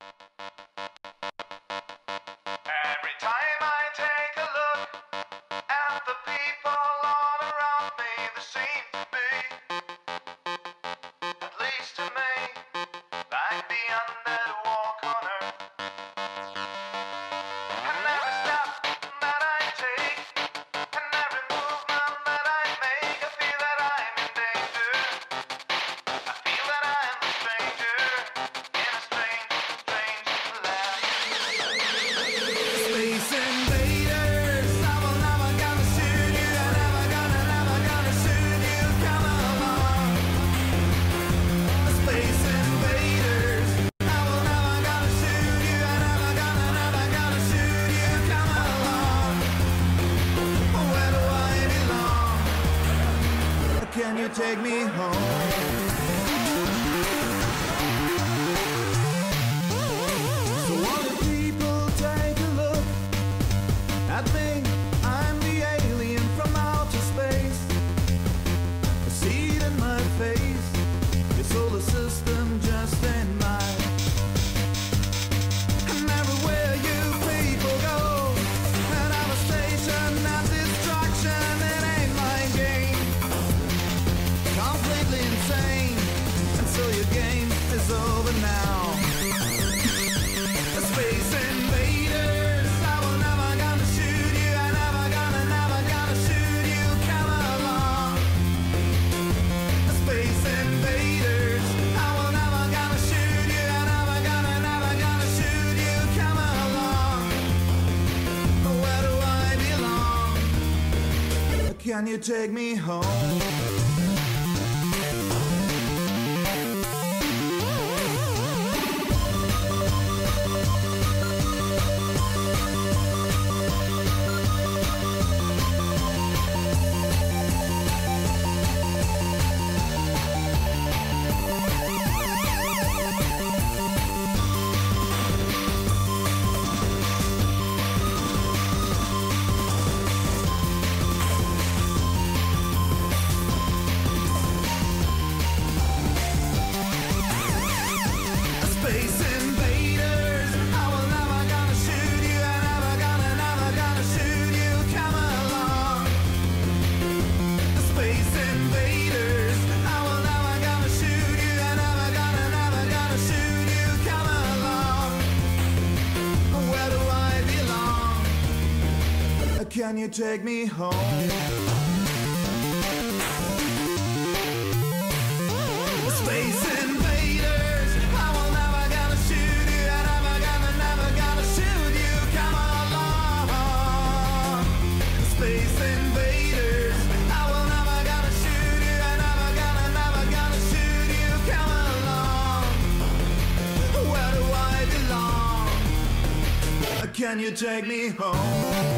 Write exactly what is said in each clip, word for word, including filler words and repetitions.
Every time I take a look at the people all around me, they seem to be, at least to me, like the undead walk on earth. And every step that I take, and every movement that I make, I feel that I'm in danger. I feel that I'm a stranger in a strange, strange land. Space invaders, I will never gonna shoot you, I never gonna, never gonna shoot you, come along. Space invaders, I will never gonna shoot you, I never gonna, never gonna shoot you, come along. Where do I belong? Can you take me home? So all the people take a look at me. I'm the alien from outer space. I see it in my face. Your solar system just ain't mine. And everywhere you people go, and I'm a station of destruction. It ain't my game. Completely insane. And so your game is over now. Space invaders, I will never gonna shoot you, I never gonna, never gonna shoot you, come along. Space invaders, I will never gonna shoot you, I never gonna, never gonna shoot you, come along. Where do I belong? Can you take me home? Space invaders, I will never gonna shoot you, I never gonna, never gonna shoot you, come along. Space invaders, I will never gonna shoot you, I never gonna, never gonna shoot you, come along. Where do I belong? Can you take me home? Space invaders, I will never gonna shoot you, I never gonna, never gonna shoot you, come along. Space invaders, I will never gonna shoot you, I never gonna, never gonna shoot you, come along. Where do I belong? Can you take me home?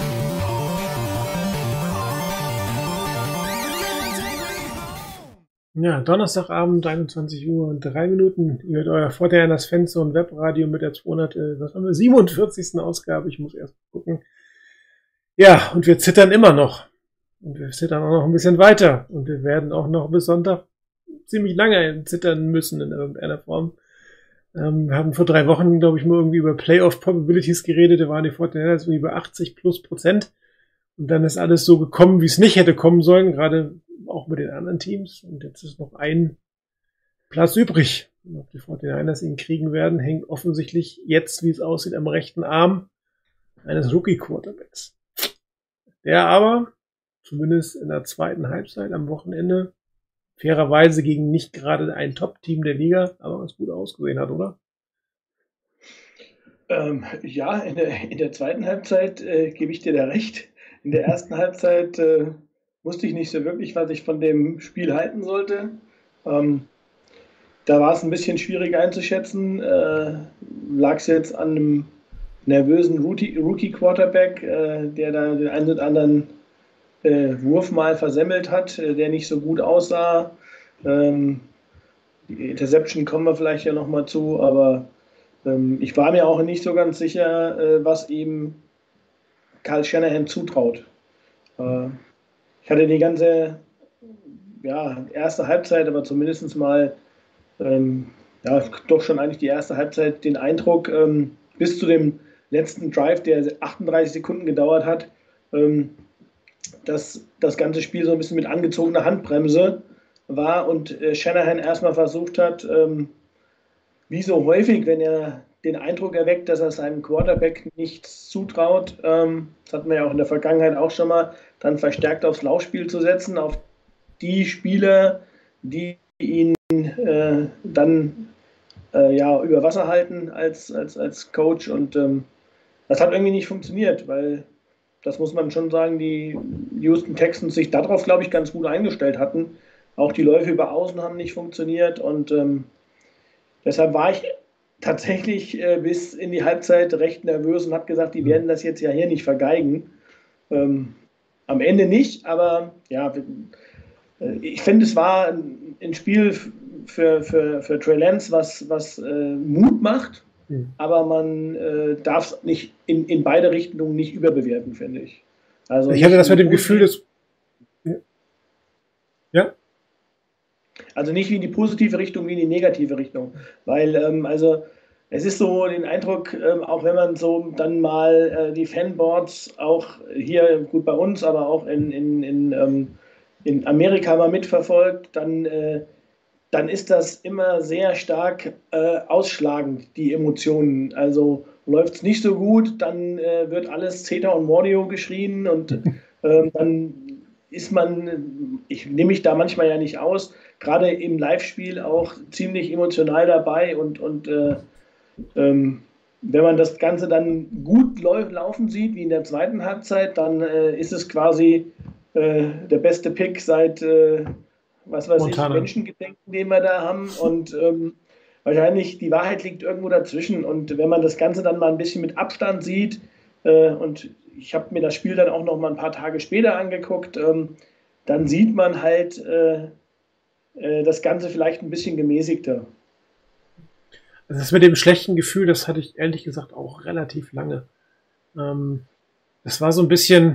Ja, Donnerstagabend, einundzwanzig Uhr und drei Minuten. Ihr hört euer Fortinanders Fanzone Webradio mit der zweihundert, äh, was haben wir, siebenundvierzigsten Ausgabe. Ich muss erst gucken. Ja, und wir zittern immer noch. Und wir zittern auch noch ein bisschen weiter. Und wir werden auch noch bis Sonntag ziemlich lange zittern müssen in irgendeiner Form. Ähm, wir haben vor drei Wochen, glaube ich, mal irgendwie über Playoff Probabilities geredet. Da waren die Fortinanders irgendwie über achtzig plus Prozent. Und dann ist alles so gekommen, wie es nicht hätte kommen sollen, gerade auch mit den anderen Teams. Und jetzt ist noch ein Platz übrig. Und ob die Fortinanders ihn kriegen werden, hängt offensichtlich jetzt, wie es aussieht, am rechten Arm eines Rookie-Quarterbacks. Der aber, zumindest in der zweiten Halbzeit am Wochenende, fairerweise gegen nicht gerade ein Top-Team der Liga, aber ganz gut ausgesehen hat, oder? Ähm, ja, in der, in der zweiten Halbzeit äh, gebe ich dir da recht. In der ersten Halbzeit äh, wusste ich nicht so wirklich, was ich von dem Spiel halten sollte. Ähm, da war es ein bisschen schwierig einzuschätzen. Äh, Lag es jetzt an einem nervösen Rookie-Quarterback, äh, der da den einen oder anderen äh, Wurf mal versemmelt hat, äh, der nicht so gut aussah. Ähm, die Interception kommen wir vielleicht ja nochmal zu, aber ähm, ich war mir auch nicht so ganz sicher, äh, was ihm Kyle Shanahan zutraut. Äh, ich hatte die ganze ja, erste Halbzeit, aber zumindest mal ähm, ja, doch schon eigentlich die erste Halbzeit den Eindruck, ähm, bis zu dem letzten Drive, der achtunddreißig Sekunden gedauert hat, ähm, dass das ganze Spiel so ein bisschen mit angezogener Handbremse war und äh, Shanahan erstmal versucht hat, ähm, wie so häufig, wenn er den Eindruck erweckt, dass er seinem Quarterback nichts zutraut, ähm, das hatten wir ja auch in der Vergangenheit auch schon mal, dann verstärkt aufs Laufspiel zu setzen, auf die Spieler, die ihn äh, dann äh, ja, über Wasser halten als, als, als Coach. Und ähm, das hat irgendwie nicht funktioniert, weil das muss man schon sagen, die Houston Texans sich darauf, glaube ich, ganz gut eingestellt hatten. Auch die Läufe über Außen haben nicht funktioniert und ähm, deshalb war ich tatsächlich äh, bis in die Halbzeit recht nervös und habe gesagt, die werden das jetzt ja hier nicht vergeigen. Ähm, am Ende nicht, aber ja, äh, ich finde, es war ein, ein Spiel für, für, für Trey Lance, was, was äh, Mut macht, mhm. aber man äh, darf es nicht in, in beide Richtungen nicht überbewerten, finde ich. Also ich hatte das mit dem Gefühl, dass... Ja. Also nicht wie in die positive Richtung, wie in die negative Richtung. Weil, ähm, also, es ist so den Eindruck, ähm, auch wenn man so dann mal äh, die Fanboards auch hier, gut bei uns, aber auch in, in, in, ähm, in Amerika mal mitverfolgt, dann, äh, dann ist das immer sehr stark äh, ausschlagend, die Emotionen. Also läuft es nicht so gut, dann äh, wird alles Zeta und Mordio geschrien und äh, dann ist man, ich nehme mich da manchmal ja nicht aus, gerade im Live-Spiel auch ziemlich emotional dabei und, und äh, ähm, wenn man das Ganze dann gut lau- laufen sieht, wie in der zweiten Halbzeit, dann äh, ist es quasi äh, der beste Pick seit, äh, was weiß Montana. ich, Menschengedenken, den wir da haben und ähm, wahrscheinlich die Wahrheit liegt irgendwo dazwischen und wenn man das Ganze dann mal ein bisschen mit Abstand sieht äh, und ich habe mir das Spiel dann auch noch mal ein paar Tage später angeguckt, ähm, dann sieht man halt äh, äh, das Ganze vielleicht ein bisschen gemäßigter. Also das mit dem schlechten Gefühl, das hatte ich ehrlich gesagt auch relativ lange. Ähm, das war so ein bisschen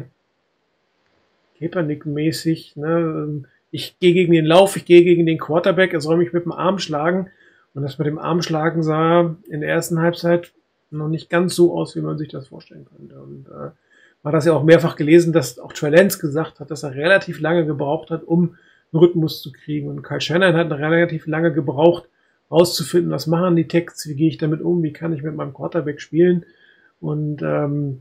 Kaepernick-mäßig. Ne? Ich gehe gegen den Lauf, ich gehe gegen den Quarterback, er soll mich mit dem Arm schlagen. Und das mit dem Arm schlagen sah in der ersten Halbzeit noch nicht ganz so aus, wie man sich das vorstellen könnte. Und äh, man hat das ja auch mehrfach gelesen, dass auch Trey Lance gesagt hat, dass er relativ lange gebraucht hat, um einen Rhythmus zu kriegen. Und Kyle Shanahan hat relativ lange gebraucht, rauszufinden, was machen die Texts, wie gehe ich damit um, wie kann ich mit meinem Quarterback spielen. Und ähm,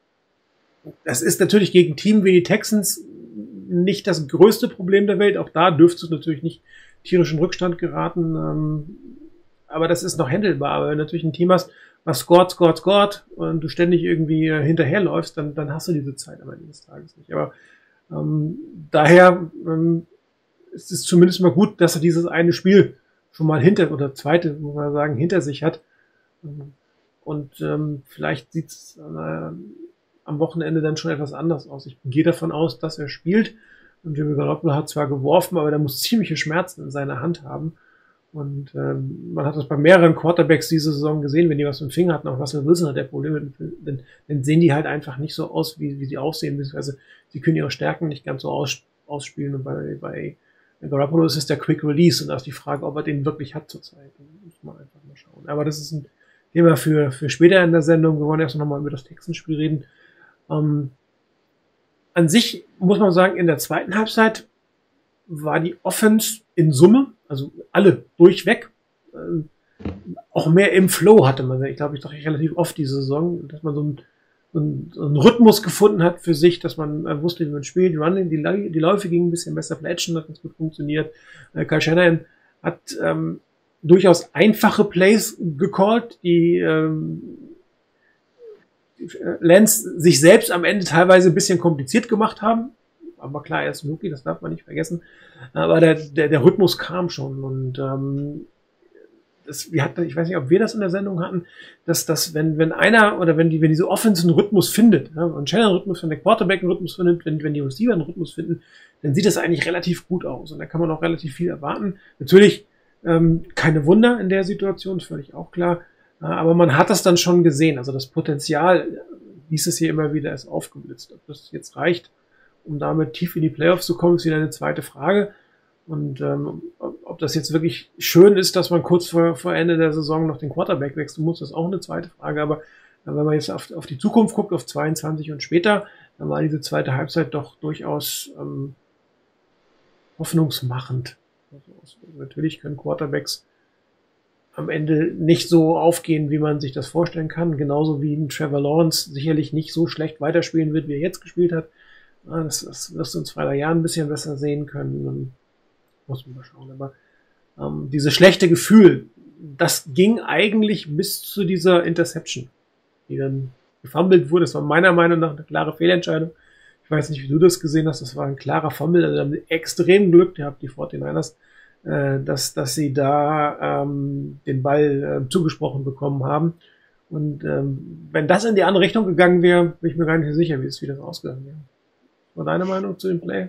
das ist natürlich gegen Team wie die Texans nicht das größte Problem der Welt. Auch da dürfte es natürlich nicht tierisch in Rückstand geraten. Ähm, aber das ist noch handelbar. Aber wenn du natürlich ein Team hast, was scored, scored, scored und du ständig irgendwie äh, hinterherläufst, dann, dann hast du diese Zeit am Ende des Tages nicht. Aber ähm, daher ähm, ist es zumindest mal gut, dass er dieses eine Spiel schon mal hinter, oder zweite, muss man sagen, hinter sich hat. Und ähm, vielleicht sieht es äh, am Wochenende dann schon etwas anders aus. Ich gehe davon aus, dass er spielt. Und Jimmy Garoppolo hat zwar geworfen, aber der muss ziemliche Schmerzen in seiner Hand haben. Und ähm, man hat das bei mehreren Quarterbacks diese Saison gesehen, wenn die was im Finger hatten, auch Russell Wilson hat der Probleme, dann, dann sehen die halt einfach nicht so aus, wie, wie sie aussehen, beziehungsweise sie können ihre Stärken nicht ganz so aus, ausspielen. Und bei, bei Garoppolo ist es der Quick Release und da ist die Frage, ob er den wirklich hat zurzeit. Muss man einfach mal schauen. Aber das ist ein Thema für, für später in der Sendung. Wir wollen erst noch mal über das Texans-Spiel reden. Ähm, an sich muss man sagen, in der zweiten Halbzeit war die Offense in Summe, also alle durchweg, äh, auch mehr im Flow hatte man. Ich glaube, ich dachte relativ oft diese Saison, dass man so einen, so einen, so einen Rhythmus gefunden hat für sich, dass man äh, wusste, wie man spielt. Running, die, die Läufe gingen ein bisschen besser, Plätschen hat ganz gut funktioniert. Äh, Kyle Shanahan hat ähm, durchaus einfache Plays gecallt, die ähm, Lance sich selbst am Ende teilweise ein bisschen kompliziert gemacht haben. Aber klar, er ist ein Rookie, das darf man nicht vergessen. Aber der, der, der Rhythmus kam schon. Und ähm, das, wir hatten, ich weiß nicht, ob wir das in der Sendung hatten, dass, dass wenn, wenn einer oder wenn die, wenn diese Offense einen Rhythmus findet, ja, und Shannon einen Rhythmus findet, der Quarterback einen Rhythmus findet, wenn, wenn die Receiver einen Rhythmus finden, dann sieht das eigentlich relativ gut aus. Und da kann man auch relativ viel erwarten. Natürlich ähm, keine Wunder in der Situation, ist völlig auch klar. Aber man hat das dann schon gesehen. Also das Potenzial, hieß es hier immer wieder, ist aufgeblitzt. Ob das jetzt reicht, um damit tief in die Playoffs zu kommen, ist wieder eine zweite Frage. Und ähm, ob das jetzt wirklich schön ist, dass man kurz vor, vor Ende der Saison noch den Quarterback wechseln muss, ist auch eine zweite Frage. Aber wenn man jetzt auf, auf die Zukunft guckt, auf zweiundzwanzig und später, dann war diese zweite Halbzeit doch durchaus ähm, hoffnungsmachend. Also, natürlich können Quarterbacks am Ende nicht so aufgehen, wie man sich das vorstellen kann. Genauso wie ein Trevor Lawrence sicherlich nicht so schlecht weiterspielen wird, wie er jetzt gespielt hat. Das, das wirst du in zwei, drei Jahren ein bisschen besser sehen können. Dann muss man mal schauen. Aber ähm, dieses schlechte Gefühl, das ging eigentlich bis zu dieser Interception, die dann gefummelt wurde. Das war meiner Meinung nach eine klare Fehlentscheidung. Ich weiß nicht, wie du das gesehen hast. Das war ein klarer Fumble. Also haben extrem Glück gehabt, die forty-niners, äh, dass, dass sie da ähm, den Ball äh, zugesprochen bekommen haben. Und ähm, wenn das in die andere Richtung gegangen wäre, bin ich mir gar nicht sicher, wie es wieder ausgegangen wäre. Was war deine Meinung zu dem Play?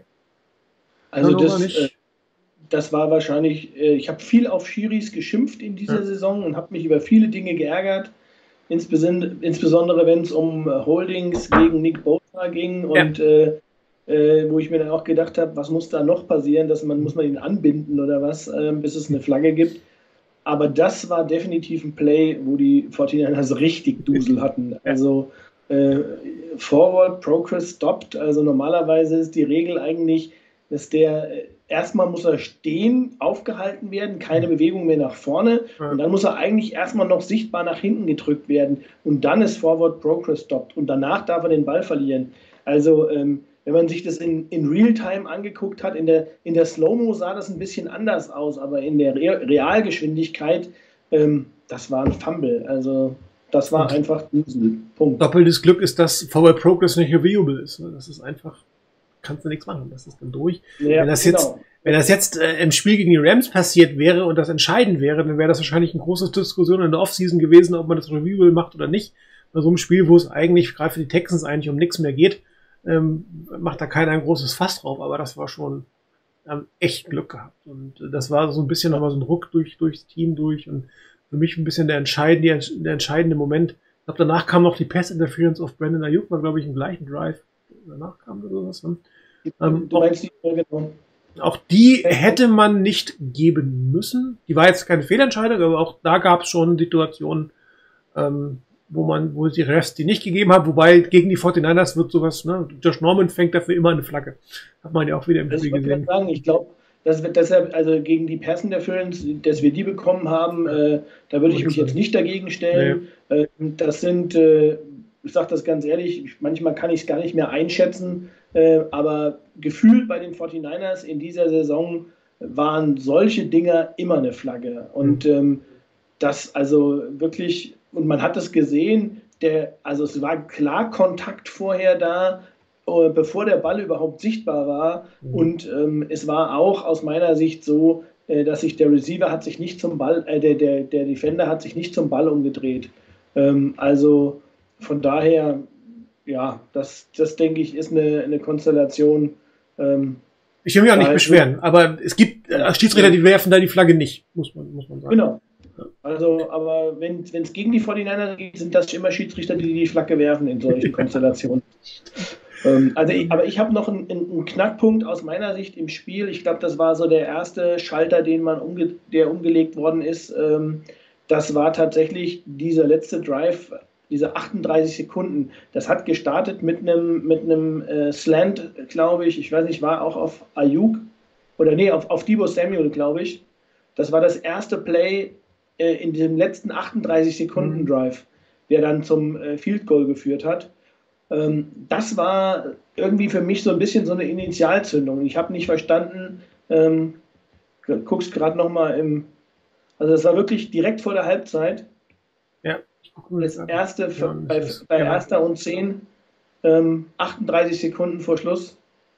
Also das, äh, das war wahrscheinlich, äh, ich habe viel auf Schiris geschimpft in dieser ja. Saison und habe mich über viele Dinge geärgert. Insbesondere, insbesondere wenn es um Holdings gegen Nick Bosa ging und ja. äh, äh, wo ich mir dann auch gedacht habe, was muss da noch passieren, dass man muss man ihn anbinden oder was, äh, bis es eine Flagge gibt. Aber das war definitiv ein Play, wo die forty-niners richtig Dusel hatten. Also äh, Forward Progress stopped. Also normalerweise ist die Regel eigentlich, dass der äh, erstmal muss er stehen, aufgehalten werden, keine Bewegung mehr nach vorne und dann muss er eigentlich erstmal noch sichtbar nach hinten gedrückt werden und dann ist Forward Progress stopped und danach darf er den Ball verlieren. Also ähm, wenn man sich das in, in Realtime angeguckt hat, in der, in der Slow-Mo sah das ein bisschen anders aus, aber in der Re- Realgeschwindigkeit, ähm, das war ein Fumble. Also das war und einfach ein Punkt. Doppeltes Glück ist, dass Forward Progress nicht reviewable ist. Das ist einfach, kannst du nichts machen. Das ist dann durch. Ja, wenn das genau. jetzt, wenn das jetzt äh, im Spiel gegen die Rams passiert wäre und das entscheidend wäre, dann wäre das wahrscheinlich eine große Diskussion in der Offseason gewesen, ob man das reviewable macht oder nicht. Bei so einem Spiel, wo es eigentlich, gerade für die Texans eigentlich um nichts mehr geht, ähm, macht da keiner ein großes Fass drauf. Aber das war schon ähm, echt Glück gehabt. Und äh, das war so ein bisschen nochmal so ein Ruck durch, durchs Team durch und für mich ein bisschen der entscheidende, der entscheidende Moment. Ich glaube, danach kam noch die Pass Interference auf Brandon Ayuk, war, glaube ich, im gleichen Drive. Danach kam oder sowas. Ähm, du meinst die genau. Auch die hätte man nicht geben müssen. Die war jetzt keine Fehlentscheidung, aber auch da gab es schon Situationen, ähm, wo man, wo die Refs die nicht gegeben haben. Wobei gegen die forty-niners wird sowas, ne? Josh Norman fängt dafür immer eine Flagge. Hat man ja auch wieder im Spiel gesehen. Ich sagen, ich glaube, das wird deshalb, also gegen die Pass Interference, dass wir die bekommen haben, äh, da würde ich mich jetzt nicht dagegen stellen. Nee. Äh, das sind, äh, ich sage das ganz ehrlich, manchmal kann ich es gar nicht mehr einschätzen, äh, aber gefühlt bei den forty-niners in dieser Saison waren solche Dinger immer eine Flagge. Und ähm, das also wirklich, und man hat es gesehen, der, also es war klar Kontakt vorher da, bevor der Ball überhaupt sichtbar war. Mhm. Und ähm, es war auch aus meiner Sicht so, äh, dass sich der Receiver hat sich nicht zum Ball, äh, der, der, der Defender hat sich nicht zum Ball umgedreht. Ähm, also von daher, ja, das, das denke ich, ist eine, eine Konstellation. Ähm, ich will mich auch nicht beschweren, aber es gibt äh, Schiedsrichter, die werfen da die Flagge nicht, muss man, muss man sagen. Genau. Also, aber wenn es gegen die forty-niners geht, sind das immer Schiedsrichter, die die Flagge werfen in solchen Konstellationen. Also ich, aber ich habe noch einen, einen Knackpunkt aus meiner Sicht im Spiel. Ich glaube, das war so der erste Schalter, den man umge, der umgelegt worden ist. Das war tatsächlich dieser letzte Drive, diese achtunddreißig Sekunden. Das hat gestartet mit einem mit einem äh, Slant, glaube ich. Ich weiß nicht, war auch auf Ayuk oder nee, auf, auf Deebo Samuel, glaube ich. Das war das erste Play äh, in diesem letzten achtunddreißig Sekunden Drive, der dann zum äh, Field Goal geführt hat. Das war irgendwie für mich so ein bisschen so eine Initialzündung. Ich habe nicht verstanden, ähm, guckst gerade nochmal im, also das war wirklich direkt vor der Halbzeit. Ja. Das erste für, ja, bei, bei ja. Erster und zehn, ähm, achtunddreißig Sekunden vor Schluss.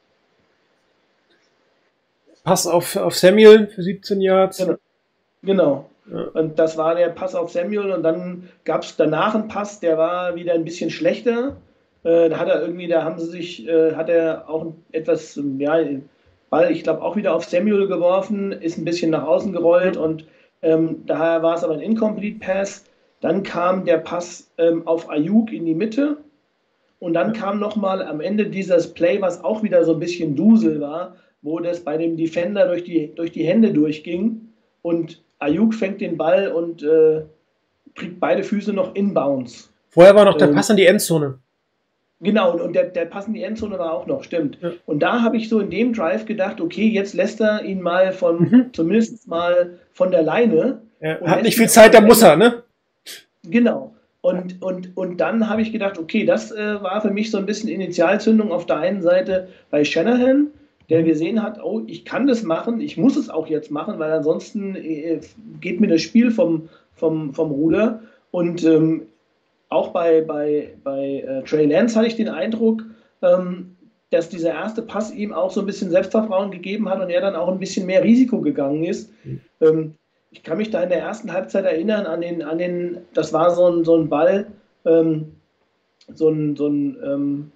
Pass auf, auf Samuel für siebzehn Yards. Genau. genau. Ja. Und das war der Pass auf Samuel und dann gab es danach einen Pass, der war wieder ein bisschen schlechter. Da hat er irgendwie, da haben sie sich, äh, hat er auch etwas, ja, Ball, ich glaube, auch wieder auf Samuel geworfen, ist ein bisschen nach außen gerollt und ähm, daher war es aber ein Incomplete Pass. Dann kam der Pass ähm, auf Ayuk in die Mitte und dann kam nochmal am Ende dieses Play, was auch wieder so ein bisschen Dusel war, wo das bei dem Defender durch die, durch die Hände durchging und Ayuk fängt den Ball und äh, kriegt beide Füße noch inbounds. Vorher war noch der Ähm, Pass in die Endzone. Genau, und der, der Pass in die Endzone war auch noch, stimmt. Ja. Und da habe ich so in dem Drive gedacht, okay, jetzt lässt er ihn mal von, Mhm. zumindest mal von der Leine. Er Und hat lässt nicht ihn viel Zeit, da auch- muss er, ne? Genau. Und, und, und dann habe ich gedacht, okay, das äh, war für mich so ein bisschen Initialzündung auf der einen Seite bei Shanahan, der gesehen hat, oh, ich kann das machen, ich muss es auch jetzt machen, weil ansonsten äh, geht mir das Spiel vom, vom, vom Ruder. Und ähm, auch bei, bei, bei äh, Trey Lance hatte ich den Eindruck, ähm, dass dieser erste Pass ihm auch so ein bisschen Selbstvertrauen gegeben hat und er dann auch ein bisschen mehr Risiko gegangen ist. Mhm. Ähm, ich kann mich da in der ersten Halbzeit erinnern an den, an den das war so ein, so ein Ball, ähm, so ein, so ein ähm,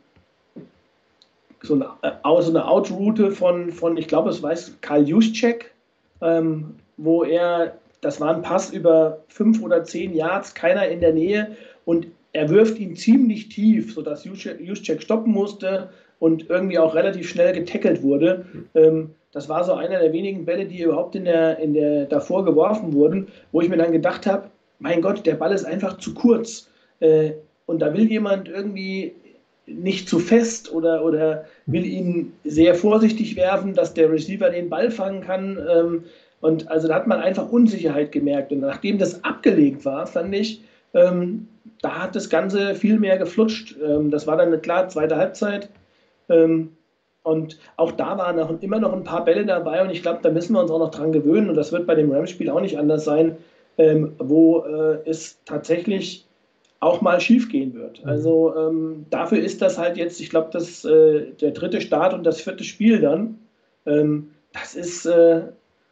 so eine, äh, so eine Outroute von, von, ich glaube, es weiß Karl Juszczyk, ähm, wo er, das war ein Pass über fünf oder zehn Yards, keiner in der Nähe und er wirft ihn ziemlich tief, sodass Juszczyk stoppen musste und irgendwie auch relativ schnell getackelt wurde. Ähm, das war so einer der wenigen Bälle, die überhaupt in der, in der davor geworfen wurden, wo ich mir dann gedacht habe, mein Gott, der Ball ist einfach zu kurz. Äh, und da will jemand irgendwie nicht zu fest oder, oder will ihn sehr vorsichtig werfen, dass der Receiver den Ball fangen kann. Ähm, und also da hat man einfach Unsicherheit gemerkt. Und nachdem das abgelegt war, fand ich, ähm, da hat das Ganze viel mehr geflutscht. Ähm, das war dann eine klar zweite Halbzeit. Ähm, und auch da waren noch, immer noch ein paar Bälle dabei. Und ich glaube, da müssen wir uns auch noch dran gewöhnen. Und das wird bei dem Rams-Spiel auch nicht anders sein, ähm, wo äh, es tatsächlich auch mal schief gehen wird. Also ähm, dafür ist das halt jetzt, ich glaube, das äh, der dritte Start und das vierte Spiel dann. Ähm, das ist, äh,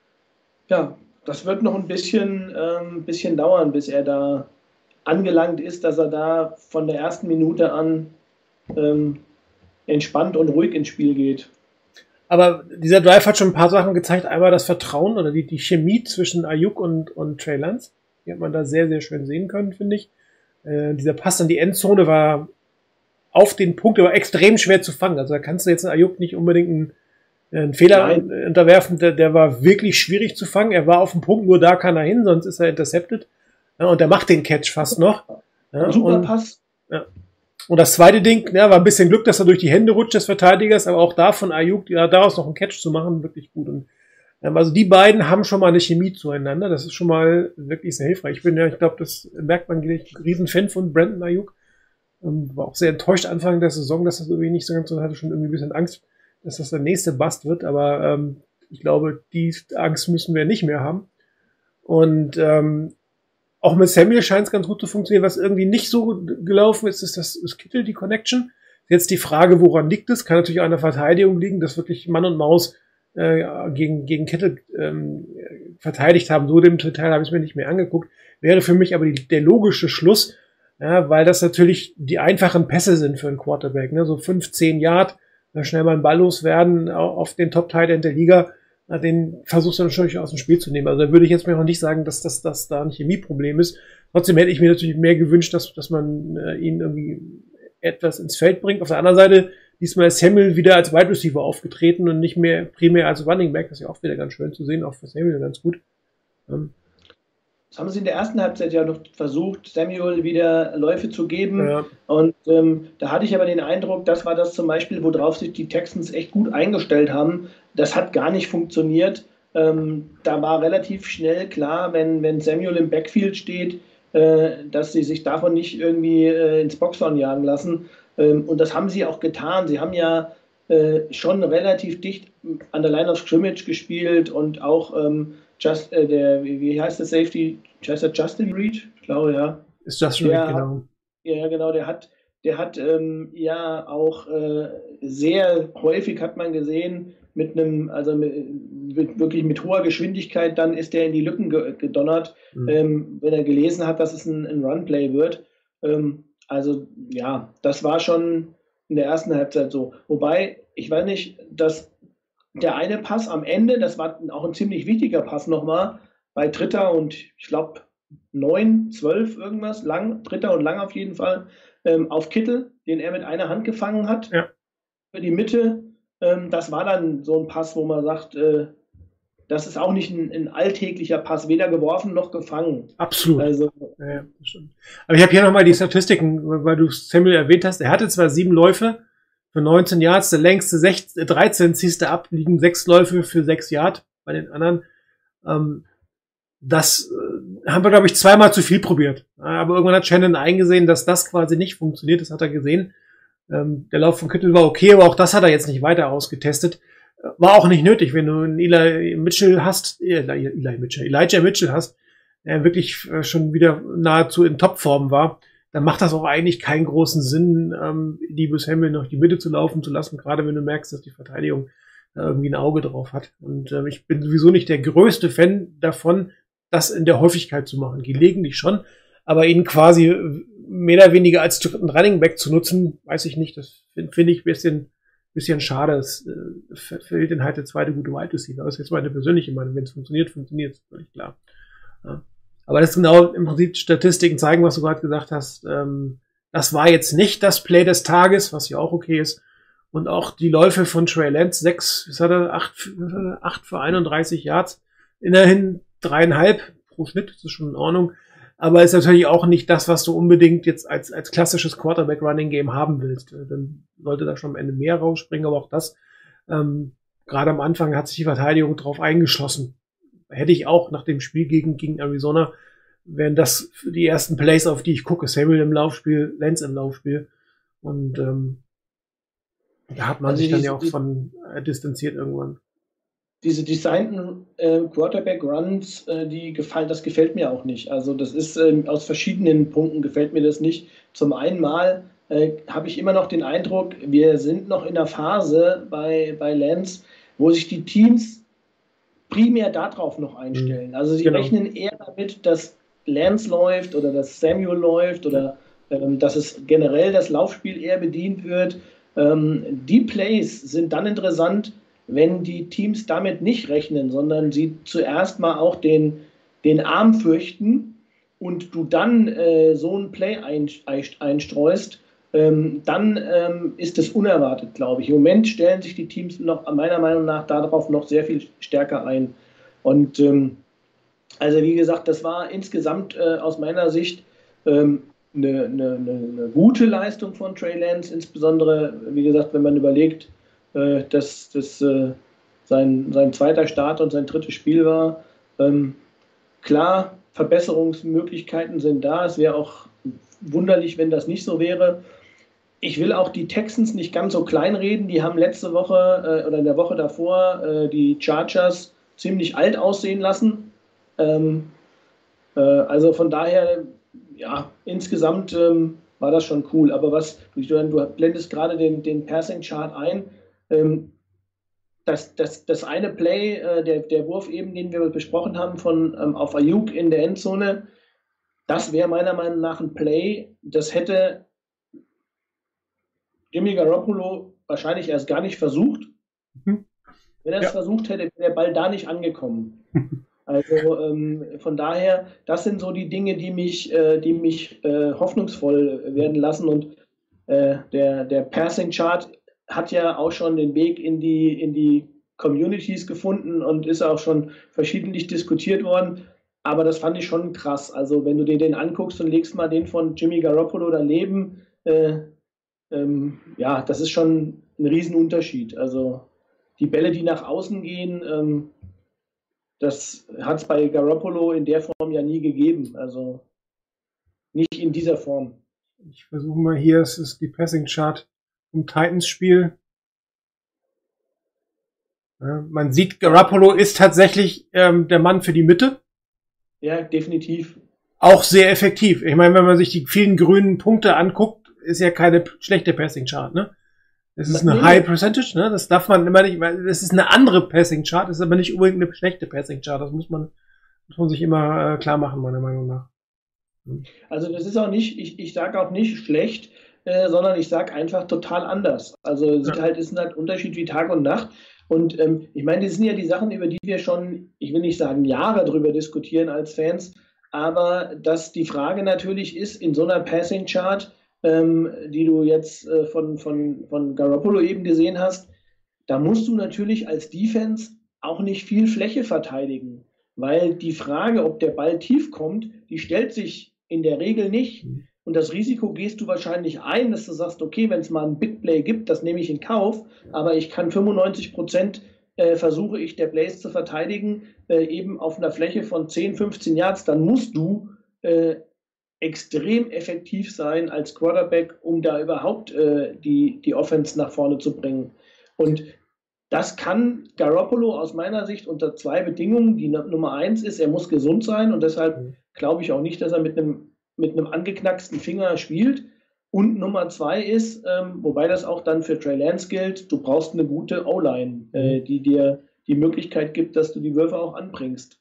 ja, das wird noch ein bisschen, ähm, bisschen dauern, bis er da angelangt ist, dass er da von der ersten Minute an ähm, entspannt und ruhig ins Spiel geht. Aber dieser Drive hat schon ein paar Sachen gezeigt. Einmal das Vertrauen oder die, die Chemie zwischen Ayuk und, und Trey Lance. Die hat man da sehr, sehr schön sehen können, finde ich. Äh, dieser Pass in die Endzone war auf den Punkt, aber extrem schwer zu fangen. Also da kannst du jetzt Ayuk nicht unbedingt einen, einen Fehler Nein. unterwerfen. Der, der war wirklich schwierig zu fangen. Er war auf dem Punkt, nur da kann er hin, sonst ist er intercepted. Ja, und er macht den Catch fast noch. Ja, Super und, Pass. ja. Und das zweite Ding, ja, war ein bisschen Glück, dass er durch die Hände rutscht des Verteidigers, aber auch da von Ayuk, ja, daraus noch einen Catch zu machen, wirklich gut. Und ähm, also die beiden haben schon mal eine Chemie zueinander. Das ist schon mal wirklich sehr hilfreich. Ich bin ja, ich glaube, das merkt man gleich, ein Riesenfan von Brandon Ayuk. Ähm, war auch sehr enttäuscht Anfang der Saison, dass das irgendwie nicht so ganz so, hatte schon irgendwie ein bisschen Angst, dass das der nächste Bust wird. Aber ähm, ich glaube, die Angst müssen wir nicht mehr haben. Und ähm, auch mit Samuel scheint es ganz gut zu funktionieren. Was irgendwie nicht so gelaufen ist, ist das ist Kittel, die Connection. Jetzt die Frage, woran liegt es? Kann natürlich an der Verteidigung liegen, dass wirklich Mann und Maus äh, gegen, gegen Kittel ähm, verteidigt haben. So dem Teil habe ich mir nicht mehr angeguckt. Wäre für mich aber die, der logische Schluss, ja, weil das natürlich die einfachen Pässe sind für einen Quarterback. Ne? So fünf, zehn Yard, schnell mal einen Ball loswerden auf den Top-Tight End der Liga. Den versuchst du natürlich aus dem Spiel zu nehmen. Also da würde ich jetzt mir noch nicht sagen, dass das dass da ein Chemieproblem ist. Trotzdem hätte ich mir natürlich mehr gewünscht, dass, dass man äh, ihn irgendwie etwas ins Feld bringt. Auf der anderen Seite, diesmal ist Samuel wieder als Wide Receiver aufgetreten und nicht mehr primär als Running Back. Das ist ja auch wieder ganz schön zu sehen, auch für Samuel ganz gut. Ähm, Das haben sie in der ersten Halbzeit ja noch versucht, Samuel wieder Läufe zu geben. Ja. Und ähm, da hatte ich aber den Eindruck, das war das zum Beispiel, worauf sich die Texans echt gut eingestellt haben. Das hat gar nicht funktioniert. Ähm, da war relativ schnell klar, wenn, wenn Samuel im Backfield steht, äh, dass sie sich davon nicht irgendwie äh, ins Boxhorn jagen lassen. Ähm, und das haben sie auch getan. Sie haben ja äh, schon relativ dicht an der Line of Scrimmage gespielt und auch ähm, Just, äh, der, wie, wie heißt der Safety? Just, Justin Reed? Ich glaube, ja. Ist das schon Ja. richtig, genau. Ja, genau, der hat, der hat ähm, ja auch äh, sehr häufig, hat man gesehen, mit einem, also mit, mit, wirklich mit hoher Geschwindigkeit, dann ist der in die Lücken ge gedonnert, Mhm. ähm, wenn er gelesen hat, dass es ein, ein Run-Play wird. Ähm, also ja, das war schon in der ersten Halbzeit so. Wobei, ich weiß nicht, dass der eine Pass am Ende, das war auch ein ziemlich wichtiger Pass nochmal, bei Dritter und ich glaube neun, zwölf irgendwas, lang, Dritter und lang auf jeden Fall, ähm, auf Kittel, den er mit einer Hand gefangen hat, Ja. über die Mitte ähm, das war dann so ein Pass, wo man sagt, äh, das ist auch nicht ein, ein alltäglicher Pass, weder geworfen noch gefangen. Absolut. Also, Ja, ja, das stimmt. Aber ich habe hier nochmal die Statistiken, weil du Samuel erwähnt hast. Er hatte zwar sieben Läufe für neunzehn Yards, der längste sechzehn, dreizehn ziehst du ab, liegen sechs Läufe für sechs Yard bei den anderen. Ähm, das äh, haben wir, glaube ich, zweimal zu viel probiert. Aber irgendwann hat Shannon eingesehen, dass das quasi nicht funktioniert. Das hat er gesehen. Ähm, der Lauf von Kittel war okay, aber auch das hat er jetzt nicht weiter ausgetestet. War auch nicht nötig, wenn du einen Eli Mitchell hast, Eli, Eli Mitchell, Elijah Mitchell hast, der wirklich schon wieder nahezu in Topform war, dann macht das auch eigentlich keinen großen Sinn, ähm, Deebo Samuel noch die Mitte zu laufen zu lassen, gerade wenn du merkst, dass die Verteidigung da irgendwie ein Auge drauf hat. Und äh, ich bin sowieso nicht der größte Fan davon, das in der Häufigkeit zu machen. Gelegentlich schon, aber ihn quasi mehr oder weniger als dritten Running Back zu nutzen, weiß ich nicht, das finde find ich ein bisschen bisschen schade. Es äh, fehlt dann halt der zweite gute Wide Receiver. Das ist jetzt meine persönliche Meinung. Wenn es funktioniert, funktioniert es, völlig klar. Ja. Aber das ist genau im Prinzip Statistiken zeigen, was du gerade gesagt hast. Ähm, das war jetzt nicht das Play des Tages, was ja auch okay ist. Und auch die Läufe von Trey Lance, sechs, was hat er, acht, acht für einunddreißig Yards, immerhin dreieinhalb pro Schnitt, das ist schon in Ordnung. Aber ist natürlich auch nicht das, was du unbedingt jetzt als, als klassisches Quarterback-Running-Game haben willst. Dann sollte da schon am Ende mehr rausspringen, aber auch das, ähm, gerade am Anfang hat sich die Verteidigung drauf eingeschossen. Hätte ich auch nach dem Spiel gegen, gegen Arizona, wären das die ersten Plays, auf die ich gucke. Samuel im Laufspiel, Lance im Laufspiel. Und ähm, da hat man also sich dann ja auch von äh, distanziert irgendwann. Diese designten äh, Quarterback-Runs, äh, die gefallen, das gefällt mir auch nicht. Also das ist äh, aus verschiedenen Punkten gefällt mir das nicht. Zum einen mal äh, habe ich immer noch den Eindruck, wir sind noch in der Phase bei, bei Lance, wo sich die Teams primär darauf noch einstellen. Also sie genau. rechnen eher damit, dass Lance läuft oder dass Samuel läuft oder ähm, dass es generell das Laufspiel eher bedient wird. Ähm, die Plays sind dann interessant, wenn die Teams damit nicht rechnen, sondern sie zuerst mal auch den, den Arm fürchten und du dann äh, so ein Play ein, einstreust, ähm, dann ähm, ist es unerwartet, glaube ich. Im Moment stellen sich die Teams noch meiner Meinung nach darauf noch sehr viel stärker ein. Und ähm, also wie gesagt, das war insgesamt äh, aus meiner Sicht ähm, eine, eine, eine gute Leistung von Trey Lance, insbesondere, wie gesagt, wenn man überlegt, dass das äh, sein, sein zweiter Start und sein drittes Spiel war. Ähm, klar, Verbesserungsmöglichkeiten sind da. Es wäre auch wunderlich, wenn das nicht so wäre. Ich will auch die Texans nicht ganz so kleinreden. Die haben letzte Woche äh, oder in der Woche davor äh, die Chargers ziemlich alt aussehen lassen. Ähm, äh, also von daher, ja, insgesamt ähm, war das schon cool. Aber was, du, du blendest gerade den, den Passing-Chart ein. Das, das, das eine Play, äh, der, der Wurf eben, den wir besprochen haben, von ähm, auf Ayuk in der Endzone, das wäre meiner Meinung nach ein Play, das hätte Jimmy Garoppolo wahrscheinlich erst gar nicht versucht. Mhm. Wenn er es ja. versucht hätte, wäre der Ball da nicht angekommen. Also ähm, von daher, das sind so die Dinge, die mich, äh, die mich äh, hoffnungsvoll werden lassen. Und äh, der, der Passing-Chart hat ja auch schon den Weg in die, in die Communities gefunden und ist auch schon verschiedentlich diskutiert worden. Aber das fand ich schon krass. Also wenn du dir den anguckst und legst mal den von Jimmy Garoppolo daneben, äh, ähm, ja, das ist schon ein Riesenunterschied. Also die Bälle, die nach außen gehen, ähm, das hat es bei Garoppolo in der Form ja nie gegeben. Also nicht in dieser Form. Ich versuche mal hier, es ist die Passing-Chart im Titans-Spiel. Ja, man sieht, Garoppolo ist tatsächlich ähm, der Mann für die Mitte. Ja, definitiv. Auch sehr effektiv. Ich meine, wenn man sich die vielen grünen Punkte anguckt, ist ja keine schlechte Passing-Chart, ne? Es ist eine nee, High Percentage, ne? Das darf man immer nicht, weil es ist eine andere Passing-Chart, es ist aber nicht unbedingt eine schlechte Passing-Chart. Das muss man, muss man sich immer äh, klar machen, meiner Meinung nach. Hm. Also das ist auch nicht, ich, ich sage auch nicht schlecht, Äh, sondern ich sage einfach total anders. Also es ja. halt, ist halt ein Unterschied wie Tag und Nacht. Und ähm, ich meine, das sind ja die Sachen, über die wir schon, ich will nicht sagen Jahre drüber diskutieren als Fans, aber dass die Frage natürlich ist, in so einer Passing-Chart, ähm, die du jetzt äh, von, von, von Garoppolo eben gesehen hast, da musst du natürlich als Defense auch nicht viel Fläche verteidigen, weil die Frage, ob der Ball tief kommt, die stellt sich in der Regel nicht. Und das Risiko gehst du wahrscheinlich ein, dass du sagst, okay, wenn es mal ein Big Play gibt, das nehme ich in Kauf, aber ich kann fünfundneunzig Prozent äh, versuche ich der Plays zu verteidigen, äh, eben auf einer Fläche von zehn, fünfzehn Yards, dann musst du äh, extrem effektiv sein als Quarterback, um da überhaupt äh, die, die Offense nach vorne zu bringen. Und das kann Garoppolo aus meiner Sicht unter zwei Bedingungen. Die Nummer eins ist, er muss gesund sein und deshalb glaube ich auch nicht, dass er mit einem, mit einem angeknacksten Finger spielt. Und Nummer zwei ist, ähm, wobei das auch dann für Trey Lance gilt, du brauchst eine gute O-Line, äh, die dir die Möglichkeit gibt, dass du die Würfe auch anbringst.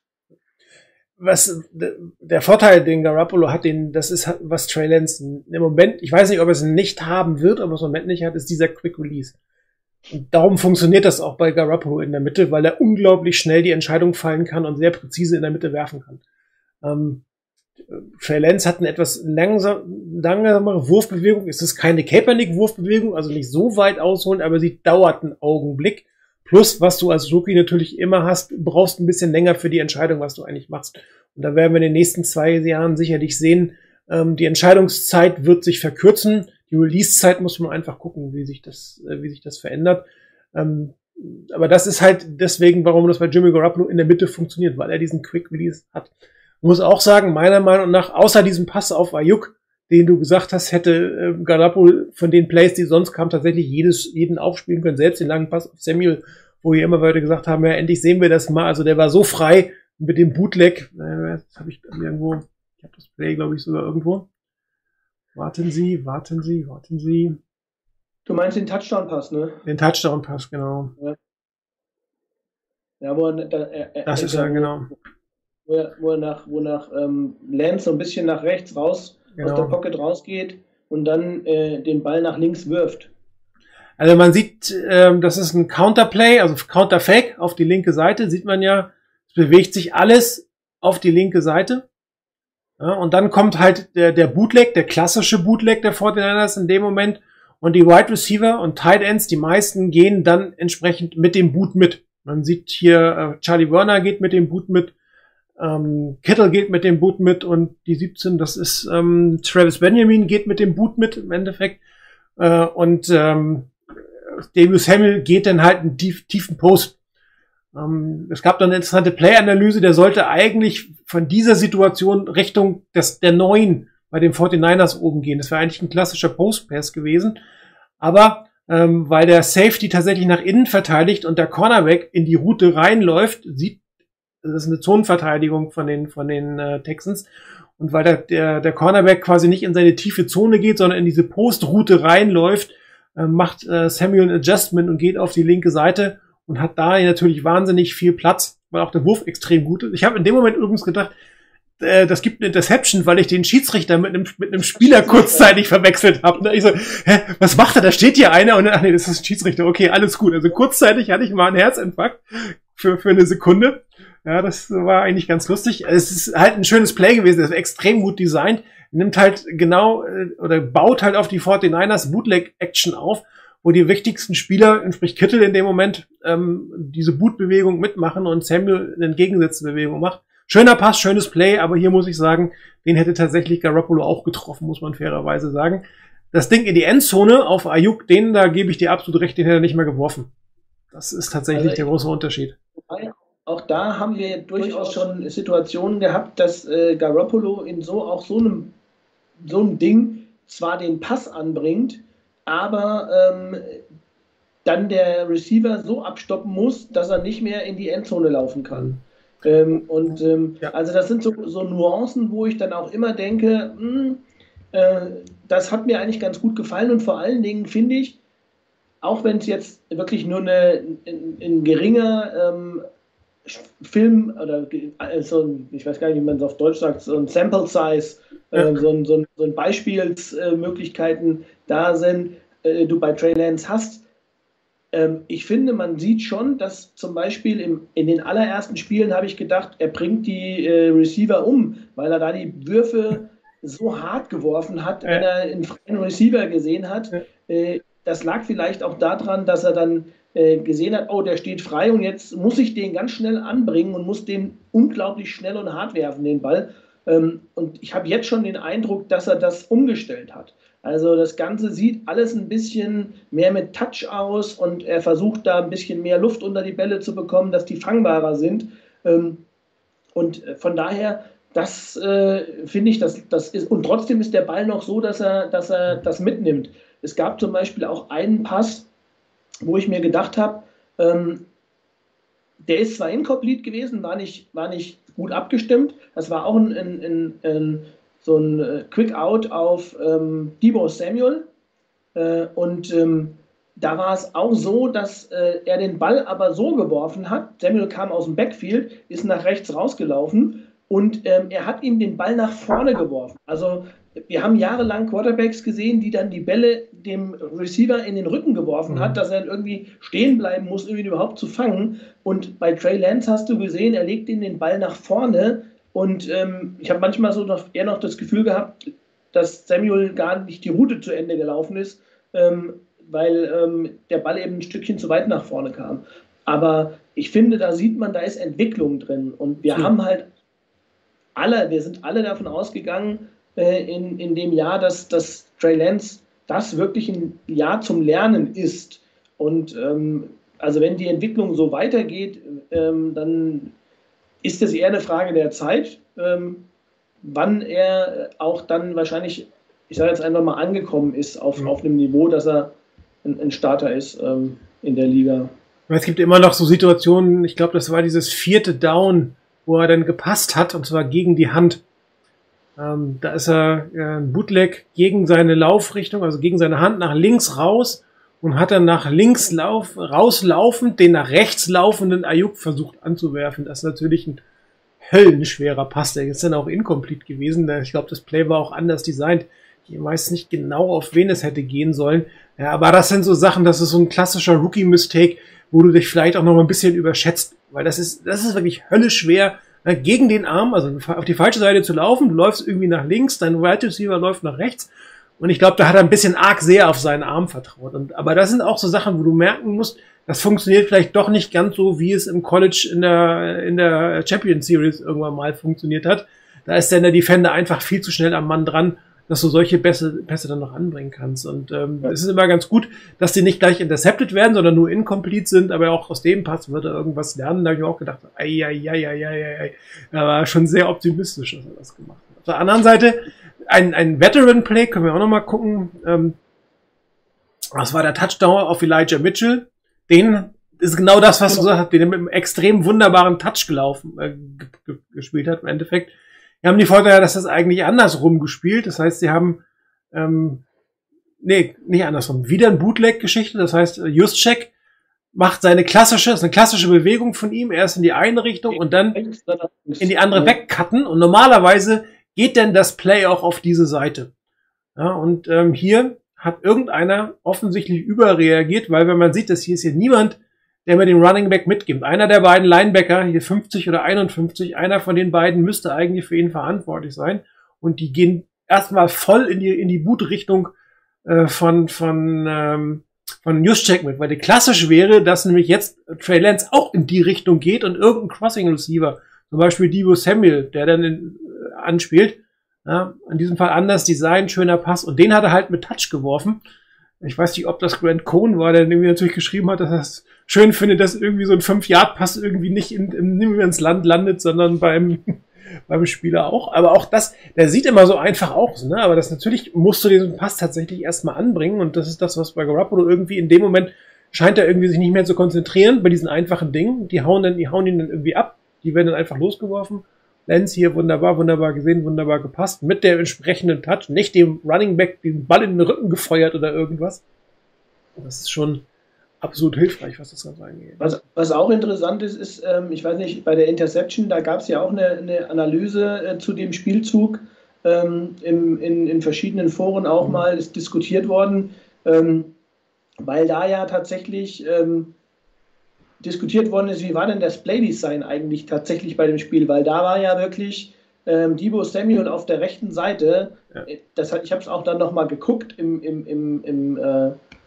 Was der Vorteil, den Garoppolo hat, den, das ist, was Trey Lance im Moment, ich weiß nicht, ob er es nicht haben wird, aber es im Moment nicht hat, ist dieser Quick Release. Und darum funktioniert das auch bei Garoppolo in der Mitte, weil er unglaublich schnell die Entscheidung fallen kann und sehr präzise in der Mitte werfen kann. Ähm, Trey Lance hat eine etwas langsam, langsamere Wurfbewegung. Es ist keine Kaepernick-Wurfbewegung, also nicht so weit ausholen, aber sie dauert einen Augenblick. Plus, was du als Rookie natürlich immer hast, du brauchst ein bisschen länger für die Entscheidung, was du eigentlich machst. Und da werden wir in den nächsten zwei Jahren sicherlich sehen, ähm, die Entscheidungszeit wird sich verkürzen. Die Release-Zeit muss man einfach gucken, wie sich das, äh, wie sich das verändert. Ähm, aber das ist halt deswegen, warum das bei Jimmy Garoppolo in der Mitte funktioniert, weil er diesen Quick Release hat. Ich muss auch sagen, meiner Meinung nach, außer diesem Pass auf Ayuk, den du gesagt hast, hätte äh, Garoppolo von den Plays, die sonst kamen, tatsächlich jedes, jeden aufspielen können, selbst den langen Pass auf Samuel, wo wir immer weiter gesagt haben, ja, endlich sehen wir das mal. Also der war so frei mit dem Bootleg. Äh, das habe ich irgendwo, ich habe das Play, glaube ich, sogar irgendwo. Warten Sie, warten Sie, warten Sie. Du meinst den Touchdown-Pass, ne? Den Touchdown-Pass, genau. Ja, ja wo er, da, er, er Das ist ja, genau. Wo er, wo er nach, wo nach ähm, Lance so ein bisschen nach rechts raus, Genau. aus der Pocket rausgeht und dann äh, den Ball nach links wirft. Also man sieht, ähm, das ist ein Counterplay, also Counterfake auf die linke Seite, sieht man ja, es bewegt sich alles auf die linke Seite. Ja, und dann kommt halt der, der Bootleg, der klassische Bootleg der forty-niners in dem Moment und die Wide Receiver und Tight Ends, die meisten gehen dann entsprechend mit dem Boot mit. Man sieht hier, äh, Charlie Werner geht mit dem Boot mit, ähm, Kittle geht mit dem Boot mit und die siebzehn, das ist ähm, Travis Benjamin geht mit dem Boot mit im Endeffekt äh, und ähm, Deebo Samuel geht dann halt einen tief, tiefen Post. Ähm, es gab dann eine interessante Play-Analyse, der sollte eigentlich von dieser Situation Richtung des, der neun bei den forty-niners oben gehen. Das wäre eigentlich ein klassischer Post-Pass gewesen. Aber ähm, weil der Safety tatsächlich nach innen verteidigt und der Cornerback in die Route reinläuft, sieht, das ist eine Zonenverteidigung von den, von den äh, Texans. Und weil der, der, der Cornerback quasi nicht in seine tiefe Zone geht, sondern in diese Post-Route reinläuft, macht äh, Samuel ein Adjustment und geht auf die linke Seite und hat da natürlich wahnsinnig viel Platz, weil auch der Wurf extrem gut ist. Ich habe in dem Moment übrigens gedacht, äh, das gibt eine Interception, weil ich den Schiedsrichter mit einem mit einem Spieler kurzzeitig verwechselt habe. Ne? Ich so, hä, was macht er? Da steht hier einer und dann, ach nee, das ist ein Schiedsrichter. Okay, alles gut. Also kurzzeitig hatte ich mal einen Herzinfarkt für für eine Sekunde. Ja, das war eigentlich ganz lustig. Es ist halt ein schönes Play gewesen, das ist extrem gut designt. Nimmt halt genau äh, oder baut halt auf die forty-niners Bootleg-Action auf, wo die wichtigsten Spieler, sprich Kittle in dem Moment, ähm, diese Boot-Bewegung mitmachen und Samuel eine entgegengesetzte Bewegung macht. Schöner Pass, schönes Play, aber hier muss ich sagen, den hätte tatsächlich Garoppolo auch getroffen, muss man fairerweise sagen. Das Ding in die Endzone auf Ayuk, den da gebe ich dir absolut recht, den hätte er nicht mehr geworfen. Das ist tatsächlich also ich, der große Unterschied. Auch da haben wir durchaus schon Situationen gehabt, dass äh, Garoppolo in so auch so einem so ein Ding zwar den Pass anbringt, aber ähm, dann der Receiver so abstoppen muss, dass er nicht mehr in die Endzone laufen kann. Ähm, und ähm, ja. Also das sind so, so Nuancen, wo ich dann auch immer denke, mh, äh, das hat mir eigentlich ganz gut gefallen und vor allen Dingen finde ich, auch wenn es jetzt wirklich nur eine, ein, ein geringer ähm, Film oder so, ich weiß gar nicht, wie man es auf Deutsch sagt, so ein Sample Size, ja. äh, so ein, so ein, so ein Beispielsmöglichkeiten äh, da sind, äh, du bei Trey Lance hast. Ähm, ich finde, man sieht schon, dass zum Beispiel im, in den allerersten Spielen habe ich gedacht, er bringt die äh, Receiver um, weil er da die Würfe so hart geworfen hat, ja. wenn er einen freien Receiver gesehen hat. Ja. Äh, das lag vielleicht auch daran, dass er dann äh, gesehen hat, oh, der steht frei und jetzt muss ich den ganz schnell anbringen und muss den unglaublich schnell und hart werfen, den Ball. Ähm, und ich habe jetzt schon den Eindruck, dass er das umgestellt hat. Also das Ganze sieht alles ein bisschen mehr mit Touch aus und er versucht da ein bisschen mehr Luft unter die Bälle zu bekommen, dass die fangbarer sind. Ähm, und von daher, das äh, finde ich, das, das ist, und trotzdem ist der Ball noch so, dass er, dass er das mitnimmt. Es gab zum Beispiel auch einen Pass, wo ich mir gedacht habe, ähm, der ist zwar incomplete gewesen, war nicht, war nicht gut abgestimmt, das war auch ein, ein, ein, ein so ein Quick-Out auf ähm, Deebo Samuel äh, und ähm, da war es auch so, dass äh, er den Ball aber so geworfen hat, Samuel kam aus dem Backfield, ist nach rechts rausgelaufen und ähm, er hat ihm den Ball nach vorne geworfen. Also wir haben jahrelang Quarterbacks gesehen, die dann die Bälle dem Receiver in den Rücken geworfen hat, dass er dann irgendwie stehen bleiben muss, um ihn überhaupt zu fangen. Und bei Trey Lance hast du gesehen, er legt ihm den Ball nach vorne. Und ähm, ich habe manchmal so noch, eher noch das Gefühl gehabt, dass Samuel gar nicht die Route zu Ende gelaufen ist, ähm, weil ähm, der Ball eben ein Stückchen zu weit nach vorne kam. Aber ich finde, da sieht man, da ist Entwicklung drin. Und wir ja. haben halt alle, wir sind alle davon ausgegangen, In, in dem Jahr, dass, dass Trey Lance das wirklich ein Jahr zum Lernen ist. Und ähm, also wenn die Entwicklung so weitergeht, ähm, dann ist es eher eine Frage der Zeit, ähm, wann er auch dann wahrscheinlich, ich sage jetzt einfach mal, angekommen ist auf, mhm. auf einem Niveau, dass er ein, ein Starter ist ähm, in der Liga. Es gibt immer noch so Situationen, ich glaube, das war dieses vierte Down, wo er dann gepasst hat, und zwar gegen die Hand. Ähm, da ist er äh, ein Bootleg gegen seine Laufrichtung, also gegen seine Hand nach links raus und hat dann nach links lauf, rauslaufend den nach rechts laufenden Ayuk versucht anzuwerfen. Das ist natürlich ein höllenschwerer Pass. Der ist dann auch incomplete gewesen. Ich glaube, das Play war auch anders designt. Ich weiß nicht genau, auf wen es hätte gehen sollen. Ja, aber das sind so Sachen, das ist so ein klassischer Rookie-Mistake, wo du dich vielleicht auch noch mal ein bisschen überschätzt, weil das ist, das ist wirklich höllisch schwer, gegen den Arm, also auf die falsche Seite zu laufen. Du läufst irgendwie nach links, dein Wide Receiver läuft nach rechts. Und ich glaube, da hat er ein bisschen arg sehr auf seinen Arm vertraut. Und, aber das sind auch so Sachen, wo du merken musst, das funktioniert vielleicht doch nicht ganz so, wie es im College in der, in der Champion Series irgendwann mal funktioniert hat. Da ist dann der Defender einfach viel zu schnell am Mann dran, dass du solche Pässe, Pässe dann noch anbringen kannst. Und ähm, es ist immer ganz gut, dass die nicht gleich intercepted werden, sondern nur incomplete sind, aber auch aus dem Pass wird er irgendwas lernen. Da habe ich mir auch gedacht, ei, ei, ei, ei, ei, ei. Er war schon sehr optimistisch, dass er das gemacht hat. Auf der anderen Seite, ein, ein Veteran-Play, können wir auch noch mal gucken. Ähm, das war der Touchdown auf Elijah Mitchell. Den ist genau das, was du gesagt hast, den er mit einem extrem wunderbaren Touch gelaufen, äh, g- g- gespielt hat im Endeffekt. Wir haben die Vorteile, dass das eigentlich andersrum gespielt. Das heißt, sie haben, ähm, nee, nicht andersrum, wieder ein Bootleg-Geschichte. Das heißt, Juszczyk macht seine klassische, das ist eine klassische Bewegung von ihm, erst in die eine Richtung und dann in die andere wegcutten. Und normalerweise geht denn das Play auch auf diese Seite. Ja, und ähm, hier hat irgendeiner offensichtlich überreagiert, weil wenn man sieht, dass hier ist hier niemand, der mit dem Running Back mitgibt. Einer der beiden Linebacker, hier fünfzig oder einundfünfzig, einer von den beiden müsste eigentlich für ihn verantwortlich sein. Und die gehen erstmal voll in die, in die Boot-Richtung äh, von, von, ähm, von Juszczyk mit. Weil die klassisch wäre, dass nämlich jetzt Trey Lance auch in die Richtung geht und irgendein Crossing-Receiver, zum Beispiel Deebo Samuel, der dann in, äh, anspielt, ja, in diesem Fall anders Design, schöner Pass. Und den hat er halt mit Touch geworfen. Ich weiß nicht, ob das Grant Cohn war, der irgendwie natürlich geschrieben hat, dass er es schön findet, dass irgendwie so ein fünf-Yard-Pass irgendwie nicht in, in, ins Land landet, sondern beim, beim Spieler auch. Aber auch das, der sieht immer so einfach aus, ne? Aber das natürlich musst du diesen Pass tatsächlich erstmal anbringen. Und das ist das, was bei Garoppolo irgendwie in dem Moment scheint er irgendwie sich nicht mehr zu konzentrieren bei diesen einfachen Dingen. Die hauen dann, die hauen ihn dann irgendwie ab. Die werden dann einfach losgeworfen. Lenz hier wunderbar, wunderbar gesehen, wunderbar gepasst. Mit der entsprechenden Touch. Nicht dem Running Back den Ball in den Rücken gefeuert oder irgendwas. Das ist schon absolut hilfreich, was das Ganze angeht. Was, was auch interessant ist, ist, ähm, ich weiß nicht, bei der Interception, da gab es ja auch eine, eine Analyse äh, zu dem Spielzug. Ähm, im, in, in verschiedenen Foren auch mhm. mal ist diskutiert worden, ähm, weil da ja tatsächlich ähm, diskutiert worden ist, wie war denn das Playdesign eigentlich tatsächlich bei dem Spiel, weil da war ja wirklich ähm, Deebo Samuel auf der rechten Seite, ja. das, ich habe es auch dann nochmal geguckt im, im, im, im, äh,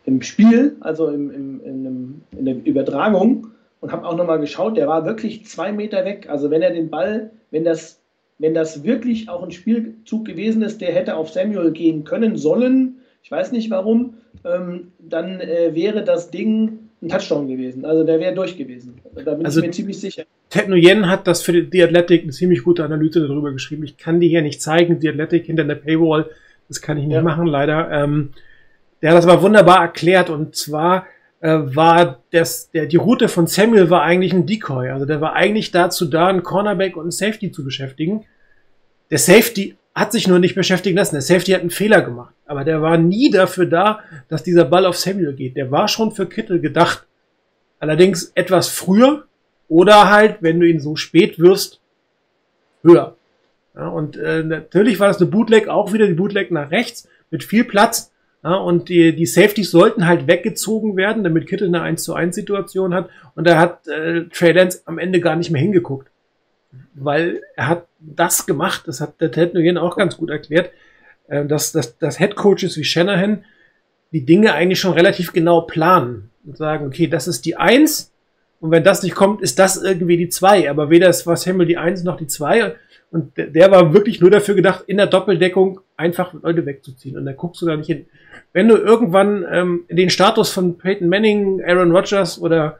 im Spiel, also im, im, in, einem, in der Übertragung, und habe auch nochmal geschaut, der war wirklich zwei Meter weg. Also wenn er den Ball, wenn das, wenn das wirklich auch ein Spielzug gewesen ist, der hätte auf Samuel gehen können, sollen, ich weiß nicht warum, ähm, dann äh, wäre das Ding ein Touchdown gewesen. Also der wäre durch gewesen. Da bin also, ich mir ziemlich sicher. Ted Nguyen hat das für die Athletic eine ziemlich gute Analyse darüber geschrieben. Ich kann die hier nicht zeigen, die Athletic hinter der Paywall, das kann ich nicht ja. machen, leider. Ähm, der hat das aber wunderbar erklärt, und zwar äh, war das, der, die Route von Samuel war eigentlich ein Decoy. Also der war eigentlich dazu da, einen Cornerback und einen Safety zu beschäftigen. Der Safety hat sich nur nicht beschäftigen lassen. Der Safety hat einen Fehler gemacht. Aber der war nie dafür da, dass dieser Ball auf Samuel geht. Der war schon für Kittle gedacht. Allerdings etwas früher oder halt, wenn du ihn so spät wirst, höher. Ja, und äh, natürlich war das eine Bootleg, auch wieder die Bootleg nach rechts mit viel Platz. Ja, und die, die Safeties sollten halt weggezogen werden, damit Kittle eine eins zu eins Situation hat. Und da hat äh, Trey Lance am Ende gar nicht mehr hingeguckt. Weil er hat das gemacht, das hat der Ted Nguyen auch ganz gut erklärt, äh, dass, dass, dass Headcoaches wie Shanahan die Dinge eigentlich schon relativ genau planen und sagen, okay, das ist die eins, und wenn das nicht kommt, ist das irgendwie die zwei. Aber weder ist was Samuel die eins noch die zwei. Und der, der war wirklich nur dafür gedacht, in der Doppeldeckung einfach Leute wegzuziehen. Und da guckst du da nicht hin. Wenn du irgendwann ähm, den Status von Peyton Manning, Aaron Rodgers oder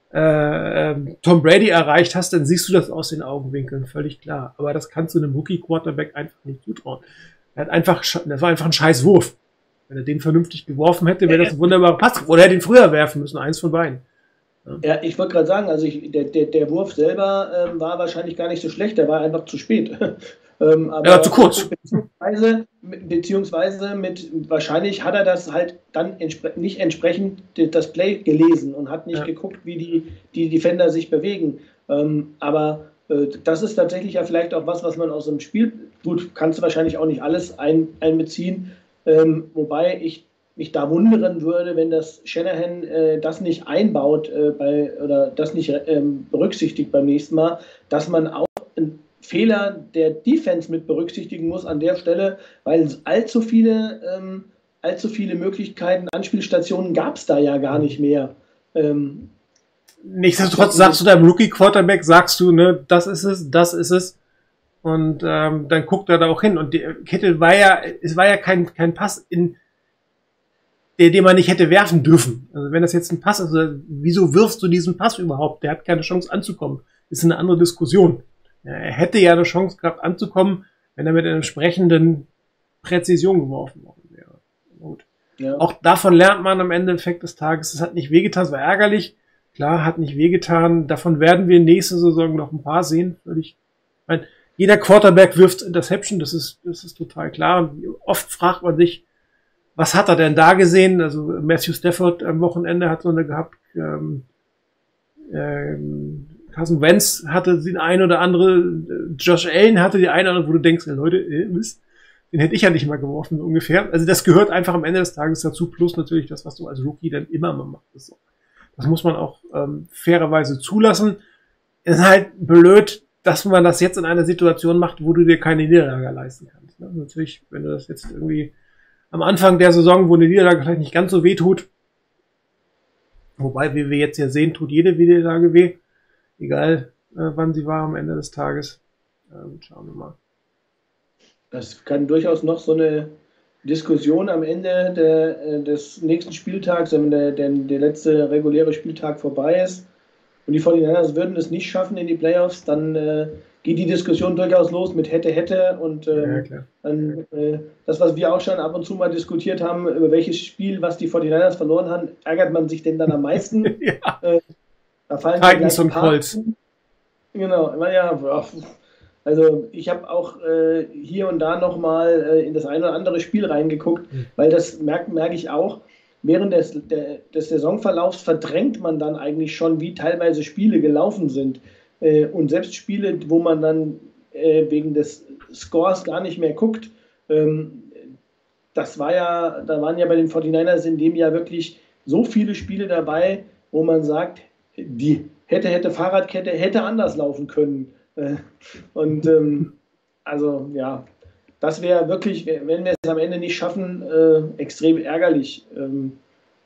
äh, äh, Tom Brady erreicht hast, dann siehst du das aus den Augenwinkeln, völlig klar. Aber das kannst du einem Rookie-Quarterback einfach nicht zutrauen. Er hat einfach, das war einfach ein scheiß Wurf. Wenn er den vernünftig geworfen hätte, wäre das ein wunderbarer Pass. Oder er hätte ihn früher werfen müssen, eins von beiden. Ja, ja, ich wollte gerade sagen, also ich, der, der, der Wurf selber ähm, war wahrscheinlich gar nicht so schlecht, der war einfach zu spät. ähm, aber ja, zu kurz. Beziehungsweise, beziehungsweise mit, wahrscheinlich hat er das halt dann entspre nicht entsprechend das Play gelesen und hat nicht ja. geguckt, wie die, die Defender sich bewegen. Ähm, aber äh, das ist tatsächlich ja vielleicht auch was, was man aus dem Spiel, gut, kannst du wahrscheinlich auch nicht alles ein, einbeziehen, ähm, wobei ich mich da wundern würde, wenn das Shanahan äh, das nicht einbaut äh, bei, oder das nicht ähm, berücksichtigt beim nächsten Mal, dass man auch einen Fehler der Defense mit berücksichtigen muss an der Stelle, weil allzu viele, ähm, allzu viele Möglichkeiten, Anspielstationen gab es da ja gar nicht mehr. Ähm, Nichtsdestotrotz sagst du deinem Rookie-Quarterback, sagst du, ne, das ist es, das ist es. Und ähm, dann guckt er da auch hin. Und die, Kittle war ja, es war ja kein, kein Pass in Der, den man nicht hätte werfen dürfen. Also wenn das jetzt ein Pass ist, also wieso wirfst du diesen Pass überhaupt? Der hat keine Chance anzukommen. Das ist eine andere Diskussion. Ja, er hätte ja eine Chance gehabt anzukommen, wenn er mit einer entsprechenden Präzision geworfen worden wäre. Gut. Ja. Auch davon lernt man am Endeffekt des Tages. Es hat nicht wehgetan, es war ärgerlich. Klar, hat nicht wehgetan. Davon werden wir nächste Saison noch ein paar sehen. Würde ich, ich meine, jeder Quarterback wirft Interception, das ist, das ist total klar. Und oft fragt man sich, was hat er denn da gesehen? Also Matthew Stafford am Wochenende hat so eine gehabt. Ähm, ähm, Carson Wentz hatte den ein oder andere. Josh Allen hatte die eine oder andere, wo du denkst, ja, Leute, äh, Mist, den hätte ich ja nicht mal geworfen, ungefähr. Also das gehört einfach am Ende des Tages dazu. Plus natürlich das, was du als Rookie dann immer mal machst. Das, so. das muss man auch ähm, fairerweise zulassen. Es ist halt blöd, dass man das jetzt in einer Situation macht, wo du dir keine Niederlage leisten kannst. Ne? Natürlich, wenn du das jetzt irgendwie am Anfang der Saison, wo eine Niederlage vielleicht nicht ganz so weh tut. Wobei, wie wir jetzt ja sehen, tut jede Niederlage weh. Egal, äh, wann sie war am Ende des Tages. Ähm, schauen wir mal. Das kann durchaus noch so eine Diskussion am Ende der, des nächsten Spieltags, wenn der, der, der letzte reguläre Spieltag vorbei ist und die forty-niners würden es nicht schaffen in die Playoffs, dann äh, geht die Diskussion durchaus los mit hätte, hätte und äh, ja, dann, äh, das, was wir auch schon ab und zu mal diskutiert haben, über welches Spiel, was die forty-niners verloren haben, ärgert man sich denn dann am meisten? ja. äh, da fallen Titans und Colts. Genau, ja, also ich habe auch äh, hier und da nochmal äh, in das eine oder andere Spiel reingeguckt, mhm. weil das merke merk ich auch, während des, der, des Saisonverlaufs verdrängt man dann eigentlich schon, wie teilweise Spiele gelaufen sind. Und selbst Spiele, wo man dann äh, wegen des Scores gar nicht mehr guckt, ähm, das war ja, da waren ja bei den forty-niners in dem Jahr wirklich so viele Spiele dabei, wo man sagt, die hätte, hätte Fahrradkette hätte anders laufen können. Äh, und ähm, also ja, das wäre wirklich, wenn wir es am Ende nicht schaffen, äh, extrem ärgerlich. Ähm,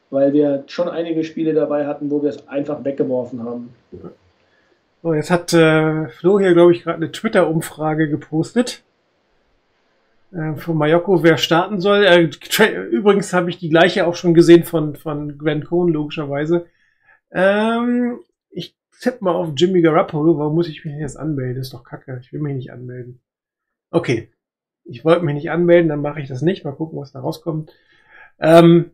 weil wir schon einige Spiele dabei hatten, wo wir es einfach weggeworfen haben. So, jetzt hat äh, Flo hier, glaube ich, gerade eine Twitter-Umfrage gepostet. Äh, von Mayoko, wer starten soll. Äh, übrigens habe ich die gleiche auch schon gesehen von, von Grant Cohn, logischerweise. Ähm, ich tippe mal auf Jimmy Garoppolo. Warum muss ich mich jetzt anmelden? Das ist doch kacke. Ich will mich nicht anmelden. Okay. Ich wollte mich nicht anmelden, dann mache ich das nicht. Mal gucken, was da rauskommt. Ähm,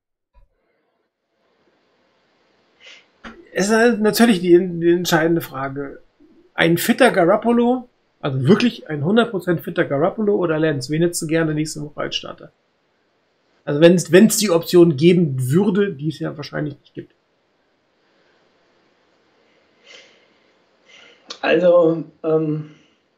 es ist natürlich die, die entscheidende Frage. Ein fitter Garoppolo, also wirklich ein hundert Prozent fitter Garoppolo oder Lance? Wen hättest du gerne nächste Woche als Starter? Also wenn es die Option geben würde, die es ja wahrscheinlich nicht gibt. Also, ähm,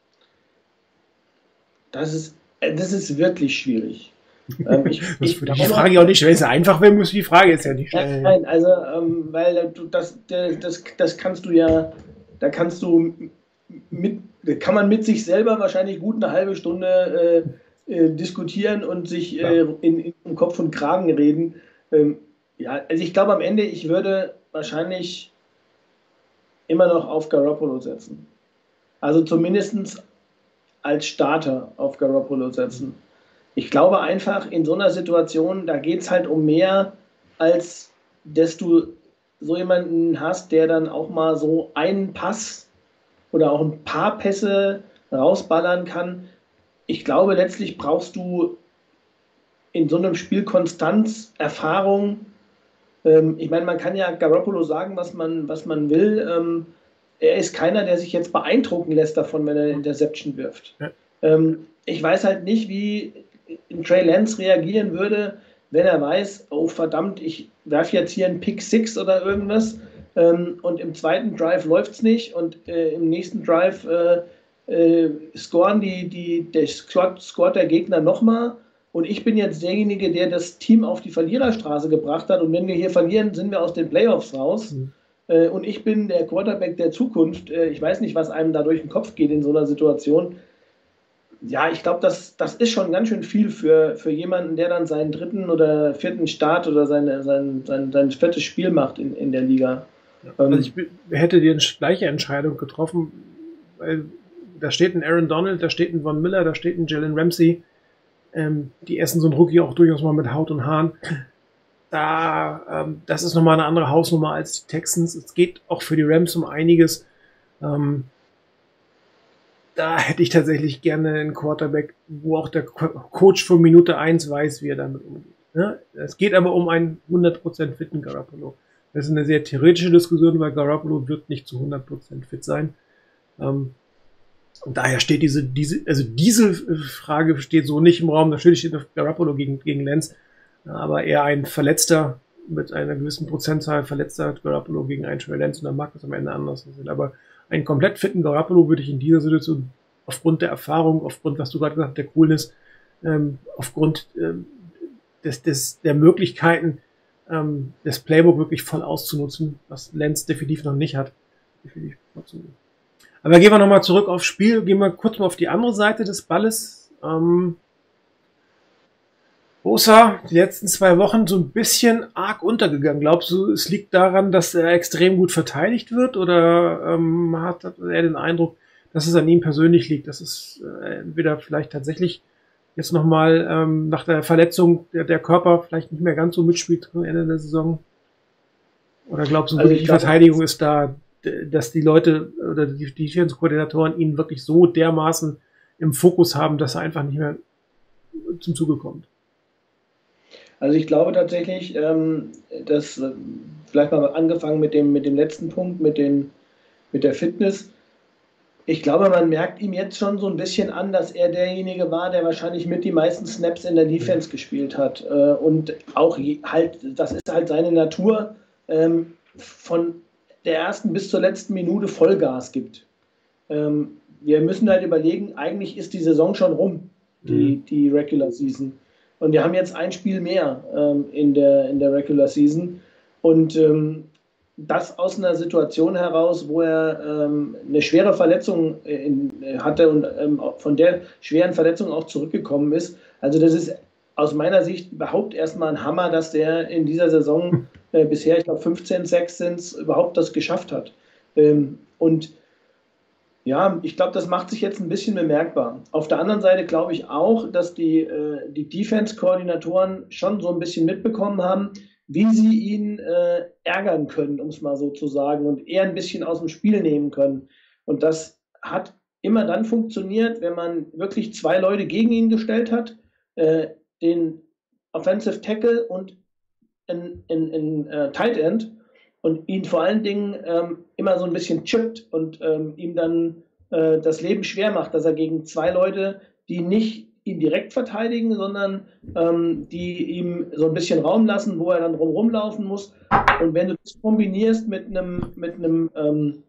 das ist, das ist wirklich schwierig. Ähm, ich, das ich würde die Frage ja auch nicht, wenn es einfach wäre, muss die Frage jetzt ja nicht stellen. Nein, also, ähm, weil du das, das, das kannst du ja, da kannst du mit, kann man mit sich selber wahrscheinlich gut eine halbe Stunde äh, äh, diskutieren und sich äh, in, in um Kopf und Kragen reden. Ähm, ja, also ich glaube am Ende, ich würde wahrscheinlich immer noch auf Garoppolo setzen. Also zumindest als Starter auf Garoppolo setzen. Ich glaube einfach, in so einer Situation, da geht es halt um mehr, als dass du so jemanden hast, der dann auch mal so einen Pass oder auch ein paar Pässe rausballern kann. Ich glaube, letztlich brauchst du in so einem Spiel Konstanz, Erfahrung. Ähm, ich meine, man kann ja Garoppolo sagen, was man, was man will. Ähm, er ist keiner, der sich jetzt beeindrucken lässt davon, wenn er Interception wirft. Ja. Ähm, ich weiß halt nicht, wie Trey Lance reagieren würde, wenn er weiß, oh verdammt, ich werfe jetzt hier einen Pick Six oder irgendwas ähm, und im zweiten Drive läuft es nicht und äh, im nächsten Drive äh, äh, scoren die, die, der scoret, scoret der Gegner nochmal und ich bin jetzt derjenige, der das Team auf die Verliererstraße gebracht hat und wenn wir hier verlieren, sind wir aus den Playoffs raus. Mhm. Äh, und ich bin der Quarterback der Zukunft. Äh, ich weiß nicht, was einem da durch den Kopf geht in so einer Situation. Ja, ich glaube, das, das ist schon ganz schön viel für, für jemanden, der dann seinen dritten oder vierten Start oder seine, sein, sein, sein viertes Spiel macht in, in der Liga. Ja, also ich hätte die gleiche Entscheidung getroffen, weil da steht ein Aaron Donald, da steht ein Von Miller, da steht ein Jalen Ramsey. Ähm, die essen so ein Rookie auch durchaus mal mit Haut und Haaren. Da, ähm, das ist nochmal eine andere Hausnummer als die Texans. Es geht auch für die Rams um einiges. Ähm, Da hätte ich tatsächlich gerne einen Quarterback, wo auch der Coach von Minute eins weiß, wie er damit umgeht. Ja? Es geht aber um einen hundert Prozent fitten Garoppolo. Das ist eine sehr theoretische Diskussion, weil Garoppolo wird nicht zu hundert Prozent fit sein. Ähm, und daher steht diese, diese, also diese Frage steht so nicht im Raum. Natürlich steht Garoppolo gegen, gegen Lance, aber eher ein Verletzter mit einer gewissen Prozentzahl Verletzter Garoppolo gegen einen Trey Lance und dann mag es am Ende anders sein. Aber einen komplett fitten Garoppolo würde ich in dieser Situation aufgrund der Erfahrung, aufgrund, was du gerade gesagt hast, der Coolness, ähm, aufgrund ähm, des, des, der Möglichkeiten, ähm, das Playbook wirklich voll auszunutzen, was Lance definitiv noch nicht hat. Definitiv Aber gehen wir nochmal zurück aufs Spiel, gehen wir kurz mal auf die andere Seite des Balles. Ähm, Bosa, die letzten zwei Wochen so ein bisschen arg untergegangen. Glaubst du, es liegt daran, dass er extrem gut verteidigt wird oder ähm, hat er den Eindruck, dass es an ihm persönlich liegt, dass es äh, entweder vielleicht tatsächlich jetzt nochmal ähm, nach der Verletzung der, der Körper vielleicht nicht mehr ganz so mitspielt am Ende der Saison? Oder glaubst du, also wirklich, die glaub, Verteidigung ist da, dass die Leute oder die Defense-Koordinatoren ihn wirklich so dermaßen im Fokus haben, dass er einfach nicht mehr zum Zuge kommt? Also ich glaube tatsächlich, ähm, dass äh, vielleicht mal angefangen mit dem, mit dem letzten Punkt, mit, den, mit der Fitness. Ich glaube, man merkt ihm jetzt schon so ein bisschen an, dass er derjenige war, der wahrscheinlich mit die meisten Snaps in der Defense gespielt hat. Äh, und auch halt, das ist halt seine Natur, ähm, von der ersten bis zur letzten Minute Vollgas gibt. Ähm, wir müssen halt überlegen, eigentlich ist die Saison schon rum, die, die Regular Season. Und wir haben jetzt ein Spiel mehr ähm, in, der, in der Regular Season. Und ähm, das aus einer Situation heraus, wo er ähm, eine schwere Verletzung in, hatte und ähm, von der schweren Verletzung auch zurückgekommen ist. Also das ist aus meiner Sicht überhaupt erstmal ein Hammer, dass der in dieser Saison äh, bisher, ich glaube fünfzehn Sacks sind es, überhaupt das geschafft hat. Ähm, und ja, ich glaube, das macht sich jetzt ein bisschen bemerkbar. Auf der anderen Seite glaube ich auch, dass die, äh, die Defense-Koordinatoren schon so ein bisschen mitbekommen haben, wie sie ihn äh, ärgern können, um es mal so zu sagen, und eher ein bisschen aus dem Spiel nehmen können. Und das hat immer dann funktioniert, wenn man wirklich zwei Leute gegen ihn gestellt hat, äh, den Offensive Tackle und ein, ein, ein äh, Tight End, und ihn vor allen Dingen ähm, immer so ein bisschen chippt und ähm, ihm dann äh, das Leben schwer macht, dass er gegen zwei Leute, die nicht ihn direkt verteidigen, sondern ähm, die ihm so ein bisschen Raum lassen, wo er dann rumlaufen muss. Und wenn du das kombinierst mit einem mit einem ähm,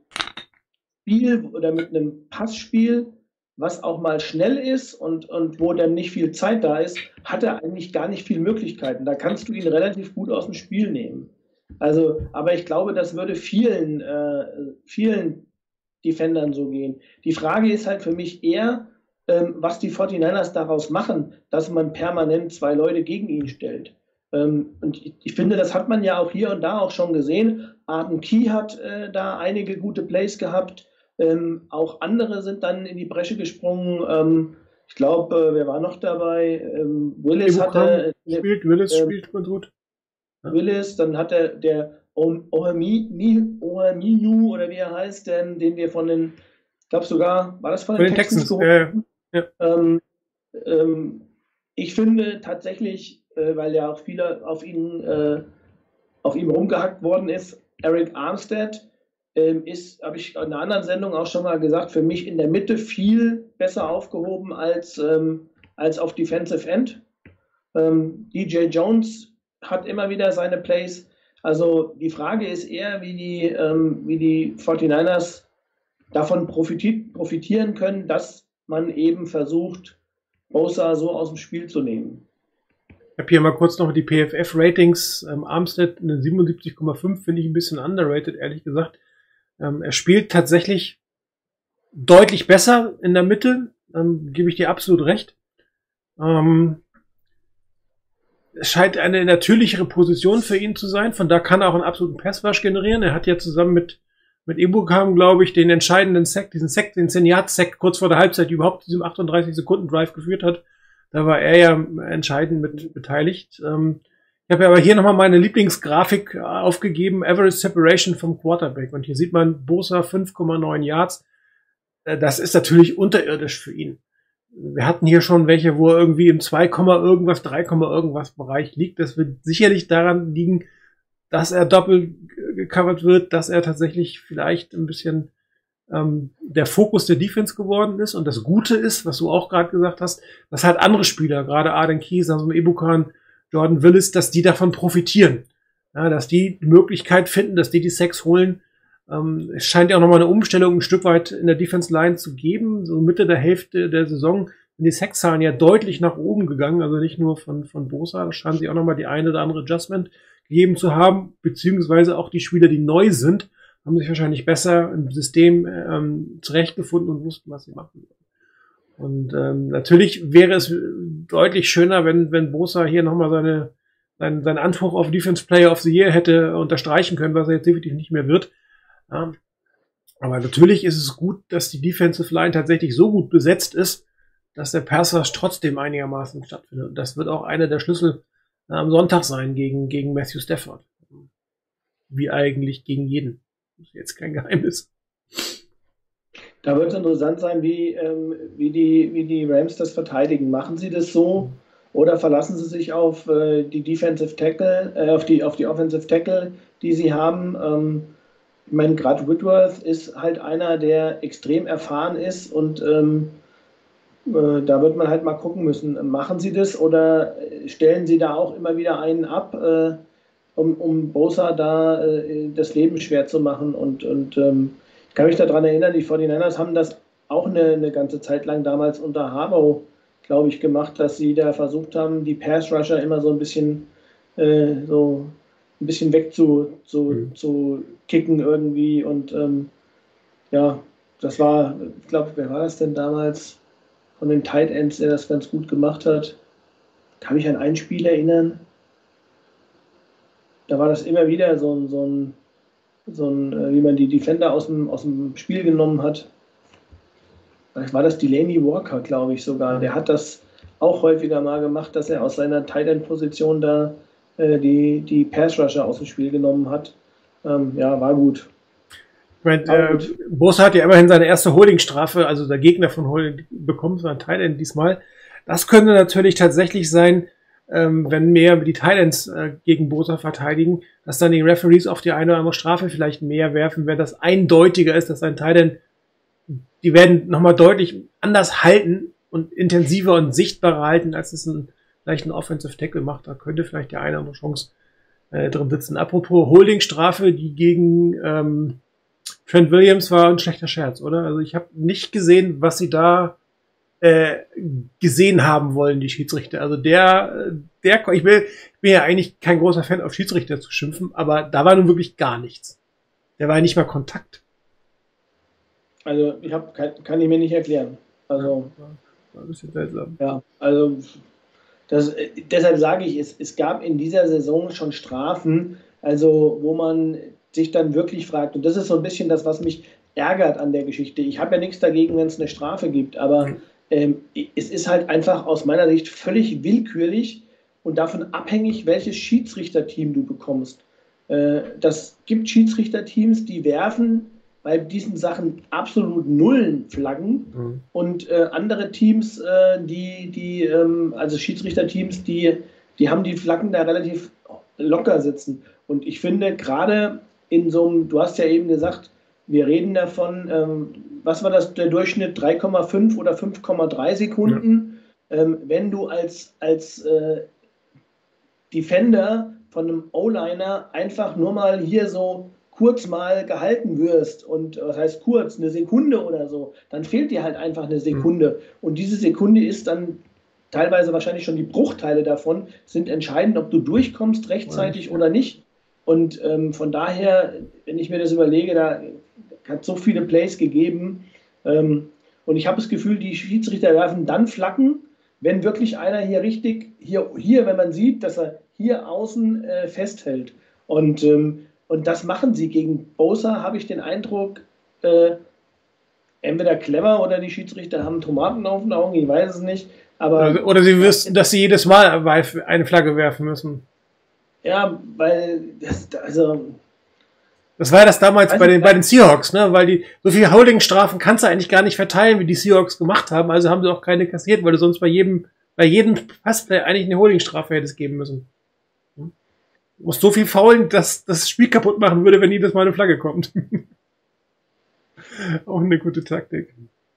Spiel oder mit einem Passspiel, was auch mal schnell ist und, und wo dann nicht viel Zeit da ist, hat er eigentlich gar nicht viele Möglichkeiten. Da kannst du ihn relativ gut aus dem Spiel nehmen. Also, aber ich glaube, das würde vielen, äh, vielen Defendern so gehen. Die Frage ist halt für mich eher, ähm, was die forty-niners daraus machen, dass man permanent zwei Leute gegen ihn stellt. Ähm, und ich, ich finde, das hat man ja auch hier und da auch schon gesehen. Arden Key hat äh, da einige gute Plays gehabt. Ähm, auch andere sind dann in die Bresche gesprungen. Ähm, ich glaube, äh, wer war noch dabei? Ähm, Willis hatte. Äh, spielt, Willis äh, spielt man gut. Willis, dann hat der, der Ohaminu oder wie er heißt, den, den wir von den, ich glaube sogar, war das von den, von den Texans, Texans geholt? äh, ja. ähm, ähm, ich finde tatsächlich, äh, weil ja auch viele auf ihn, äh, auf ihm rumgehackt worden ist, Eric Armstead ähm, ist, habe ich in einer anderen Sendung auch schon mal gesagt, für mich in der Mitte viel besser aufgehoben als, ähm, als auf Defensive End. Ähm, D J Jones hat immer wieder seine Plays. Also die Frage ist eher, wie die, ähm, wie die forty-niners davon profitiert, profitieren können, dass man eben versucht, Bosa so aus dem Spiel zu nehmen. Ich habe hier mal kurz noch die P F F-Ratings. Ähm, Armstead eine siebenundsiebzig Komma fünf, finde ich ein bisschen underrated, ehrlich gesagt. Ähm, er spielt tatsächlich deutlich besser in der Mitte, ähm, gebe ich dir absolut recht. Ähm, Es scheint eine natürlichere Position für ihn zu sein. Von da kann er auch einen absoluten Passrush generieren. Er hat ja zusammen mit, mit Ebukam, glaube ich, den entscheidenden Sack, diesen Sack, den zehn-Yard-Sack kurz vor der Halbzeit, die überhaupt diesem achtunddreißig Sekunden Drive geführt hat. Da war er ja entscheidend mit beteiligt. Ähm, ich habe aber hier nochmal meine Lieblingsgrafik aufgegeben. Average Separation vom Quarterback. Und hier sieht man Bosa fünf Komma neun Yards. Das ist natürlich unterirdisch für ihn. Wir hatten hier schon welche, wo er irgendwie im zwei, irgendwas, drei, irgendwas Bereich liegt. Das wird sicherlich daran liegen, dass er doppelt gecovert wird, dass er tatsächlich vielleicht ein bisschen ähm, der Fokus der Defense geworden ist. Und das Gute ist, was du auch gerade gesagt hast, dass halt andere Spieler, gerade Arden Key, also Ebukam, Jordan Willis, dass die davon profitieren. Ja, dass die die Möglichkeit finden, dass die die Sacks holen. Ähm, es scheint ja auch nochmal eine Umstellung ein Stück weit in der Defense Line zu geben. So Mitte der Hälfte der Saison sind die Sackzahlen ja deutlich nach oben gegangen, also nicht nur von, von Bosa. Da scheint sich auch nochmal die eine oder andere Adjustment gegeben zu haben, beziehungsweise auch die Spieler, die neu sind, haben sich wahrscheinlich besser im System ähm, zurechtgefunden und wussten, was sie machen wollen. Und ähm, natürlich wäre es deutlich schöner, wenn, wenn Bosa hier nochmal seine, seinen, seinen Anspruch auf Defense Player of the Year hätte unterstreichen können, was er jetzt definitiv nicht mehr wird. Ja. Aber natürlich ist es gut, dass die Defensive Line tatsächlich so gut besetzt ist, dass der Pass Rush trotzdem einigermaßen stattfindet. Und das wird auch einer der Schlüssel äh, am Sonntag sein gegen, gegen Matthew Stafford. Wie eigentlich gegen jeden. Das ist jetzt kein Geheimnis. Da wird es interessant sein, wie, ähm, wie, die, wie die Rams das verteidigen. Machen sie das so oder verlassen sie sich auf äh, die Defensive Tackle, äh, auf die, auf die Offensive Tackle, die sie haben? Ähm, ich meine, gerade Whitworth ist halt einer, der extrem erfahren ist und ähm, äh, da wird man halt mal gucken müssen, machen sie das oder stellen sie da auch immer wieder einen ab, äh, um, um Bosa da äh, das Leben schwer zu machen und, und ähm, ich kann mich daran erinnern, die forty-niners haben das auch eine, eine ganze Zeit lang damals unter Harbaugh, glaube ich, gemacht, dass sie da versucht haben, die Pass-Rusher immer so ein bisschen äh, so ein bisschen weg zu, zu, mhm. zu kicken irgendwie und ähm, ja, das war, ich glaube, wer war das denn damals von den Tight Ends, der das ganz gut gemacht hat? kann mich an ein Spiel erinnern, da war das immer wieder so ein, so ein, so ein äh, wie man die Defender aus dem, aus dem Spiel genommen hat. Vielleicht war das Delaney Walker, glaube ich sogar. Der hat das auch häufiger mal gemacht, dass er aus seiner Tight End Position da äh, die, die Pass Rusher aus dem Spiel genommen hat. Ähm, ja, war gut. Ich meine, äh, Bosa hat ja immerhin seine erste Holdingstrafe, also der Gegner von Holding bekommt so ein Tight End diesmal. Das könnte natürlich tatsächlich sein, ähm, wenn mehr die Tight Ends äh, gegen Bosa verteidigen, dass dann die Referees auf die eine oder andere Strafe vielleicht mehr werfen, wenn das eindeutiger ist, dass ein Tight End, die werden nochmal deutlich anders halten und intensiver und sichtbarer halten, als es ein, vielleicht ein Offensive Tackle macht. Da könnte vielleicht die eine oder andere Chance äh, drin sitzen. Apropos Holdingstrafe, die gegen ähm, Trent Williams war ein schlechter Scherz, oder? Also ich habe nicht gesehen, was sie da äh, gesehen haben wollen, die Schiedsrichter. Also der, der, ich will, ich bin ja eigentlich kein großer Fan, auf Schiedsrichter zu schimpfen, aber da war nun wirklich gar nichts. Der war ja nicht mal Kontakt. Also ich habe kann, kann ich mir nicht erklären. Also Ja, war ein bisschen seltsam. ja, also das, deshalb sage ich, es, es gab in dieser Saison schon Strafen, also wo man sich dann wirklich fragt, und das ist so ein bisschen das, was mich ärgert an der Geschichte. Ich habe ja nichts dagegen, wenn es eine Strafe gibt, aber ähm, es ist halt einfach aus meiner Sicht völlig willkürlich und davon abhängig, welches Schiedsrichterteam du bekommst. Äh, das gibt Schiedsrichterteams, die werfen bei diesen Sachen absolut nullen Flaggen Mhm. und äh, andere Teams, äh, die, die ähm, also Schiedsrichterteams, die, die haben die Flaggen da relativ locker sitzen. Und ich finde gerade in so einem, du hast ja eben gesagt, wir reden davon, ähm, was war das, der Durchschnitt drei Komma fünf oder fünf Komma drei Sekunden. Ähm, wenn du als, als äh, Defender von einem O-Liner einfach nur mal hier so kurz mal gehalten wirst und was heißt kurz, eine Sekunde oder so, dann fehlt dir halt einfach eine Sekunde. Und diese Sekunde ist dann teilweise wahrscheinlich schon die Bruchteile davon, sind entscheidend, ob du durchkommst rechtzeitig oder nicht. Und ähm, von daher, wenn ich mir das überlege, da hat so viele Plays gegeben. Ähm, und ich habe das Gefühl, die Schiedsrichter werfen dann Flaggen, wenn wirklich einer hier richtig, hier, hier wenn man sieht, dass er hier außen äh, festhält. Und, ähm, und das machen sie gegen Bosa, habe ich den Eindruck, äh, entweder clever oder die Schiedsrichter haben Tomaten auf den Augen, ich weiß es nicht. Aber Oder, oder sie wüssten, dass sie jedes Mal eine Flagge werfen müssen. ja, weil das, also Das war ja das damals Also, bei den, ja. bei den Seahawks, ne? Weil die, so viele Holding-Strafen kannst du eigentlich gar nicht verteilen, wie die Seahawks gemacht haben. Also haben sie auch keine kassiert, weil du sonst bei jedem, bei jedem Passplay eigentlich eine Holding-Strafe hättest geben müssen. Hm? Du musst so viel faulen, dass das Spiel kaputt machen würde, wenn jedes Mal eine Flagge kommt. Auch eine gute Taktik.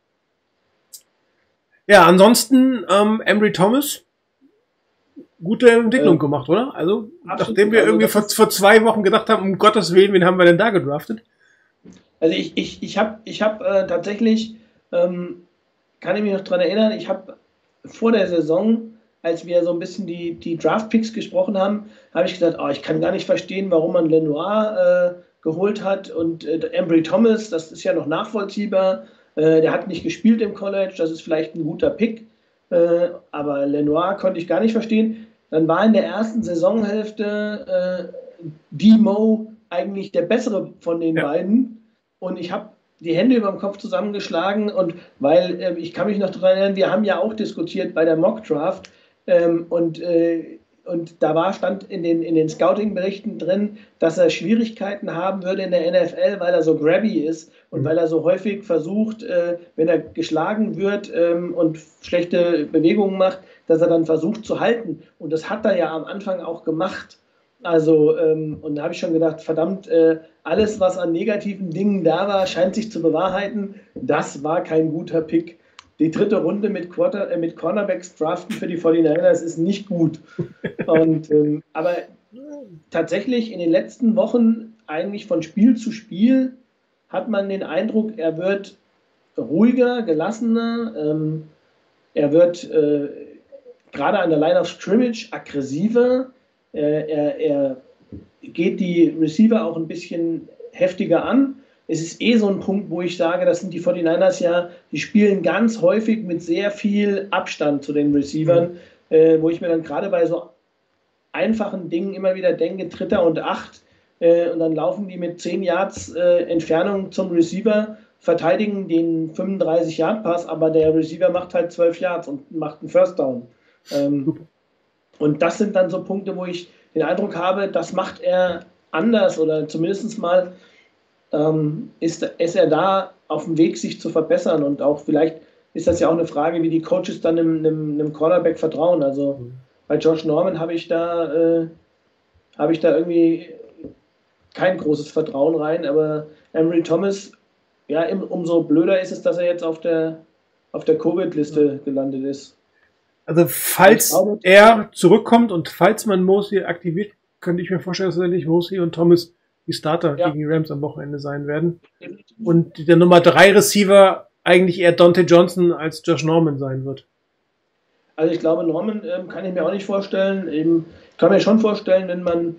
Ja, ansonsten, ähm, Embry Thomas, gute Entwicklung Äh, gemacht, oder? Also, absolut. nachdem wir Also irgendwie das vor, ist- vor zwei Wochen gedacht haben, um Gottes Willen, wen haben wir denn da gedraftet? Also ich, ich, ich habe ich hab, äh, tatsächlich, ähm, kann ich mich noch dran erinnern, ich habe vor der Saison, als wir so ein bisschen die, die Draft-Picks gesprochen haben, habe ich gesagt, oh, ich kann gar nicht verstehen, warum man Lenoir äh, geholt hat und äh, Embry Thomas, das ist ja noch nachvollziehbar, äh, der hat nicht gespielt im College, das ist vielleicht ein guter Pick, äh, aber Lenoir konnte ich gar nicht verstehen. Dann war in der ersten Saisonhälfte äh, Demo eigentlich der bessere von den Ja. beiden. Und ich habe die Hände über dem Kopf zusammengeschlagen und weil äh, ich kann mich noch daran erinnern, wir haben ja auch diskutiert bei der Mock Draft ähm, und, äh, und da war stand in den, in den Scouting-Berichten drin, dass er Schwierigkeiten haben würde in der N F L, weil er so grabby ist und Mhm. weil er so häufig versucht, äh, wenn er geschlagen wird ähm, und schlechte Bewegungen macht, dass er dann versucht zu halten. Und das hat er ja am Anfang auch gemacht. Also, ähm, und da habe ich schon gedacht, verdammt, äh, alles, was an negativen Dingen da war, scheint sich zu bewahrheiten. Das war kein guter Pick. Die dritte Runde mit, Quarter, äh, mit Cornerbacks draften für die forty-niners ist nicht gut. Und, ähm, aber tatsächlich in den letzten Wochen, eigentlich von Spiel zu Spiel, hat man den Eindruck, er wird ruhiger, gelassener, ähm, er wird äh, gerade an der Line of Scrimmage aggressiver, äh, er, er geht die Receiver auch ein bisschen heftiger an. Es ist eh so ein Punkt, wo ich sage, das sind die forty-niners ja, die spielen ganz häufig mit sehr viel Abstand zu den Receivern. äh, wo ich mir dann gerade bei so einfachen Dingen immer wieder denke, Dritter und Acht, äh, und dann laufen die mit zehn Yards äh, Entfernung zum Receiver, verteidigen den fünfunddreißig-Yard-Pass, aber der Receiver macht halt zwölf Yards und macht einen First Down. Ähm, und das sind dann so Punkte, wo ich den Eindruck habe, das macht er anders oder zumindest mal ähm, ist, ist er da auf dem Weg, sich zu verbessern. Und auch vielleicht ist das ja auch eine Frage, wie die Coaches dann einem, einem, einem Cornerback vertrauen. Also mhm. bei Josh Norman habe ich da äh, habe ich da irgendwie kein großes Vertrauen rein, aber Emery Thomas, ja, im, umso blöder ist es, dass er jetzt auf der auf der Covid-Liste gelandet ist. Also falls glaube, er zurückkommt und falls man Mosley aktiviert, könnte ich mir vorstellen, dass tatsächlich Mosley und Thomas die Starter ja. gegen die Rams am Wochenende sein werden. Und der Nummer drei Receiver eigentlich eher Dante Johnson als Josh Norman sein wird. Also ich glaube, Norman ähm, kann ich mir auch nicht vorstellen. Eben, ich kann mir schon vorstellen, wenn man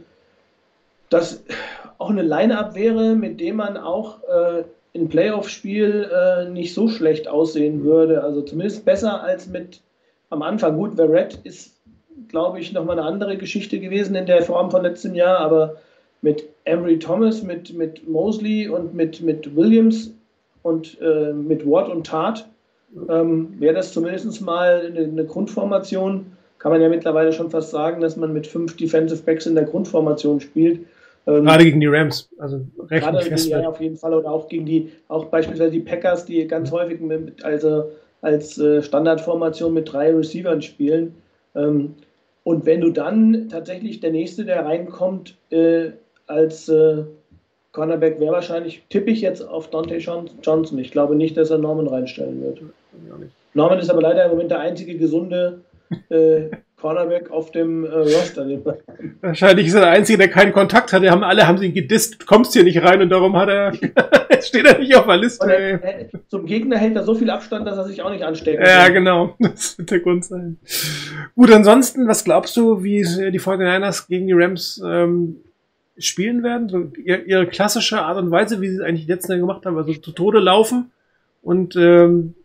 das auch eine Line-Up wäre, mit dem man auch äh, im Playoff-Spiel äh, nicht so schlecht aussehen würde. Also zumindest besser als mit am Anfang. Gut, Verrett ist, glaube ich, nochmal eine andere Geschichte gewesen in der Form von letztem Jahr, aber mit Emery Thomas, mit, mit Mosley und mit, mit Williams und äh, mit Watt und Tart ähm, wäre das zumindest mal eine, eine Grundformation. Kann man ja mittlerweile schon fast sagen, dass man mit fünf Defensive Backs in der Grundformation spielt. Ähm, gerade gegen die Rams, also recht gerade fest. Ja, auf jeden Fall, oder auch gegen die, auch beispielsweise die Packers, die ganz häufig mit, also als äh, Standardformation mit drei Receivern spielen. Ähm, und wenn du dann tatsächlich der Nächste, der reinkommt, äh, als äh, Cornerback wäre wahrscheinlich, tippe ich jetzt auf Dante Johnson. Ich glaube nicht, dass er Norman reinstellen wird. Norman ist aber leider im Moment der einzige gesunde äh, Cornerback auf dem äh, Roster. Wahrscheinlich ist er der Einzige, der keinen Kontakt hat. Die haben alle haben sie ihn gedisst, du kommst hier nicht rein und darum hat er steht er nicht auf der Liste. Er, er, zum Gegner hält er so viel Abstand, dass er sich auch nicht ansteckt. Ja, genau. Das wird der Grund sein. Gut, ansonsten, was glaubst du, wie die forty-niners gegen die Rams ähm, spielen werden? So ihre klassische Art und Weise, wie sie es eigentlich die letzten Jahre gemacht haben, also zu Tode laufen und ähm,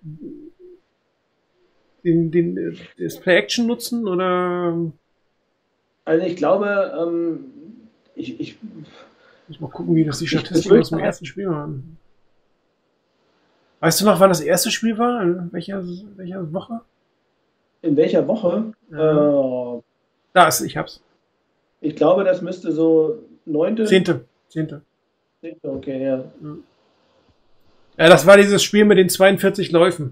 den, den, das Play-Action nutzen, oder? Also ich glaube, ähm, ich, ich muss mal gucken, wie das die Statistiken aus dem ersten Spiel waren. Weißt du noch, wann das erste Spiel war? In welcher, welcher Woche? In welcher Woche? Ja. Äh, da ist, ich hab's. Ich glaube, das müsste so neunte. Zehnte. Zehnte. Zehnte, okay, ja. Ja, das war dieses Spiel mit den zweiundvierzig Läufen.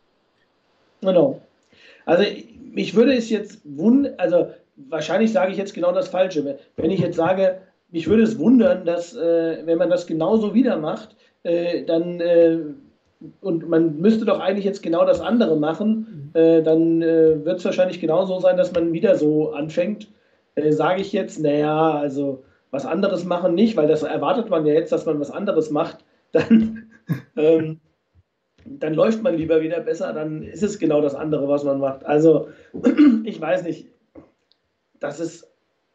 Genau. Also mich würde es jetzt wundern, also wahrscheinlich sage ich jetzt genau das Falsche. Wenn ich jetzt sage, mich würde es wundern, dass äh, wenn man das genauso wieder macht, äh, dann äh, und man müsste doch eigentlich jetzt genau das andere machen, äh, dann äh, wird es wahrscheinlich genauso sein, dass man wieder so anfängt. Äh, sage ich jetzt, naja, also was anderes machen nicht, weil das erwartet man ja jetzt, dass man was anderes macht, dann ähm, dann läuft man lieber wieder besser, dann ist es genau das andere, was man macht. Also, ich weiß nicht, das ist,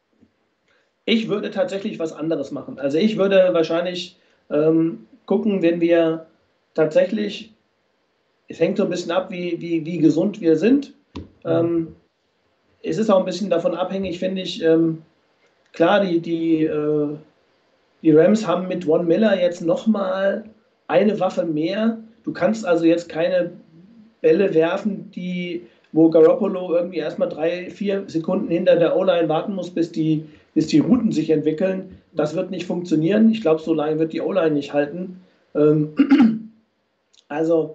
ich würde tatsächlich was anderes machen. Also ich würde wahrscheinlich ähm, gucken, wenn wir tatsächlich, es hängt so ein bisschen ab, wie, wie, wie gesund wir sind. Ähm, es ist auch ein bisschen davon abhängig, finde ich, ähm, klar, die, die, äh, die Rams haben mit Von Miller jetzt nochmal eine Waffe mehr. Du kannst also jetzt keine Bälle werfen, die, wo Garoppolo irgendwie erstmal drei, vier Sekunden hinter der O-Line warten muss, bis die, bis die Routen sich entwickeln. Das wird nicht funktionieren. Ich glaube, so lange wird die O-Line nicht halten. Ähm, also,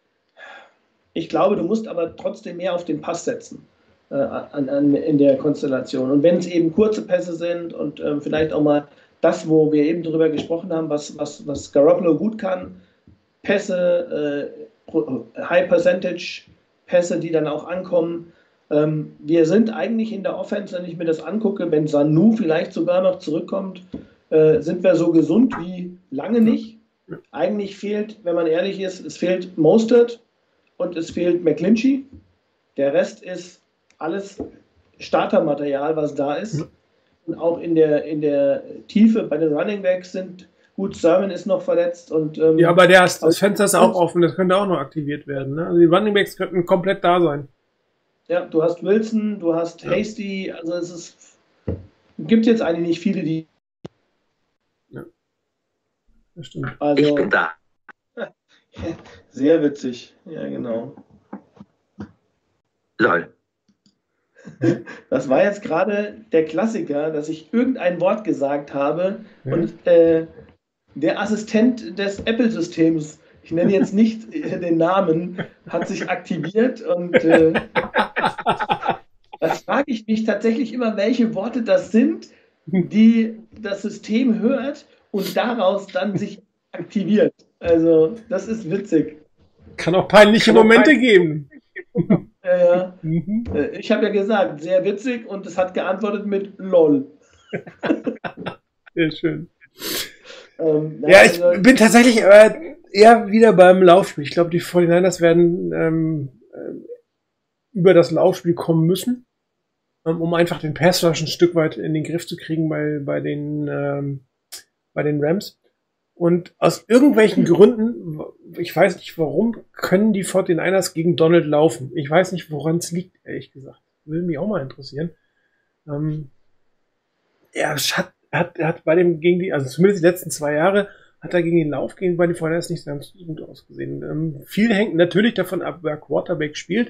ich glaube, du musst aber trotzdem mehr auf den Pass setzen äh, an, an, in der Konstellation. Und wenn es eben kurze Pässe sind und ähm, vielleicht auch mal das, wo wir eben drüber gesprochen haben, was, was, was Garoppolo gut kann, Pässe, äh, High Percentage Pässe, die dann auch ankommen. Ähm, wir sind eigentlich in der Offense, wenn ich mir das angucke, wenn Sanu vielleicht sogar noch zurückkommt, äh, sind wir so gesund wie lange nicht. Eigentlich fehlt, wenn man ehrlich ist, es fehlt Mostert und es fehlt McGlinchey. Der Rest ist alles Startermaterial, was da ist. Und auch in der, in der Tiefe bei den Running Backs sind gut, Sermon ist noch verletzt. Und, ähm, ja, aber der ist, das Fenster ist auch offen, das könnte auch noch aktiviert werden. Ne? Also die Running Backs könnten komplett da sein. Ja, du hast Wilson, du hast Ja. Hasty, also es ist, gibt jetzt eigentlich nicht viele, die, Das stimmt. also Ich bin da. sehr witzig. Ja, genau. Lol. Das war jetzt gerade der Klassiker, dass ich irgendein Wort gesagt habe Ja. und äh, der Assistent des Apple-Systems, ich nenne jetzt nicht äh, den Namen, hat sich aktiviert und äh, das frage ich mich tatsächlich immer, welche Worte das sind, die das System hört und daraus dann sich aktiviert. Also das ist witzig. Kann auch peinliche Kann auch Momente pein- geben. Äh, Mhm. äh, ich habe ja gesagt, sehr witzig und es hat geantwortet mit LOL. Sehr schön. Ähm, Ja, ich also, bin tatsächlich äh, eher wieder beim Laufspiel. Ich glaube, die forty-niners werden ähm, äh, über das Laufspiel kommen müssen, ähm, um einfach den Pass Rush ein Stück weit in den Griff zu kriegen bei, bei, den, ähm, bei den Rams. Und aus irgendwelchen Gründen, ich weiß nicht warum, können die forty-niners gegen Donald laufen. Ich weiß nicht, woran es liegt, ehrlich gesagt. Würde mich auch mal interessieren. Ähm, er hat, hat, hat bei dem gegen die, also zumindest die letzten zwei Jahre, hat er gegen den Lauf gegen bei den forty-niners nicht ganz gut ausgesehen. Ähm, viel hängt natürlich davon ab, wer Quarterback spielt.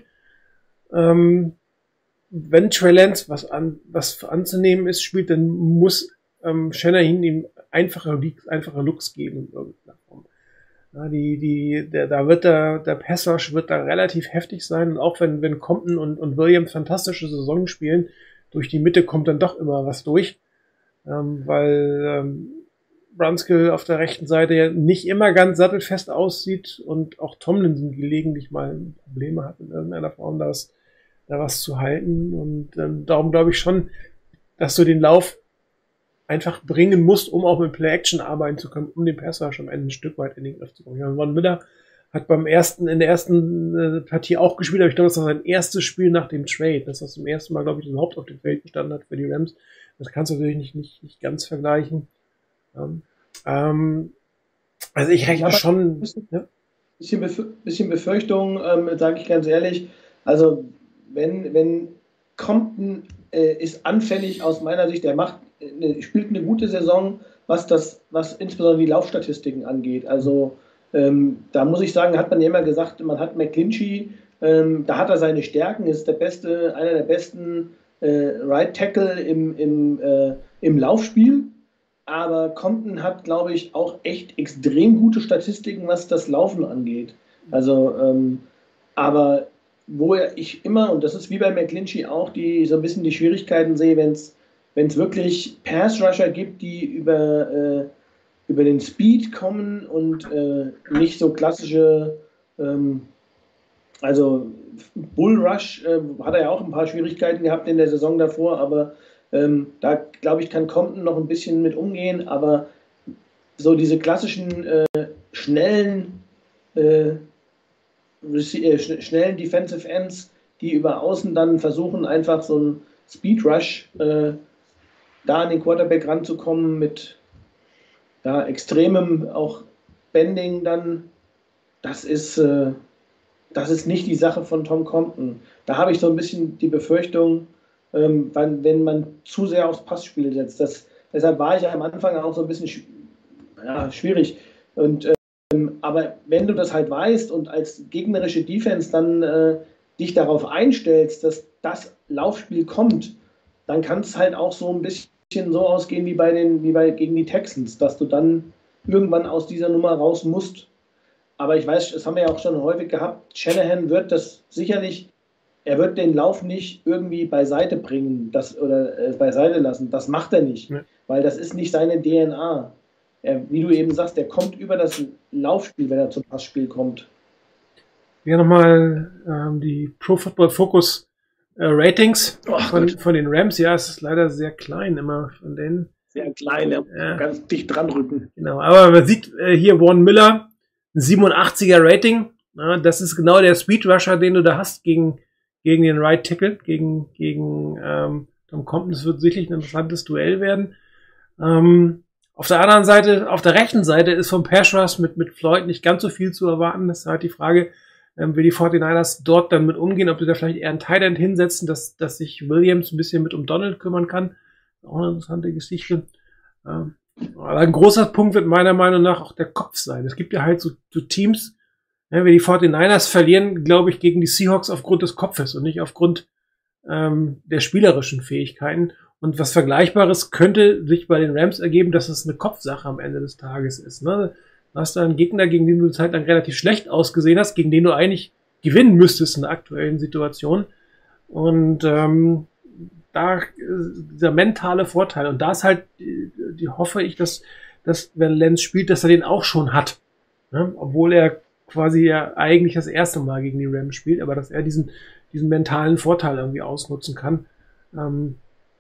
Ähm, wenn Trey Lance was, an, was anzunehmen ist, spielt, dann muss ähm, Shanahan ihm einfache, einfache Looks geben in irgendeiner Form. Ja, die, die, der, da wird der, der Pass Rush wird da relativ heftig sein, und auch wenn, wenn Compton und, und Williams fantastische Saison spielen, durch die Mitte kommt dann doch immer was durch, ähm, weil ähm, Brunskill auf der rechten Seite ja nicht immer ganz sattelfest aussieht und auch Tomlinson gelegentlich mal Probleme hat in irgendeiner Form, da was, da was zu halten, und ähm, darum glaube ich schon, dass du den Lauf einfach bringen musst, um auch mit Play-Action arbeiten zu können, um den Passer schon ein Stück weit in den Griff zu kommen. Ja, Von Miller hat beim ersten, in der ersten äh, Partie auch gespielt, aber ich glaube, das war sein erstes Spiel nach dem Trade, dass das zum ersten Mal, glaube ich, überhaupt auf dem Feld gestanden hat für die Rams. Das kannst du natürlich nicht, nicht, nicht ganz vergleichen. Ähm, ähm, also ich rechne Aber- schon, ja, bisschen, Bef bisschen Befürchtung, ähm, sage ich ganz ehrlich. Also wenn, wenn Compton äh, ist anfällig aus meiner Sicht, er macht, äh, spielt eine gute Saison, was das, was insbesondere die Laufstatistiken angeht. Also ähm, da muss ich sagen, hat man ja immer gesagt, man hat McClinchy, ähm, da hat er seine Stärken, ist der beste, einer der besten äh, Right Tackle im, im, äh, im Laufspiel. Aber Compton hat, glaube ich, auch echt extrem gute Statistiken, was das Laufen angeht. Also, ähm, aber wo ich immer, und das ist wie bei McClinchy auch, die so ein bisschen die Schwierigkeiten sehe, wenn es wirklich Pass-Rusher gibt, die über, äh, über den Speed kommen und äh, nicht so klassische, ähm, also Bull-Rush äh, hat er ja auch ein paar Schwierigkeiten gehabt in der Saison davor, aber ähm, da glaube ich, kann Compton noch ein bisschen mit umgehen, aber so diese klassischen äh, schnellen äh, äh, schnellen Defensive Ends, die über außen dann versuchen, einfach so einen Speed Rush äh, da an den Quarterback ranzukommen mit ja, extremem auch Bending dann, das ist, äh, das ist nicht die Sache von Tom Compton. Da habe ich so ein bisschen die Befürchtung, ähm, wenn, wenn man zu sehr aufs Passspiel setzt. Das, deshalb war ich am Anfang auch so ein bisschen sch ja, schwierig. Und, ähm, aber wenn du das halt weißt und als gegnerische Defense dann äh, dich darauf einstellst, dass das Laufspiel kommt, dann kann es halt auch so ein bisschen so ausgehen wie bei den, wie bei gegen die Texans, dass du dann irgendwann aus dieser Nummer raus musst. Aber ich weiß, das haben wir ja auch schon häufig gehabt, Shanahan wird das sicherlich, er wird den Lauf nicht irgendwie beiseite bringen das, oder äh, beiseite lassen. Das macht er nicht, Ja. weil das ist nicht seine D N A. Er, wie du eben sagst, der kommt über das Laufspiel, wenn er zum Passspiel kommt. hier nochmal ähm, die Pro Football Focus äh, Ratings Ach von, Gott. von den Rams. Ja, es ist leider sehr klein immer von denen. Sehr klein, ja. Ja. Ganz dicht dran rücken. Genau, aber man sieht äh, hier Von Miller, ein siebenundachtziger Rating. Ja, das ist genau der Speed Rusher, den du da hast gegen, gegen den Right Tackle, gegen, gegen ähm, Tom Compton. Das wird sicherlich ein interessantes Duell werden. Ähm, auf der anderen Seite, auf der rechten Seite ist vom Pass Rush mit, mit Floyd nicht ganz so viel zu erwarten. Das ist halt die Frage, ähm, wie die forty-niners dort dann mit umgehen, ob sie da vielleicht eher einen Tight End hinsetzen, dass, dass sich Williams ein bisschen mit um Donald kümmern kann. Auch eine interessante Geschichte. Ähm, aber ein großer Punkt wird meiner Meinung nach auch der Kopf sein. Es gibt ja halt so, so Teams, ja, wenn die forty-niners verlieren, glaube ich, gegen die Seahawks aufgrund des Kopfes und nicht aufgrund ähm, der spielerischen Fähigkeiten. Und was Vergleichbares könnte sich bei den Rams ergeben, dass es eine Kopfsache am Ende des Tages ist. Ne? Du hast da einen Gegner, gegen den du eine Zeit lang relativ schlecht ausgesehen hast, gegen den du eigentlich gewinnen müsstest in der aktuellen Situation. Und ähm, da dieser mentale Vorteil. Und da ist halt, die, die hoffe ich, dass, dass wenn Lenz spielt, dass er den auch schon hat. Ne? Obwohl er quasi ja eigentlich das erste Mal gegen die Rams spielt, aber dass er diesen, diesen mentalen Vorteil irgendwie ausnutzen kann. Ähm,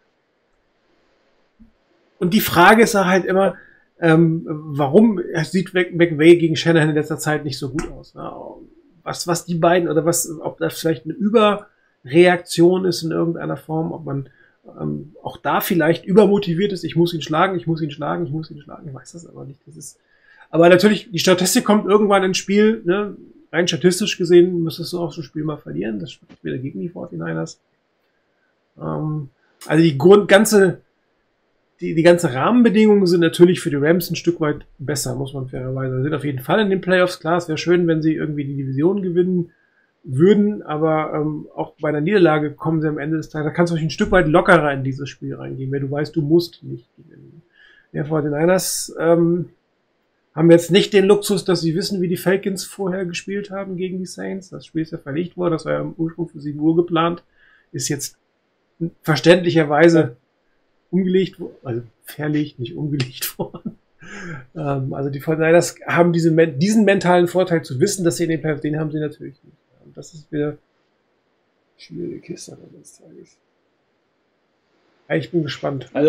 Und die Frage ist halt immer, ähm, warum sieht McVay gegen Shanahan in letzter Zeit nicht so gut aus? Ne? Was, was die beiden, oder was, ob das vielleicht eine Überreaktion ist in irgendeiner Form, ob man ähm, auch da vielleicht übermotiviert ist, ich muss ihn schlagen, ich muss ihn schlagen, ich muss ihn schlagen, ich weiß das aber nicht. Das ist, aber natürlich, die Statistik kommt irgendwann ins Spiel, ne? Rein statistisch gesehen müsstest du auch so ein Spiel mal verlieren, das spricht wieder gegen die forty-niners. Ähm, also die Grund, ganze Die, die ganze Rahmenbedingungen sind natürlich für die Rams ein Stück weit besser, muss man fairerweise. Sie sind auf jeden Fall in den Playoffs, klar, es wäre schön, wenn sie irgendwie die Division gewinnen würden, aber ähm, auch bei einer Niederlage kommen sie am Ende des Tages, da kannst du ein Stück weit lockerer in dieses Spiel reingehen, wenn du weißt, du musst nicht gewinnen. Die forty-niners ähm, haben jetzt nicht den Luxus, dass sie wissen, wie die Falcons vorher gespielt haben gegen die Saints. Das Spiel ist ja verlegt worden, das war ja im Ursprung für sieben Uhr geplant, ist jetzt verständlicherweise umgelegt, also verlegt, nicht umgelegt worden. ähm, also die forty-niners haben diese, diesen mentalen Vorteil zu wissen, dass sie in den Playoffs, den haben sie natürlich nicht. Und das ist wieder eine schwierige Kiste am Ende des Tages. Ja, ich bin gespannt. Also,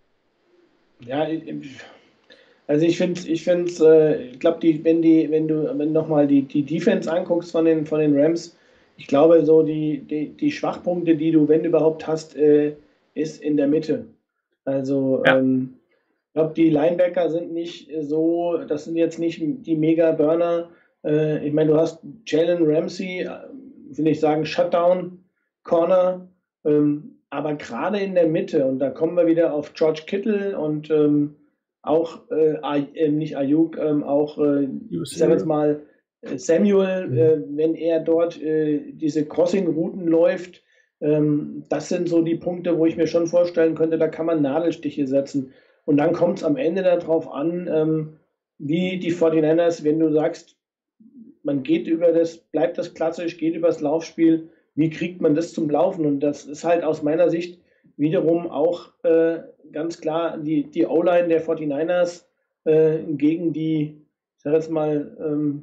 ja, also ich finde, ich finde, äh, ich glaube, die, wenn die, wenn du, wenn nochmal die, die Defense anguckst von den, von den Rams, ich glaube, so die, die, die Schwachpunkte, die du, wenn überhaupt hast, äh, ist in der Mitte. Also, ja. ähm, ich glaube, die Linebacker sind nicht so, das sind jetzt nicht die Mega-Burner. Äh, ich meine, du hast Jalen Ramsey, will ich sagen, Shutdown-Corner, ähm, aber gerade in der Mitte, und da kommen wir wieder auf George Kittle und ähm, auch, äh, äh, nicht Ayuk, ähm, auch, äh, ich sage jetzt mal, Samuel, mhm. äh, wenn er dort äh, diese Crossing-Routen läuft, das sind so die Punkte, wo ich mir schon vorstellen könnte, da kann man Nadelstiche setzen. Und dann kommt es am Ende darauf an, wie die forty-niners, wenn du sagst, man geht über das, bleibt das klassisch, geht über das Laufspiel, wie kriegt man das zum Laufen? Und das ist halt aus meiner Sicht wiederum auch äh, ganz klar die, die O-Line der forty-niners äh, gegen die, ich sag jetzt mal, ähm,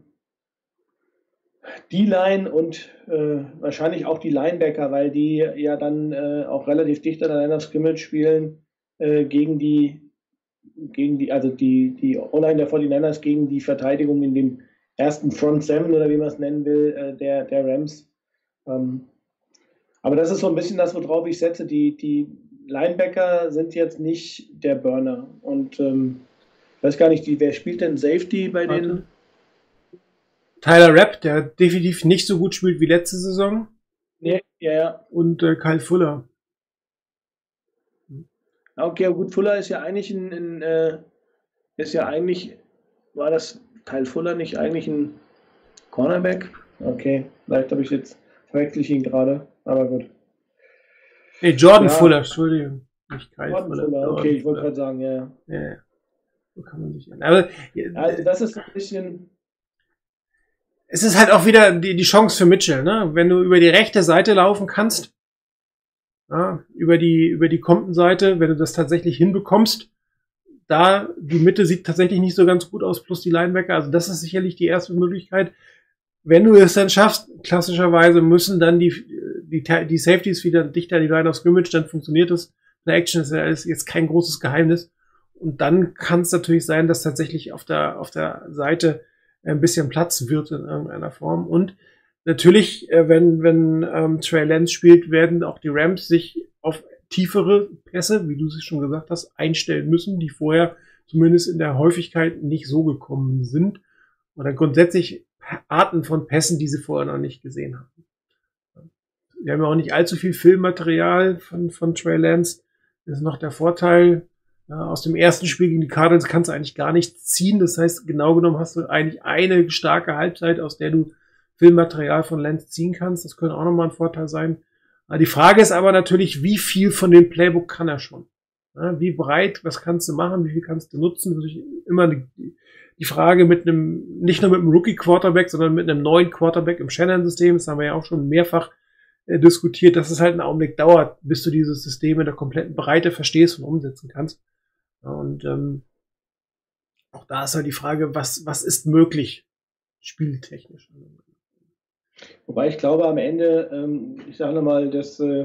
D-Line und äh, wahrscheinlich auch die Linebacker, weil die ja dann äh, auch relativ dicht an einer Scrimmage spielen äh, gegen die, gegen die, also die, die O-Line der forty-niners gegen die Verteidigung in dem ersten Front Seven oder wie man es nennen will, äh, der, der Rams. Ähm, aber das ist so ein bisschen das, worauf ich setze. Die, die Linebacker sind jetzt nicht der Burner. Und ähm, ich weiß gar nicht, die, wer spielt denn Safety bei Warte. denen? Tyler Rapp, der definitiv nicht so gut spielt wie letzte Saison. Ja, ja. ja. Und äh, Kyle Fuller. Okay, gut, Fuller ist ja eigentlich ein, ein äh, ist ja eigentlich, war das Kyle Fuller nicht eigentlich ein Cornerback? Okay, vielleicht habe ich jetzt, verwechsel ich ihn gerade, aber gut. Nee, Jordan ja. Fuller, Entschuldigung. Nicht Kyle Jordan Fuller. Fuller, Jordan okay, ich wollte Fuller. gerade sagen, ja. Ja, ja. So kann man sich. Aber also das ist ein bisschen. Es ist halt auch wieder die, die Chance für Mitchell, ne? Wenn du über die rechte Seite laufen kannst, ja, über die, über die Compton-Seite, wenn du das tatsächlich hinbekommst, da, die Mitte sieht tatsächlich nicht so ganz gut aus, plus die Linebacker, also das ist sicherlich die erste Möglichkeit. Wenn du es dann schaffst, klassischerweise müssen dann die, die, die Safeties wieder dichter an die Line of Scrimmage, dann funktioniert das. Eine Action ist ja jetzt kein großes Geheimnis. Und dann kann es natürlich sein, dass tatsächlich auf der, auf der Seite ein bisschen Platz wird in irgendeiner Form. Und natürlich, wenn, wenn ähm, Trey Lance spielt, werden auch die Rams sich auf tiefere Pässe, wie du es schon gesagt hast, einstellen müssen, die vorher zumindest in der Häufigkeit nicht so gekommen sind. Oder grundsätzlich Arten von Pässen, die sie vorher noch nicht gesehen haben. Wir haben ja auch nicht allzu viel Filmmaterial von, von Trey Lance. Das ist noch der Vorteil. Ja, aus dem ersten Spiel gegen die Cardinals kannst du eigentlich gar nichts ziehen. Das heißt, genau genommen hast du eigentlich eine starke Halbzeit, aus der du Filmmaterial von Lance ziehen kannst. Das könnte auch nochmal ein Vorteil sein. Die Frage ist aber natürlich, wie viel von dem Playbook kann er schon? Ja, wie breit, was kannst du machen, wie viel kannst du nutzen? Das ist immer die, die Frage mit einem, nicht nur mit einem Rookie-Quarterback, sondern mit einem neuen Quarterback im Shannon-System. Das haben wir ja auch schon mehrfach äh, diskutiert, dass es halt einen Augenblick dauert, bis du dieses System in der kompletten Breite verstehst und umsetzen kannst. Ja, und ähm, auch da ist halt die Frage, was, was ist möglich, spieltechnisch. Wobei ich glaube am Ende, ähm, ich sage nochmal, dass äh,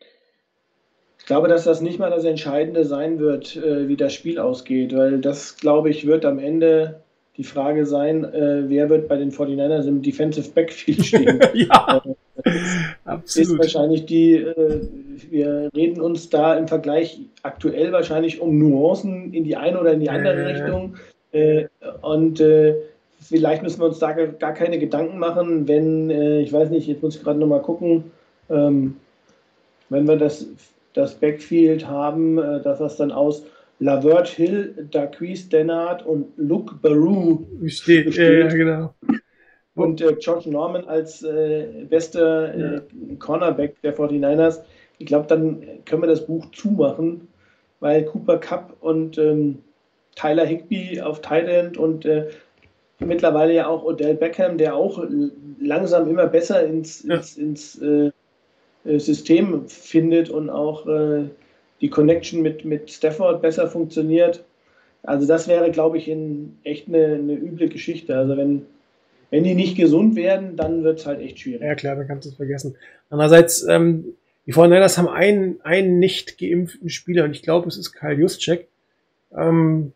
ich glaube, dass das nicht mal das Entscheidende sein wird, äh, wie das Spiel ausgeht, weil das, glaube ich, wird am Ende die Frage sein, äh, wer wird bei den forty-niners im Defensive Backfield stehen. Ja, äh, absolut. Ist wahrscheinlich die, äh, wir reden uns da im Vergleich aktuell wahrscheinlich um Nuancen in die eine oder in die andere Äh. Richtung äh, und äh, vielleicht müssen wir uns da gar keine Gedanken machen, wenn, äh, ich weiß nicht, jetzt muss ich gerade nochmal gucken, ähm, wenn wir das, das Backfield haben, äh, dass das dann aus Lavert Hill, Daquise Dennard und Luke Barou Steht, besteht. ja, genau. Und äh, Josh Norman als äh, bester äh, Cornerback der forty-niners. Ich glaube, dann können wir das Buch zumachen, weil Cooper Kupp und ähm, Tyler Higbee auf Tight End und äh, mittlerweile ja auch Odell Beckham, der auch langsam immer besser ins, Ja. ins, ins äh, System findet und auch äh, die Connection mit, mit Stafford besser funktioniert. Also das wäre, glaube ich, in echt eine, eine üble Geschichte. Also wenn, wenn die nicht gesund werden, dann wird es halt echt schwierig. Ja klar, dann kannst du es vergessen. Andererseits, ähm, die forty-niners haben einen, einen nicht geimpften Spieler und ich glaube, es ist Kyle Juszczyk. Ähm,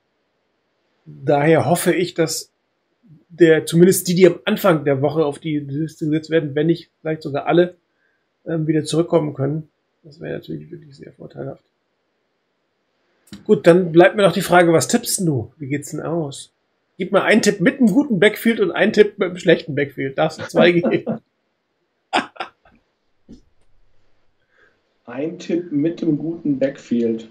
daher hoffe ich, dass der, zumindest die, die am Anfang der Woche auf die Liste gesetzt werden, wenn nicht vielleicht sogar alle, ähm, wieder zurückkommen können. Das wäre natürlich wirklich sehr vorteilhaft. Gut, dann bleibt mir noch die Frage, was tippst du? Wie geht's denn aus? Gib mal einen Tipp mit einem guten Backfield und einen Tipp mit einem schlechten Backfield. Darfst du zwei geben? Ein Tipp mit dem guten Backfield.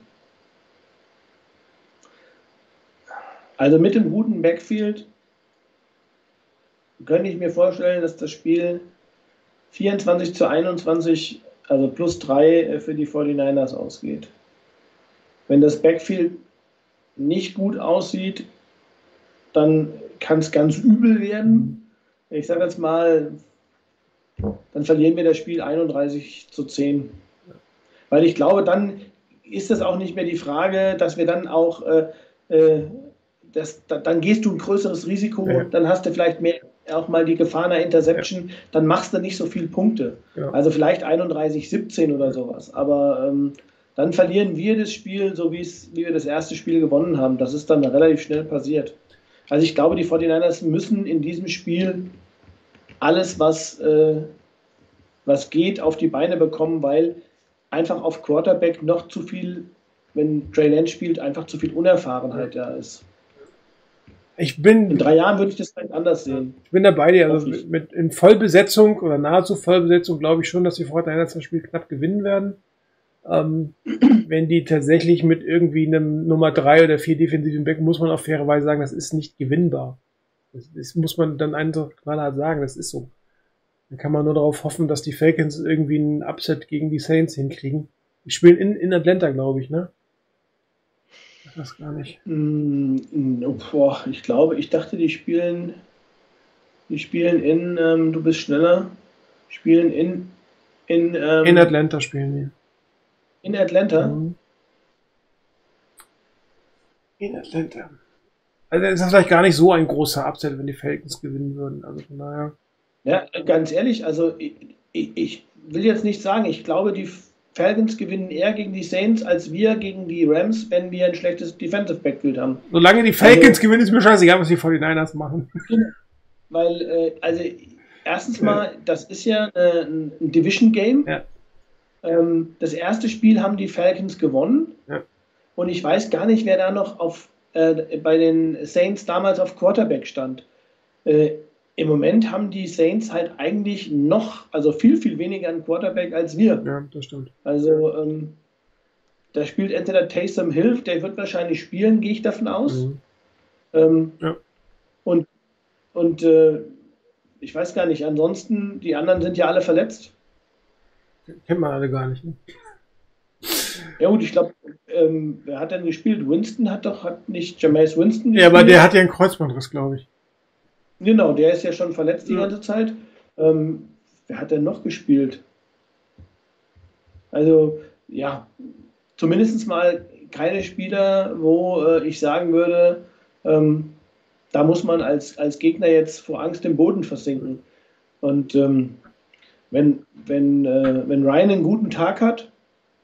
Also mit dem guten Backfield könnte ich mir vorstellen, dass das Spiel vierundzwanzig zu einundzwanzig, also plus drei für die forty-niners ausgeht. Wenn das Backfield nicht gut aussieht, dann kann es ganz übel werden. Ich sage jetzt mal, dann verlieren wir das Spiel einunddreißig zu zehn. Weil ich glaube, dann ist das auch nicht mehr die Frage, dass wir dann auch, äh, äh, das, da, dann gehst du ein größeres Risiko, Ja. dann hast du vielleicht mehr, auch mal die Gefahr einer Interception, dann machst du nicht so viele Punkte. Ja. Also vielleicht einunddreißig siebzehn oder sowas. Aber ähm, dann verlieren wir das Spiel, so wie es, wie wir das erste Spiel gewonnen haben. Das ist dann relativ schnell passiert. Also ich glaube, die forty-niners müssen in diesem Spiel alles, was, äh, was geht, auf die Beine bekommen, weil einfach auf Quarterback noch zu viel, wenn Trey Lance spielt, einfach zu viel Unerfahrenheit da ist. Ich bin, In drei Jahren würde ich das vielleicht anders sehen. ich bin da bei dir. Also Hoffe ich. mit, in Vollbesetzung oder nahezu Vollbesetzung glaube ich schon, dass die forty-niners das Spiel knapp gewinnen werden. Ähm, wenn die tatsächlich mit irgendwie einem Nummer drei oder vier defensiven Back, muss man auf faire Weise sagen, das ist nicht gewinnbar. Das, das muss man dann einfach knallhart sagen, das ist so. Dann kann man nur darauf hoffen, dass die Falcons irgendwie einen Upset gegen die Saints hinkriegen. Die spielen in, in Atlanta, glaube ich, ne? Ich weiß gar nicht. Mm, oh, boah, ich glaube, ich dachte, die spielen, die spielen in, ähm, du bist schneller, spielen in, in, ähm, In Atlanta spielen die. in Atlanta. Mhm. In Atlanta. Also ist das vielleicht gar nicht so ein großer Upset, wenn die Falcons gewinnen würden. Also von daher. Ja, ganz ehrlich, also ich, ich, ich will jetzt nicht sagen, ich glaube, die Falcons gewinnen eher gegen die Saints als wir gegen die Rams, wenn wir ein schlechtes Defensive Backfield haben. Solange die Falcons Also- gewinnen, ist mir scheißegal, was die forty-niners machen. Weil, äh, also erstens mal, das ist ja äh, ein ein Division-Game. Ja. Ähm, das erste Spiel haben die Falcons gewonnen. Ja. Und ich weiß gar nicht, wer da noch auf, äh, bei den Saints damals auf Quarterback stand. Äh, im Moment haben die Saints halt eigentlich noch, also viel, viel weniger einen Quarterback als wir. Ja, das stimmt. Also ähm, da spielt entweder Taysom Hill, der wird wahrscheinlich spielen, gehe ich davon aus. Mhm. Ähm, Ja. Und, und äh, ich weiß gar nicht, ansonsten, die anderen sind ja alle verletzt. Kennt man alle gar nicht. Ne? Ja gut, ich glaube, ähm, wer hat denn gespielt? Winston hat doch, hat nicht Jameis Winston gespielt? Ja, aber der hat ja einen Kreuzbandriss, glaube ich. Genau, der ist ja schon verletzt die Ja. ganze Zeit. Ähm, wer hat denn noch gespielt? Also, ja, zumindest mal keine Spieler, wo äh, ich sagen würde, ähm, da muss man als, als Gegner jetzt vor Angst im Boden versinken. Und ähm, wenn, wenn, äh, wenn Ryan einen guten Tag hat,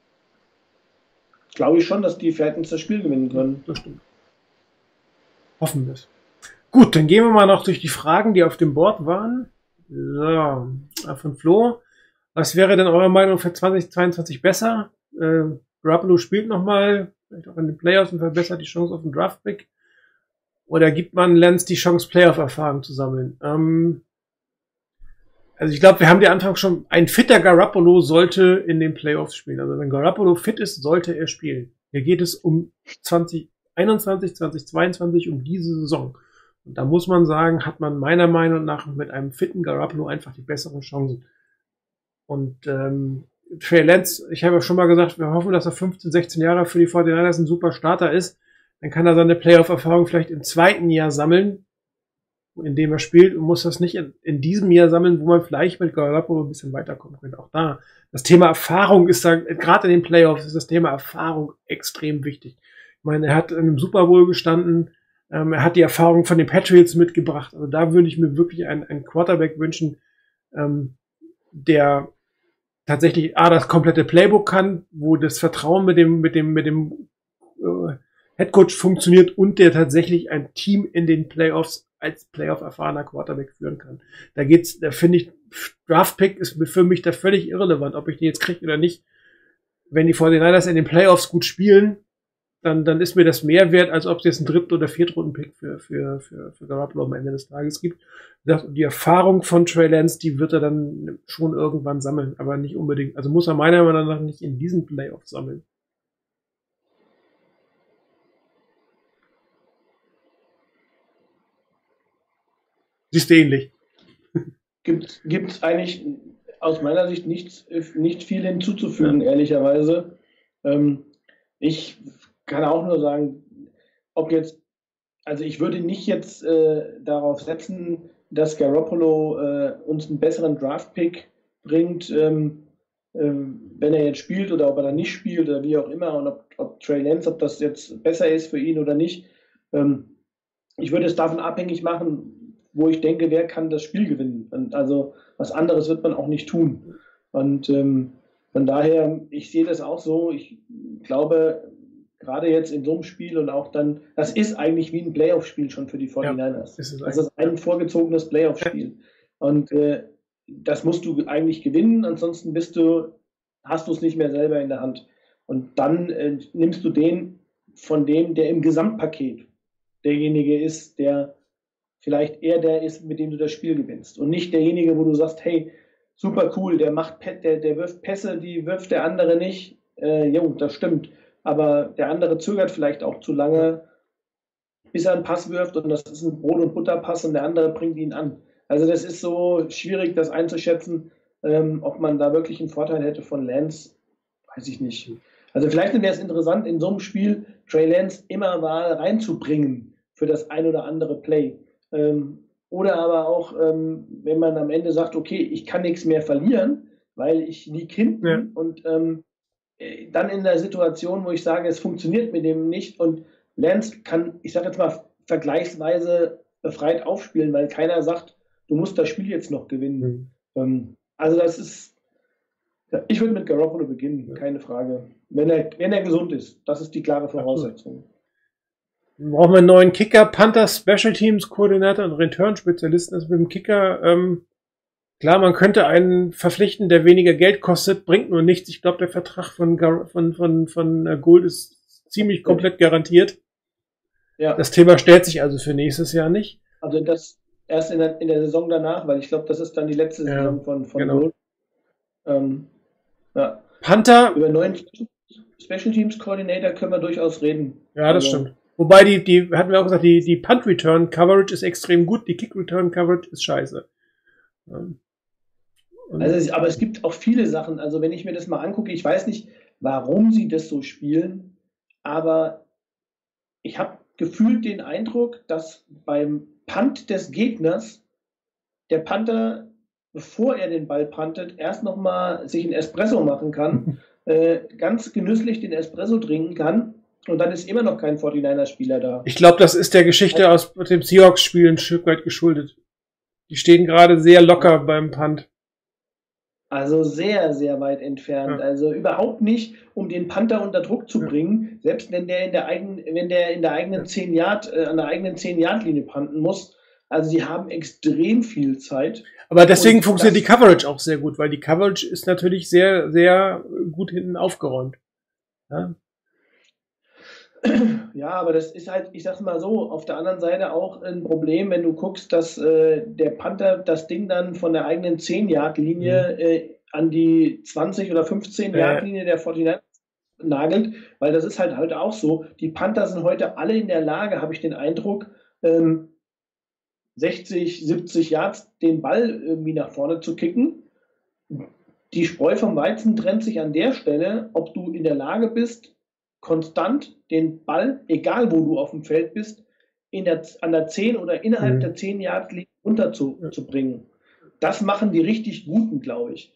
glaube ich schon, dass die Falcons das Spiel gewinnen können. Das stimmt. Hoffen wir es. Gut, dann gehen wir mal noch durch die Fragen, die auf dem Board waren. So, von Flo. Was wäre denn eurer Meinung für zwanzig zweiundzwanzig besser? Äh, Garoppolo spielt nochmal, vielleicht auch in den Playoffs und verbessert die Chance auf den Draftpick. Oder gibt man Lance die Chance, Playoff-Erfahrung zu sammeln? Ähm, also ich glaube, wir haben die Anfang schon, ein fitter Garoppolo sollte in den Playoffs spielen. Also wenn Garoppolo fit ist, sollte er spielen. Hier geht es um zwanzig einundzwanzig, zwanzig zweiundzwanzig, um diese Saison. Und da muss man sagen, hat man meiner Meinung nach mit einem fitten Garoppolo einfach die besseren Chancen. Und ähm, Trey Lance, ich habe ja schon mal gesagt, wir hoffen, dass er fünfzehn, sechzehn Jahre für die forty-niners ein super Starter ist. Dann kann er seine Playoff-Erfahrung vielleicht im zweiten Jahr sammeln, in dem er spielt, und muss das nicht in, in diesem Jahr sammeln, wo man vielleicht mit Garoppolo ein bisschen weiterkommen könnte. Auch da, das Thema Erfahrung ist da, gerade in den Playoffs ist das Thema Erfahrung extrem wichtig. Ich meine, er hat in einem Super Bowl gestanden, ähm, er hat die Erfahrung von den Patriots mitgebracht. Also da würde ich mir wirklich einen, einen Quarterback wünschen, ähm, der tatsächlich A, das komplette Playbook kann, wo das Vertrauen mit dem, mit dem, mit dem äh, Headcoach funktioniert und der tatsächlich ein Team in den Playoffs als Playoff-erfahrener Quarterback führen kann. Da geht's, da finde ich, Draftpick ist für mich da völlig irrelevant, ob ich den jetzt kriege oder nicht. Wenn die forty-niners in den Playoffs gut spielen, dann, dann ist mir das mehr wert, als ob es jetzt einen Dritt- oder Viertrunden-Pick für, für, für, für Garoppolo am Ende des Tages gibt. Das, die Erfahrung von Trey Lance, die wird er dann schon irgendwann sammeln, aber nicht unbedingt. Also muss er meiner Meinung nach nicht in diesen Playoffs sammeln. Siehst du ähnlich? Gibt es eigentlich aus meiner Sicht nichts, nicht viel hinzuzufügen, ja. Ehrlicherweise. Ähm, ich kann auch nur sagen, ob jetzt, also ich würde nicht jetzt äh, darauf setzen, dass Garoppolo äh, uns einen besseren Draft-Pick bringt, ähm, ähm, wenn er jetzt spielt oder ob er dann nicht spielt oder wie auch immer, und ob, ob Trey Lance, ob das jetzt besser ist für ihn oder nicht. Ähm, ich würde es davon abhängig machen, wo ich denke, wer kann das Spiel gewinnen. Und also was anderes wird man auch nicht tun. Und ähm, von daher, ich sehe das auch so. Ich glaube, gerade jetzt in so einem Spiel und auch dann, das ist eigentlich wie ein Playoff-Spiel schon für die forty-niners. Ja, ist das ist ein vorgezogenes Playoff-Spiel. Und äh, das musst du eigentlich gewinnen, ansonsten bist du, hast du es nicht mehr selber in der Hand. Und dann äh, nimmst du den von dem, der im Gesamtpaket derjenige ist, der vielleicht eher der ist, mit dem du das Spiel gewinnst. Und nicht derjenige, wo du sagst, hey, super cool, der macht, der, der wirft Pässe, die wirft der andere nicht. Äh, jo, das stimmt. Aber der andere zögert vielleicht auch zu lange, bis er einen Pass wirft, und das ist ein Brot- und Butterpass und der andere bringt ihn an. Also das ist so schwierig, das einzuschätzen, ähm, ob man da wirklich einen Vorteil hätte von Lance, weiß ich nicht. Also vielleicht wäre es interessant, in so einem Spiel Trey Lance immer mal reinzubringen für das ein oder andere Play. Ähm, oder aber auch, ähm, wenn man am Ende sagt, okay, ich kann nichts mehr verlieren, weil ich liege hinten, ja. und ähm, dann in der Situation, wo ich sage, es funktioniert mit dem nicht, und Lance kann, ich sage jetzt mal, vergleichsweise befreit aufspielen, weil keiner sagt, du musst das Spiel jetzt noch gewinnen. Mhm. Ähm, also das ist, ja, ich würde mit Garoppolo beginnen, ja. Keine Frage. Wenn er, wenn er gesund ist, das ist die klare Voraussetzung. Brauchen wir einen neuen Kicker, Panther, Special Teams Koordinator und Return-Spezialisten. Also mit dem Kicker, ähm, klar, man könnte einen verpflichten, der weniger Geld kostet, bringt nur nichts. Ich glaube, der Vertrag von, von, von, von Gould ist ziemlich komplett garantiert. Ja. Das Thema stellt sich also für nächstes Jahr nicht. Also das, erst in der, in der Saison danach, weil ich glaube, das ist dann die letzte Ja, Saison von, von genau. Gold. Ähm, ja. Panther, Über neuen Special Teams Coordinator können wir durchaus reden. ja, das Also, stimmt. Wobei, die, die, hatten wir auch gesagt, die, die Punt-Return-Coverage ist extrem gut, die Kick-Return-Coverage ist scheiße. Ähm, und- Also, es, aber es gibt auch viele Sachen. Also, wenn ich mir das mal angucke, ich weiß nicht, warum sie das so spielen, aber ich habe gefühlt den Eindruck, dass beim Punt des Gegners der Panther, bevor er den Ball puntet, erst nochmal sich einen Espresso machen kann, äh, ganz genüsslich den Espresso trinken kann und dann ist immer noch kein forty-niners-Spieler da. Ich glaube, das ist der Geschichte aus dem Seahawks-Spiel ein Stück weit geschuldet. Die stehen gerade sehr locker beim Punt. Also sehr, sehr weit entfernt. Ja. Also überhaupt nicht, um den Panther unter Druck zu Ja. bringen, selbst wenn der in der eigenen, wenn der in der eigenen Ja. zehn Yard, äh, an der eigenen zehn Yard Linie punten muss. Also sie haben extrem viel Zeit. Aber deswegen Und funktioniert das- die Coverage auch sehr gut, weil die Coverage ist natürlich sehr, sehr gut hinten aufgeräumt. Ja? Ja, aber das ist halt, ich sag's mal so, auf der anderen Seite auch ein Problem, wenn du guckst, dass äh, der Panther das Ding dann von der eigenen zehn Yard Linie äh, an die zwanzig oder fünfzehn Yard Linie der forty-niners nagelt, weil das ist halt heute auch so. Die Panther sind heute alle in der Lage, habe ich den Eindruck, ähm, sechzig, siebzig Yards den Ball irgendwie nach vorne zu kicken. Die Spreu vom Weizen trennt sich an der Stelle, ob du in der Lage bist, konstant den Ball, egal wo du auf dem Feld bist, in der, an der zehn oder innerhalb Mhm. der zehn Yard Linie runterzubringen. Das machen die richtig Guten, glaube ich.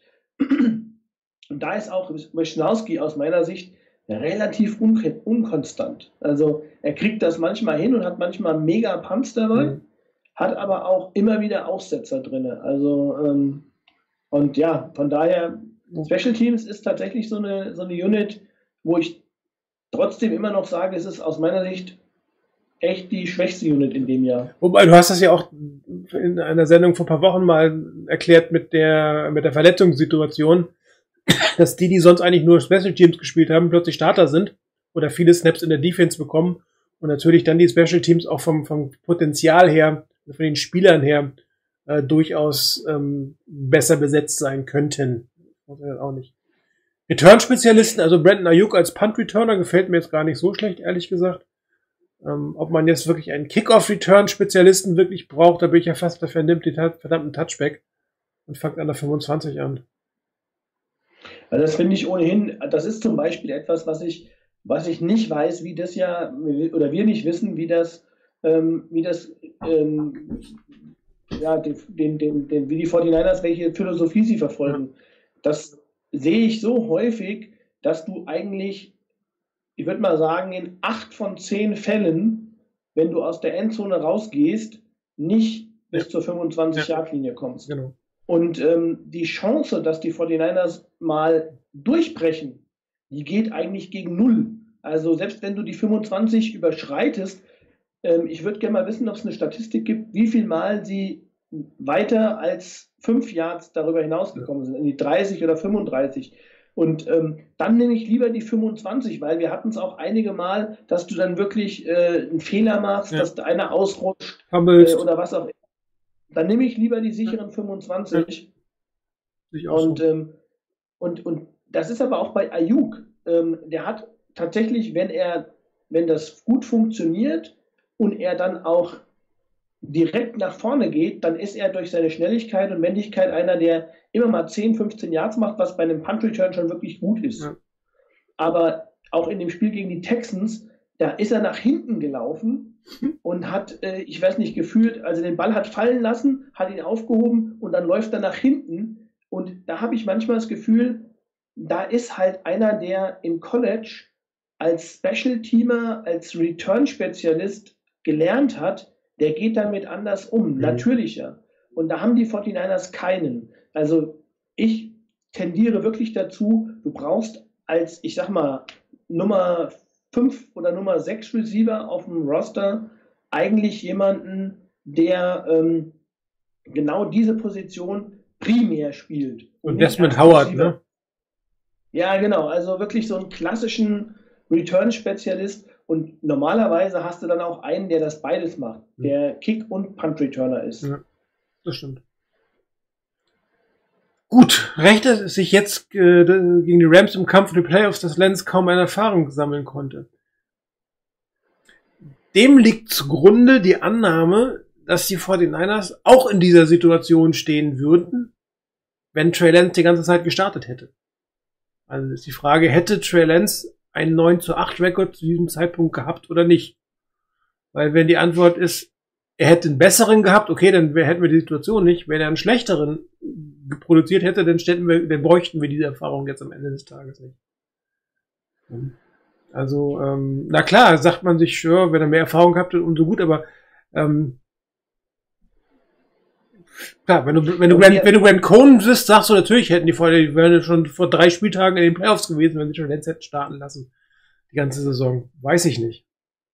Und da ist auch Wisnowski aus meiner Sicht relativ un unkonstant. Also er kriegt das manchmal hin und hat manchmal mega Punts dabei, Mhm. hat aber auch immer wieder Aussetzer drin. Also ähm, und ja, von daher, Special Teams ist tatsächlich so eine, so eine Unit, wo ich trotzdem immer noch sage, es ist aus meiner Sicht echt die schwächste Unit in dem Jahr. Wobei, du hast das ja auch in einer Sendung vor ein paar Wochen mal erklärt mit der, mit der Verletzungssituation, dass die, die sonst eigentlich nur Special Teams gespielt haben, plötzlich Starter sind oder viele Snaps in der Defense bekommen und natürlich dann die Special Teams auch vom, vom Potenzial her, von den Spielern her, äh, durchaus ähm, besser besetzt sein könnten. Das weiß ich auch nicht. Return-Spezialisten, also Brandon Ayuk als Punt-Returner gefällt mir jetzt gar nicht so schlecht, ehrlich gesagt. Ähm, ob man jetzt wirklich einen Kick-Off-Return-Spezialisten wirklich braucht, da bin ich ja fast, dafür nimmt den verdammten Touchback und fängt an der fünfundzwanzig an. Also das finde ich ohnehin, das ist zum Beispiel etwas, was ich, was ich nicht weiß, wie das ja, oder wir nicht wissen, wie das, ähm, wie das, ähm, ja, den, den, den, wie die forty-niners, welche Philosophie sie verfolgen. Das sehe ich so häufig, dass du eigentlich, ich würde mal sagen, in acht von zehn Fällen, wenn du aus der Endzone rausgehst, nicht bis Ja. zur fünfundzwanzig Yard Linie kommst. Genau. Und ähm, die Chance, dass die forty-niners mal durchbrechen, die geht eigentlich gegen null. Also selbst wenn du die fünfundzwanzig überschreitest, ähm, ich würde gerne mal wissen, ob es eine Statistik gibt, wie viel Mal sie weiter als fünf Yards darüber hinausgekommen sind, in die dreißig oder fünfunddreißig. Und ähm, dann nehme ich lieber die fünfundzwanzig, weil wir hatten es auch einige Mal, dass du dann wirklich äh, einen Fehler machst, Ja. dass da einer ausrutscht Fumbles, äh, oder was auch immer. Dann nehme ich lieber die sicheren fünfundzwanzig. sich auch Und, so. ähm, und, und das ist aber auch bei Ayuk. Ähm, der hat tatsächlich, wenn er, wenn das gut funktioniert und er dann auch direkt nach vorne geht, dann ist er durch seine Schnelligkeit und Wendigkeit einer, der immer mal zehn, fünfzehn Yards macht, was bei einem Punt-Return schon wirklich gut ist. Ja. Aber auch in dem Spiel gegen die Texans, da ist er nach hinten gelaufen und hat, äh, ich weiß nicht, gefühlt, also den Ball hat fallen lassen, hat ihn aufgehoben und dann läuft er nach hinten. Und da habe ich manchmal das Gefühl, da ist halt einer, der im College als Special-Teamer, als Return-Spezialist gelernt hat, der geht damit anders um, Mhm. natürlicher. Und da haben die forty-niners keinen. Also ich tendiere wirklich dazu, du brauchst als, ich sag mal, Nummer fünf oder Nummer sechs Receiver auf dem Roster eigentlich jemanden, der ähm, genau diese Position primär spielt. Und nicht Desmond als Howard, Receiver. ne? Ja, genau. Also wirklich so einen klassischen Return-Spezialist. Und normalerweise hast du dann auch einen, der das beides macht, Mhm. der Kick- und Punt-Returner ist. Ja, das stimmt. Gut, rechnet es sich jetzt äh, gegen die Rams im Kampf um die Playoffs, dass Lenz kaum eine Erfahrung sammeln konnte. Dem liegt zugrunde die Annahme, dass die forty-niners auch in dieser Situation stehen würden, wenn Trey Lance die ganze Zeit gestartet hätte. Also ist die Frage, hätte Trey Lance einen neun zu acht Rekord zu diesem Zeitpunkt gehabt oder nicht? Weil wenn die Antwort ist, er hätte einen besseren gehabt, okay, dann wär, hätten wir die Situation nicht. Wenn er einen schlechteren produziert hätte, dann, ständen wir, dann bräuchten wir diese Erfahrung jetzt am Ende des Tages nicht. Also, ähm, na klar, sagt man sich, ja, wenn er mehr Erfahrung gehabt hat, umso gut, aber ähm, klar, wenn du, wenn du, Grant, wenn du Grant Cohn bist, sagst du natürlich, hätten die vorher, die wären schon vor drei Spieltagen in den Playoffs gewesen, wenn sie schon Lenz hätten starten lassen. Die ganze Saison. Weiß ich nicht.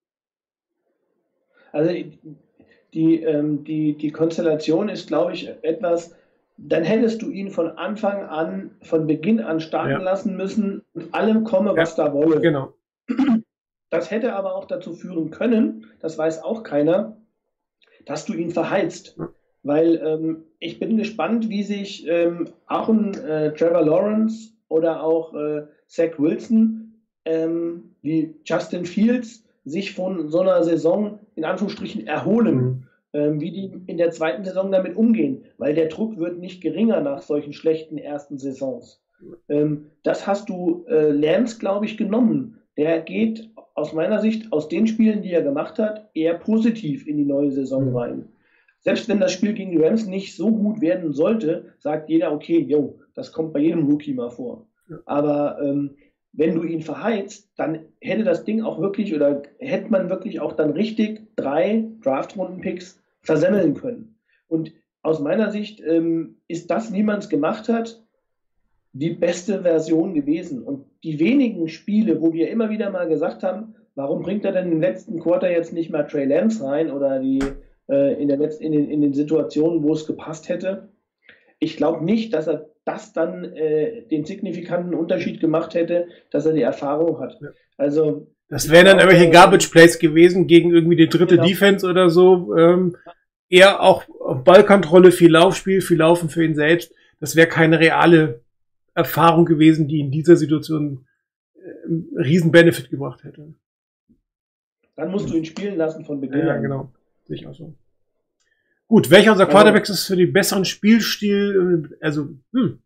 Also die, ähm, die, die Konstellation ist, glaube ich, etwas, dann hättest du ihn von Anfang an, von Beginn an starten Ja. lassen müssen, mit allem komme, was Ja, da wolle. Genau. Das hätte aber auch dazu führen können, das weiß auch keiner, dass du ihn verheizt. Ja. Weil ähm, ich bin gespannt, wie sich ähm, auch ein äh, Trevor Lawrence oder auch äh, Zach Wilson, ähm, wie Justin Fields, sich von so einer Saison in Anführungsstrichen erholen. Mhm. Ähm, wie die in der zweiten Saison damit umgehen. Weil der Druck wird nicht geringer nach solchen schlechten ersten Saisons. Ähm, das hast du äh, Lance, glaube ich, genommen. Der geht aus meiner Sicht aus den Spielen, die er gemacht hat, eher positiv in die neue Saison Mhm. rein. Selbst wenn das Spiel gegen die Rams nicht so gut werden sollte, sagt jeder, okay, yo, das kommt bei jedem Rookie mal vor. Ja. Aber ähm, wenn du ihn verheizt, dann hätte das Ding auch wirklich, oder hätte man wirklich auch dann richtig drei Draft-Runden-Picks versemmeln können. Und aus meiner Sicht ähm, ist das, wie man es gemacht hat, die beste Version gewesen. Und die wenigen Spiele, wo wir immer wieder mal gesagt haben, warum bringt er denn im letzten Quarter jetzt nicht mal Trey Lance rein oder die äh, in, der Letz-, in, den, in den Situationen, wo es gepasst hätte. Ich glaube nicht, dass er das dann äh, den signifikanten Unterschied gemacht hätte, dass er die Erfahrung hat. Ja. Also Das wären dann glaube, irgendwelche Garbage Plays gewesen gegen irgendwie die dritte Genau. Defense oder so. Ähm, eher auch Ballkontrolle, viel Laufspiel, viel Laufen für ihn selbst. Das wäre keine reale Erfahrung gewesen, die in dieser Situation äh, einen riesen Benefit gebracht hätte. dann musst du ihn spielen lassen von Beginn Ja, an. genau. Sehe ich auch so. Gut, welcher unserer Also- Quarterbacks ist für den besseren Spielstil, äh, also, hm.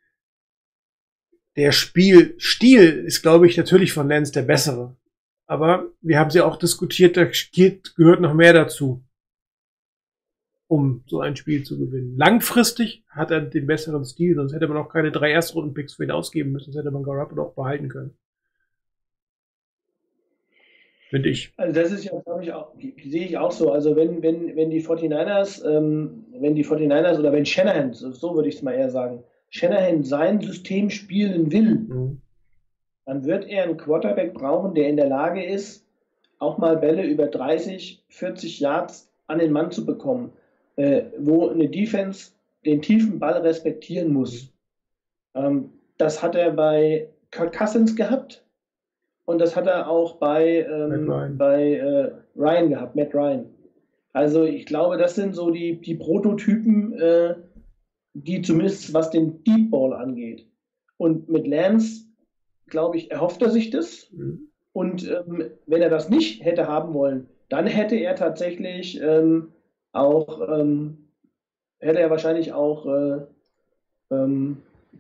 Der Spielstil ist, glaube ich, natürlich von Lance der bessere. Aber wir haben sie auch diskutiert, da geht, gehört noch mehr dazu, um so ein Spiel zu gewinnen. Langfristig hat er den besseren Stil, sonst hätte man auch keine drei Erstrunden-Picks für ihn ausgeben müssen, sonst hätte man Garoppolo auch behalten können. Finde ich. Also das ist ja, glaube ich, auch, sehe ich auch so. Also wenn, wenn, wenn die forty-niners, ähm, wenn die forty-niners oder wenn Shanahan, so so würde ich es mal eher sagen, Shanahan sein System spielen will, Mhm. dann wird er einen Quarterback brauchen, der in der Lage ist, auch mal Bälle über dreißig, vierzig Yards an den Mann zu bekommen, äh, wo eine Defense den tiefen Ball respektieren muss. Ähm, das hat er bei Kirk Cousins gehabt und das hat er auch bei, ähm, Matt Ryan. bei äh, Ryan gehabt, Matt Ryan. Also ich glaube, das sind so die, die Prototypen, äh, die zumindest was den Deep Ball angeht. Und mit Lance, glaube ich, erhofft er sich das. Mhm. Und ähm, wenn er das nicht hätte haben wollen, dann hätte er tatsächlich ähm, auch, ähm, hätte er wahrscheinlich auch äh, ähm,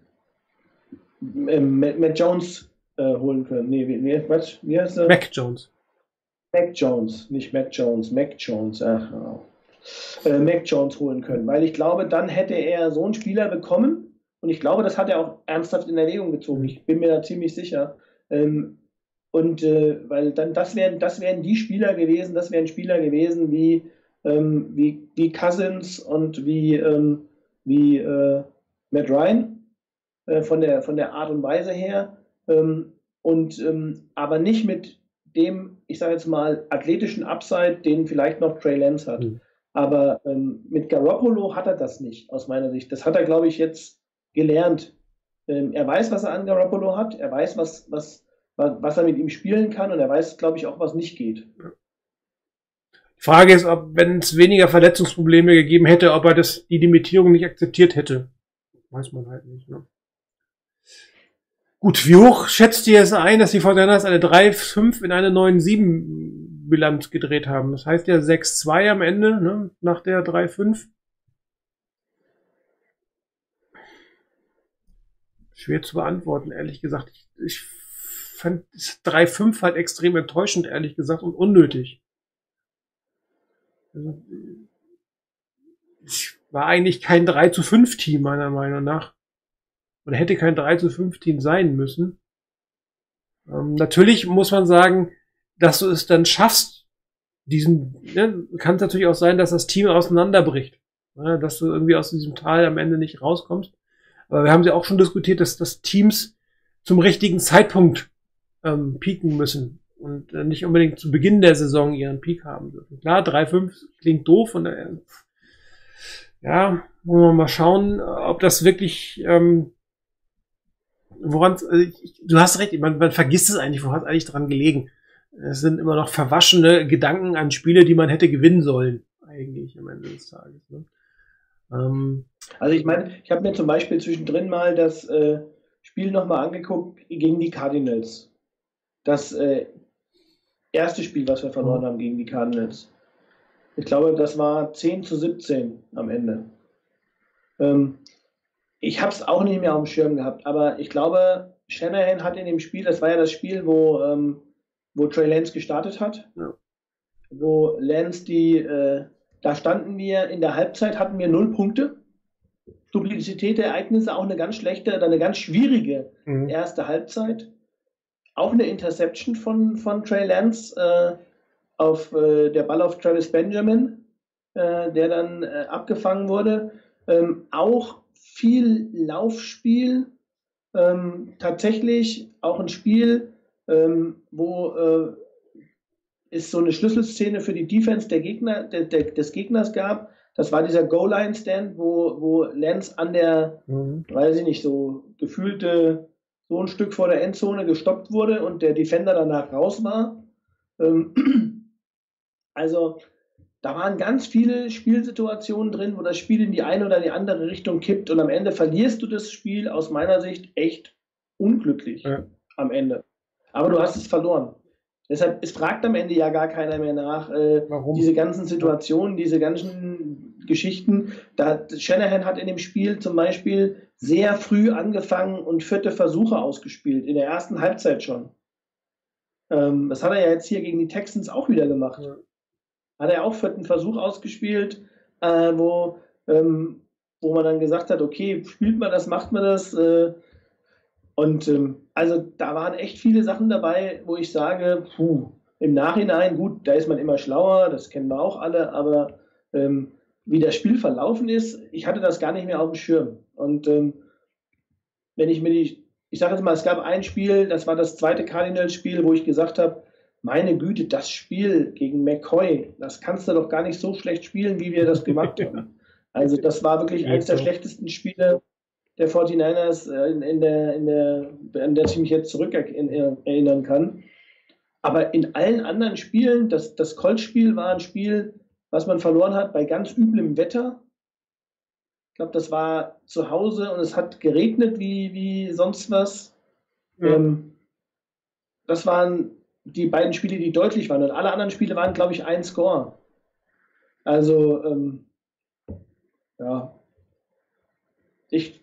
ähm, Matt, Matt Jones äh, holen können. Nee, wie, wie, was, wie heißt er? Mac Jones. Mac Jones, nicht Matt Jones, Mac Jones, ach, ja. äh, Mac Jones holen können, weil ich glaube, dann hätte er so einen Spieler bekommen und ich glaube, das hat er auch ernsthaft in Erwägung gezogen. Ich bin mir da ziemlich sicher. Ähm, und äh, weil dann das wären, das wären die Spieler gewesen, das wären Spieler gewesen wie, ähm, wie, wie Cousins und wie, ähm, wie äh, Matt Ryan äh, von der, von der Art und Weise her. Ähm, und ähm, aber nicht mit dem, ich sage jetzt mal, athletischen Upside, den vielleicht noch Trey Lance hat. Mhm. Aber ähm, mit Garoppolo hat er das nicht, aus meiner Sicht. Das hat er, glaube ich, jetzt gelernt. Ähm, er weiß, was er an Garoppolo hat. Er weiß, was, was was, was er mit ihm spielen kann und er weiß, glaube ich, auch, was nicht geht. Die Frage ist, ob, wenn es weniger Verletzungsprobleme gegeben hätte, ob er das, die Limitierung nicht akzeptiert hätte. Weiß man halt nicht, ne? Gut, wie hoch schätzt ihr es ein, dass die Fortinanders eine drei fünf in eine neun sieben Bilanz gedreht haben? Das heißt ja sechs zwei am Ende, ne, nach der drei fünf. Schwer zu beantworten, ehrlich gesagt. Ich, ich fand das drei fünf halt extrem enttäuschend, ehrlich gesagt, und unnötig. Also, es war eigentlich kein drei zu fünf Team, meiner Meinung nach. Oder hätte kein drei zu fünf Team sein müssen. Ähm, natürlich muss man sagen, dass du es dann schaffst, diesen, ne, kann es natürlich auch sein, dass das Team auseinanderbricht. Ne, dass du irgendwie aus diesem Tal am Ende nicht rauskommst. Aber wir haben ja auch schon diskutiert, dass, dass Teams zum richtigen Zeitpunkt ähm, peaken müssen und äh, nicht unbedingt zu Beginn der Saison ihren Peak haben dürfen. Klar, drei fünf klingt doof und äh, ja, wollen wir mal schauen, ob das wirklich ähm, woran, äh, du hast recht, man, man vergisst es eigentlich, wo hat es eigentlich dran gelegen? Es sind immer noch verwaschene Gedanken an Spiele, die man hätte gewinnen sollen, eigentlich am Ende des Tages. Ne? Ähm, Also ich meine, ich habe mir zum Beispiel zwischendrin mal das äh, Spiel nochmal angeguckt gegen die Cardinals. Das äh, erste Spiel, was wir verloren haben gegen die Cardinals. Ich glaube, das war zehn zu siebzehn am Ende. Ähm, ich habe es auch nicht mehr auf dem Schirm gehabt, aber ich glaube, Shanahan hat in dem Spiel, das war ja das Spiel, wo, ähm, wo Trey Lance gestartet hat, ja. wo Lance die, äh, da standen wir in der Halbzeit, hatten wir null Punkte. Duplizität der Ereignisse, auch eine ganz schlechte, eine ganz schwierige mhm. erste Halbzeit. Auch eine Interception von, von Trey Lance, äh, auf äh, der Ball auf Travis Benjamin, äh, der dann äh, abgefangen wurde. Ähm, auch viel Laufspiel, ähm, tatsächlich auch ein Spiel, ähm, wo äh, es so eine Schlüsselszene für die Defense der Gegner, der, der, des Gegners gab. Das war dieser Goal-Line-Stand, wo, wo Lance an der, mhm. weiß ich nicht, so gefühlte, so ein Stück vor der Endzone gestoppt wurde und der Defender danach raus war. Ähm, also, da waren ganz viele Spielsituationen drin, wo das Spiel in die eine oder die andere Richtung kippt und am Ende verlierst du das Spiel aus meiner Sicht echt unglücklich ja. am Ende. Aber du hast es verloren. Deshalb, es fragt am Ende ja gar keiner mehr nach, äh, diese ganzen Situationen, diese ganzen Geschichten. Da, Shanahan hat in dem Spiel zum Beispiel sehr früh angefangen und vierte Versuche ausgespielt, in der ersten Halbzeit schon. Ähm, das hat er ja jetzt hier gegen die Texans auch wieder gemacht. Ja. Hat er auch vierten Versuch ausgespielt, äh, wo, ähm, wo man dann gesagt hat, okay, spielt man das, macht man das, äh, und ähm, also da waren echt viele Sachen dabei, wo ich sage, puh, im Nachhinein, gut, da ist man immer schlauer, das kennen wir auch alle, aber ähm, wie das Spiel verlaufen ist, ich hatte das gar nicht mehr auf dem Schirm. Und ähm, wenn ich mir die, ich sage jetzt mal, es gab ein Spiel, das war das zweite Cardinals-Spiel, wo ich gesagt habe, meine Güte, das Spiel gegen McCoy, das kannst du doch gar nicht so schlecht spielen, wie wir das gemacht haben. Also das war wirklich eines der schlechtesten Spiele der forty-niners, äh, in, in der, in der, an der ich mich jetzt zurück erinnern kann. Aber in allen anderen Spielen, das, das Colts-Spiel war ein Spiel, was man verloren hat bei ganz üblem Wetter. Ich glaube, das war zu Hause und es hat geregnet wie, wie sonst was. Ja. Ähm, das waren die beiden Spiele, die deutlich waren. Und alle anderen Spiele waren, glaube ich, ein Score. Also, ähm, ja. Ich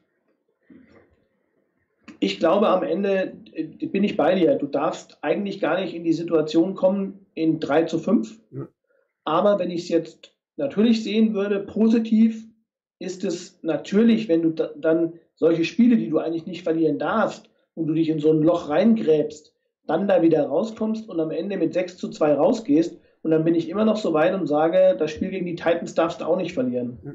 Ich glaube, am Ende äh, bin ich bei dir. Du darfst eigentlich gar nicht in die Situation kommen in drei zu fünf. Ja. Aber wenn ich es jetzt natürlich sehen würde, positiv ist es natürlich, wenn du da, dann solche Spiele, die du eigentlich nicht verlieren darfst und du dich in so ein Loch reingräbst, dann da wieder rauskommst und am Ende mit sechs zu zwei rausgehst. Und dann bin ich immer noch so weit und sage, das Spiel gegen die Titans darfst du auch nicht verlieren. Ja.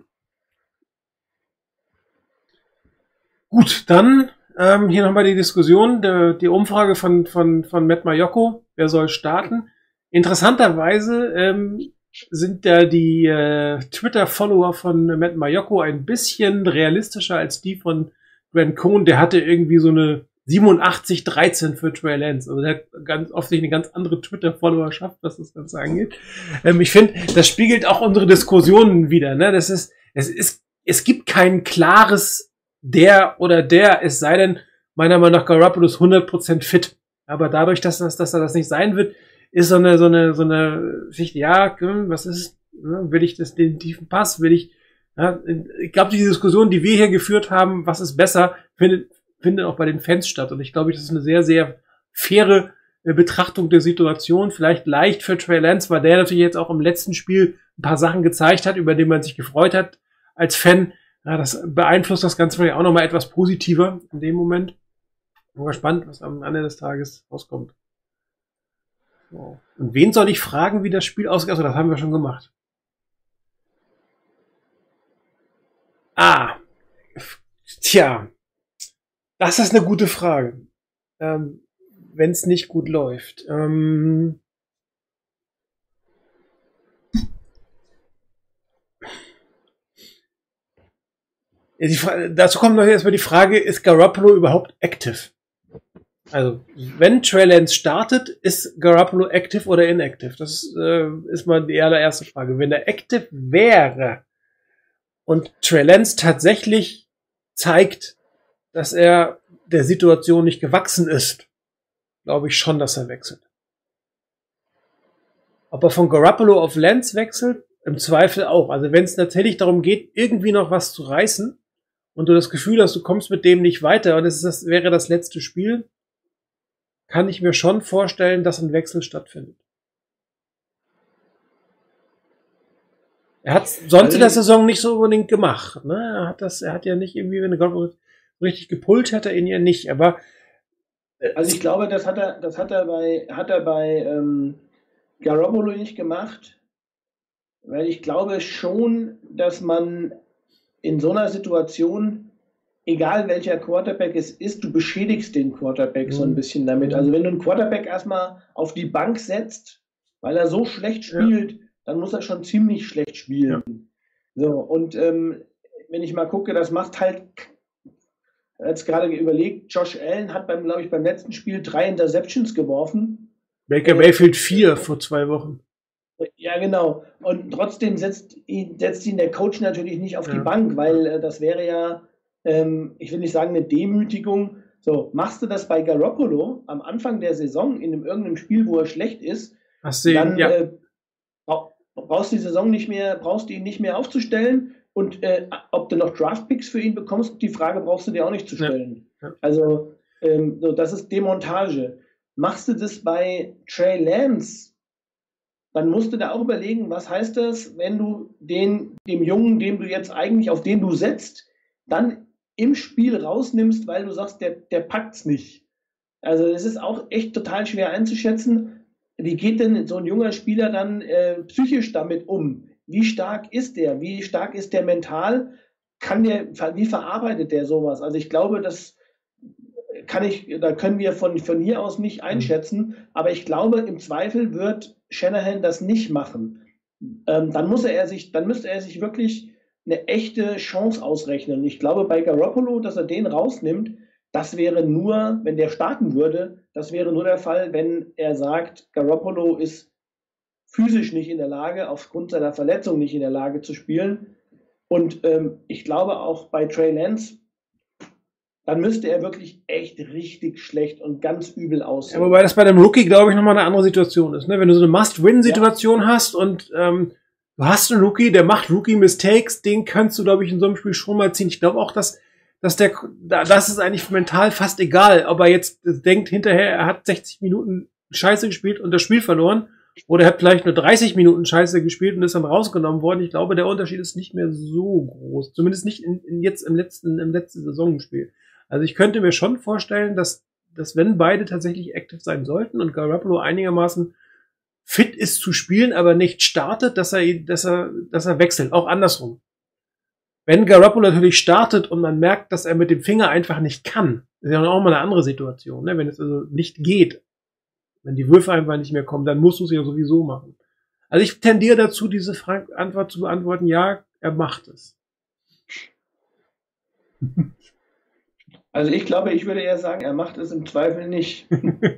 Gut, dann Ähm, hier nochmal die Diskussion, die, die Umfrage von, von, von Matt Maiocco, wer soll starten. Interessanterweise ähm, sind da die äh, Twitter-Follower von Matt Maiocco ein bisschen realistischer als die von Grant Cohn. Der hatte irgendwie so eine siebenundachtzig dreizehn für Trey Lance. Also der hat ganz offensichtlich eine ganz andere Twitter-Followerschaft, was das Ganze angeht. Ähm, ich finde, das spiegelt auch unsere Diskussionen wider. Ne? Das ist, es ist, es gibt kein klares der oder der, es sei denn, meiner Meinung nach Garoppolo ist hundert Prozent fit. Aber dadurch, dass das, dass er das nicht sein wird, ist so eine, so eine, so eine Geschichte, ja, was ist, will ich das, den tiefen Pass, will ich, ja, ich glaube, die Diskussion, die wir hier geführt haben, was ist besser, findet, findet auch bei den Fans statt. Und ich glaube, das ist eine sehr, sehr faire äh, Betrachtung der Situation. Vielleicht leicht für Trey Lance, weil der natürlich jetzt auch im letzten Spiel ein paar Sachen gezeigt hat, über die man sich gefreut hat als Fan. Ja, das beeinflusst das Ganze vielleicht auch nochmal etwas positiver in dem Moment. Ich bin gespannt, was am Ende des Tages rauskommt. So. Und wen soll ich fragen, wie das Spiel ausgeht? Also, das haben wir schon gemacht. Ah. Tja. Das ist eine gute Frage. Ähm, wenn es nicht gut läuft. Ähm, die Frage, dazu kommt noch erstmal die Frage, ist Garoppolo überhaupt active? Also, wenn Trey Lance startet, ist Garoppolo active oder inactive? Das äh, ist mal die allererste Frage. Wenn er active wäre und Trey Lance tatsächlich zeigt, dass er der Situation nicht gewachsen ist, glaube ich schon, dass er wechselt. Ob er von Garoppolo auf Lance wechselt, im Zweifel auch. Also wenn es tatsächlich darum geht, irgendwie noch was zu reißen und du das Gefühl hast, du kommst mit dem nicht weiter und es ist das, wäre das letzte Spiel, kann ich mir schon vorstellen, dass ein Wechsel stattfindet. Er hat sonst also in der Saison nicht so unbedingt gemacht. Ne? Er hat das, er hat ja nicht irgendwie, wenn er richtig gepullt hätte, ihn ja nicht. Aber also ich glaube, das hat er, das hat er bei, hat er bei ähm, Garoppolo nicht gemacht, weil ich glaube schon, dass man in so einer Situation, egal welcher Quarterback es ist, du beschädigst den Quarterback mhm. so ein bisschen damit. Also wenn du einen Quarterback erstmal auf die Bank setzt, weil er so schlecht spielt, ja. dann muss er schon ziemlich schlecht spielen. Ja. So, und ähm, wenn ich mal gucke, das macht halt, jetzt gerade überlegt, Josh Allen hat beim, glaube ich, beim letzten Spiel drei Interceptions geworfen. Baker Mayfield vier äh, vor zwei Wochen. Ja, genau. Und trotzdem setzt ihn, setzt ihn der Coach natürlich nicht auf ja. die Bank, weil äh, das wäre ja, ähm, ich will nicht sagen eine Demütigung. So, machst du das bei Garoppolo am Anfang der Saison in einem, irgendeinem Spiel, wo er schlecht ist, Hast du ihn, dann ja. äh, brauchst du die Saison nicht mehr, brauchst du ihn nicht mehr aufzustellen und äh, ob du noch Draftpicks für ihn bekommst, die Frage brauchst du dir auch nicht zu stellen. Ja. Ja. Also ähm, so, das ist Demontage. Machst du das bei Trey Lance, dann musst du da auch überlegen, was heißt das, wenn du den, dem Jungen, dem du jetzt eigentlich, auf den du setzt, dann im Spiel rausnimmst, weil du sagst, der, der packt's nicht. Also es ist auch echt total schwer einzuschätzen. Wie geht denn so ein junger Spieler dann äh, psychisch damit um? Wie stark ist der? Wie stark ist der mental? Kann der, wie verarbeitet der sowas? Also ich glaube, das kann ich, da können wir von, von hier aus nicht einschätzen, aber ich glaube, im Zweifel wird Shanahan das nicht machen. Ähm, dann muss er sich, dann müsste er sich wirklich eine echte Chance ausrechnen. Ich glaube, bei Garoppolo, dass er den rausnimmt, das wäre nur, wenn der starten würde, das wäre nur der Fall, wenn er sagt, Garoppolo ist physisch nicht in der Lage, aufgrund seiner Verletzung nicht in der Lage zu spielen. Und ähm, ich glaube auch bei Trey Lance, dann müsste er wirklich echt richtig schlecht und ganz übel aussehen. Ja, wobei das bei einem Rookie, glaube ich, nochmal eine andere Situation ist. Ne? Wenn du so eine Must-Win-Situation ja. hast und ähm, du hast einen Rookie, der macht Rookie-Mistakes, den kannst du, glaube ich, in so einem Spiel schon mal ziehen. Ich glaube auch, dass dass der, das ist eigentlich mental fast egal, ob er jetzt denkt hinterher, er hat sechzig Minuten Scheiße gespielt und das Spiel verloren, oder er hat vielleicht nur dreißig Minuten Scheiße gespielt und ist dann rausgenommen worden. Ich glaube, der Unterschied ist nicht mehr so groß. Zumindest nicht in, in jetzt im letzten, im letzten Saisonspiel. Also ich könnte mir schon vorstellen, dass, dass wenn beide tatsächlich active sein sollten und Garoppolo einigermaßen fit ist zu spielen, aber nicht startet, dass er, dass er, dass er wechselt. Auch andersrum. Wenn Garoppolo natürlich startet und man merkt, dass er mit dem Finger einfach nicht kann, ist ja auch mal eine andere Situation, ne? Wenn es also nicht geht, wenn die Würfe einfach nicht mehr kommen, dann musst du es ja sowieso machen. Also ich tendiere dazu, diese Fra- Antwort zu beantworten, ja, er macht es. Also ich glaube, ich würde eher sagen, er macht es im Zweifel nicht.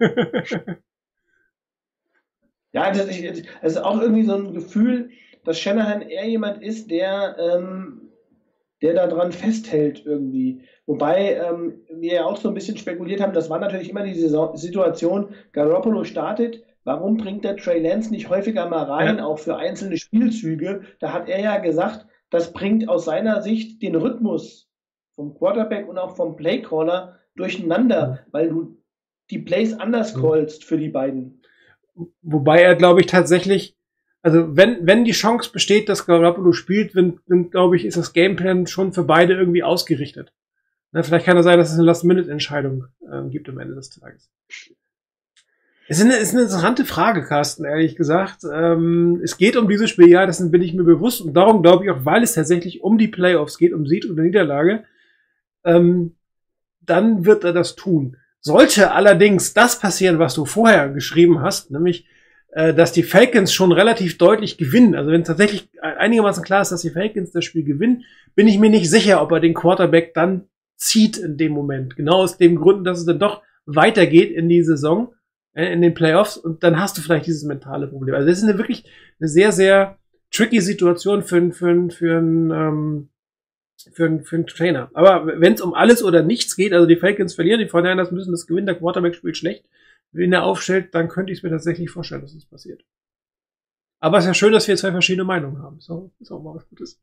Ja, das ist, das ist auch irgendwie so ein Gefühl, dass Shanahan eher jemand ist, der, ähm, der daran festhält irgendwie. Wobei ähm, wir ja auch so ein bisschen spekuliert haben, das war natürlich immer diese Saison- Situation, Garoppolo startet, warum bringt der Trey Lance nicht häufiger mal rein, Ja. auch für einzelne Spielzüge? Da hat er ja gesagt, das bringt aus seiner Sicht den Rhythmus vom Quarterback und auch vom Playcaller durcheinander, weil du die Plays anders Mhm. callst für die beiden. Wobei er, glaube ich, tatsächlich, also wenn, wenn die Chance besteht, dass Garoppolo spielt, dann, dann glaube ich, ist das Gameplan schon für beide irgendwie ausgerichtet. Na, vielleicht kann es sein, dass es eine Last-Minute-Entscheidung ähm, gibt am Ende des Tages. Es ist eine, ist eine interessante Frage, Carsten, ehrlich gesagt. Ähm, es geht um dieses Spiel, ja, dessen bin ich mir bewusst. Und darum glaube ich auch, weil es tatsächlich um die Playoffs geht, um Sieg oder Niederlage, ähm, dann wird er das tun. Sollte allerdings das passieren, was du vorher geschrieben hast, nämlich, äh, dass die Falcons schon relativ deutlich gewinnen, also wenn tatsächlich einigermaßen klar ist, dass die Falcons das Spiel gewinnen, bin ich mir nicht sicher, ob er den Quarterback dann zieht in dem Moment. Genau aus dem Grund, dass es dann doch weitergeht in die Saison, äh, in den Playoffs, und dann hast du vielleicht dieses mentale Problem. Also das ist eine wirklich eine sehr, sehr tricky Situation für, für, für einen ähm, für einen, für einen Trainer. Aber wenn es um alles oder nichts geht, also die Falcons verlieren, die forty-niners müssen das gewinnen, der Quarterback spielt schlecht, wenn er aufstellt, dann könnte ich es mir tatsächlich vorstellen, dass das passiert. Aber es ist ja schön, dass wir zwei verschiedene Meinungen haben. So, ist auch mal was Gutes.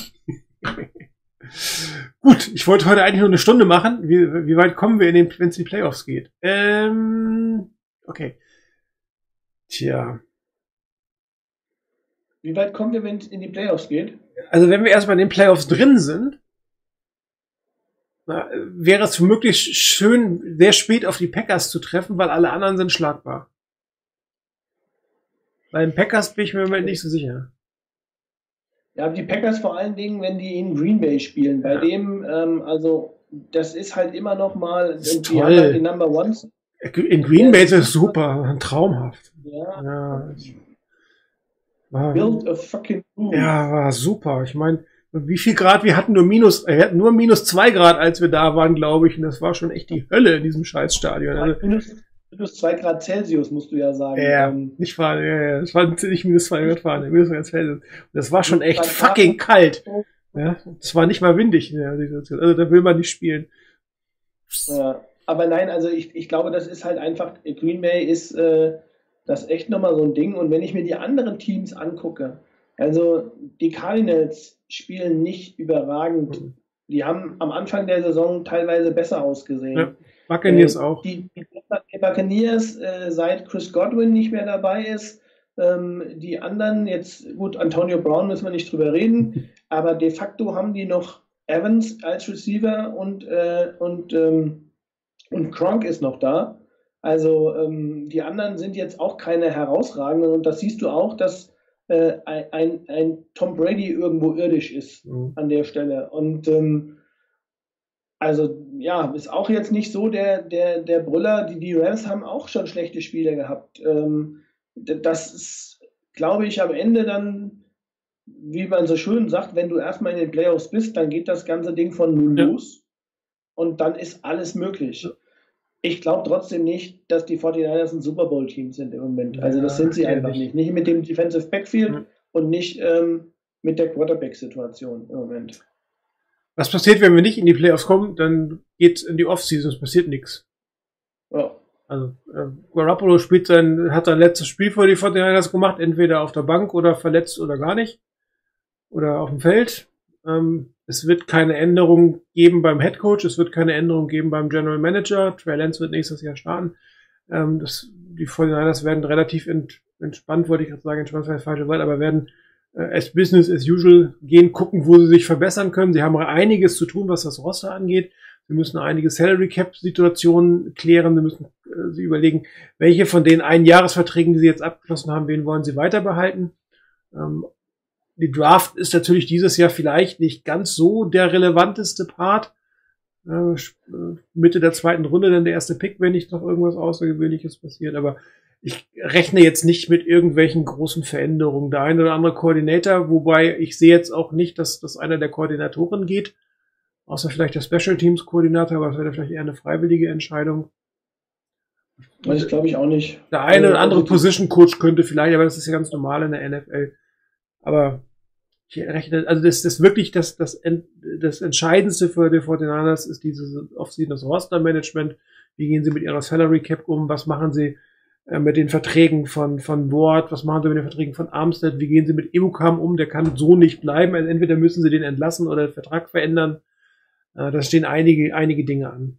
Gut, ich wollte heute eigentlich nur eine Stunde machen. Wie, wie weit kommen wir in den, wenn es in die Playoffs geht? Ähm, okay. Tja. Wie weit kommen wir, wenn es in die Playoffs geht? Also wenn wir erstmal in den Playoffs drin sind, na, wäre es möglichst schön, sehr spät auf die Packers zu treffen, weil alle anderen sind schlagbar. Bei den Packers bin ich mir im Moment nicht so sicher. Ja, die Packers vor allen Dingen, wenn die in Green Bay spielen. Bei Ja. dem, ähm, also das ist halt immer noch mal, ist die toll. haben halt die Number Ones. In Green Bay ist es super, traumhaft. Ja, Ja, war, build a fucking move. ja, war super. Ich meine, wie viel Grad? Wir hatten nur minus, äh, wir hatten nur minus zwei Grad, als wir da waren, glaube ich. Und das war schon echt die Hölle in diesem Scheißstadion. Also, minus, minus zwei Grad Celsius, musst du ja sagen. ja, Ähm, nicht fahren, ja, ja. Es war nicht minus zwei Grad fahren, minus zwei Grad Celsius. Und das war schon echt Grad fucking Grad. kalt. Ja, es war nicht mal windig in der Situation. Also da will man nicht spielen. Ja, aber nein, also ich, ich glaube, das ist halt einfach, Green Bay ist äh, das echt nochmal so ein Ding. Und wenn ich mir die anderen Teams angucke, also die Cardinals spielen nicht überragend. Mhm. Die haben am Anfang der Saison teilweise besser ausgesehen. Ja, Buccaneers Äh, auch. Die, die Buccaneers, äh, seit Chris Godwin nicht mehr dabei ist, ähm, die anderen, jetzt gut, Antonio Brown müssen wir nicht drüber reden, aber de facto haben die noch Evans als Receiver und, äh, und, ähm, und Gronk ist noch da. Also ähm, die anderen sind jetzt auch keine herausragenden, und das siehst du auch, dass äh, ein, ein, ein Tom Brady irgendwo irdisch ist Mhm. an der Stelle. Und ähm, also ja, ist auch jetzt nicht so der, der, der Brüller. Die, die Rams haben auch schon schlechte Spiele gehabt. Ähm, d- das ist, glaube ich, am Ende dann, wie man so schön sagt, wenn du erstmal in den Playoffs bist, dann geht das ganze Ding von null Ja. los und dann ist alles möglich. Ich glaube trotzdem nicht, dass die forty-niners ein Super Bowl-Team sind im Moment. Also das Ja, sind sie eher einfach nicht. nicht. Nicht mit dem Defensive Backfield Ja. und nicht ähm, mit der Quarterback-Situation im Moment. Was passiert, wenn wir nicht in die Playoffs kommen? Dann geht's in die Offseason, es passiert nichts. Ja. Also äh, Garoppolo spielt sein, hat sein letztes Spiel für die forty-niners gemacht, entweder auf der Bank oder verletzt oder gar nicht. Oder auf dem Feld. Ähm, es wird keine Änderung geben beim Headcoach, es wird keine Änderung geben beim General Manager. Trey Lance wird nächstes Jahr starten. Ähm, das, die forty-niners werden relativ ent, entspannt, wollte ich gerade sagen, entspannt wäre das falsche Wort, aber werden äh, as Business as usual gehen, gucken, wo sie sich verbessern können. Sie haben einiges zu tun, was das Roster angeht. Sie müssen einige Salary Cap Situationen klären. Sie müssen äh, sie überlegen, welche von den Einjahresverträgen, die sie jetzt abgeschlossen haben, wen wollen sie weiter behalten. Ähm, die Draft ist natürlich dieses Jahr vielleicht nicht ganz so der relevanteste Part. Äh, Mitte der zweiten Runde dann der erste Pick, wenn nicht noch irgendwas Außergewöhnliches passiert. Aber ich rechne jetzt nicht mit irgendwelchen großen Veränderungen. Der eine oder andere Koordinator, wobei ich sehe jetzt auch nicht, dass, dass einer der Koordinatoren geht. Außer vielleicht der Special Teams Koordinator, aber das wäre vielleicht eher eine freiwillige Entscheidung. Das glaube ich auch nicht. Der eine oder andere Also, Position Coach könnte vielleicht, aber das ist ja ganz normal in der N F L. Aber ich rechne, also das, das wirklich das, das, das Entscheidendste für die forty-niners ist dieses Offseason, das Roster-Management. Wie gehen sie mit ihrer Salary Cap um? Was machen sie äh, mit den Verträgen von, von Ward? Was machen sie mit den Verträgen von Armstead? Wie gehen sie mit Ebukam um? Der kann so nicht bleiben. Also entweder müssen sie den entlassen oder den Vertrag verändern. Äh, da stehen einige, einige Dinge an.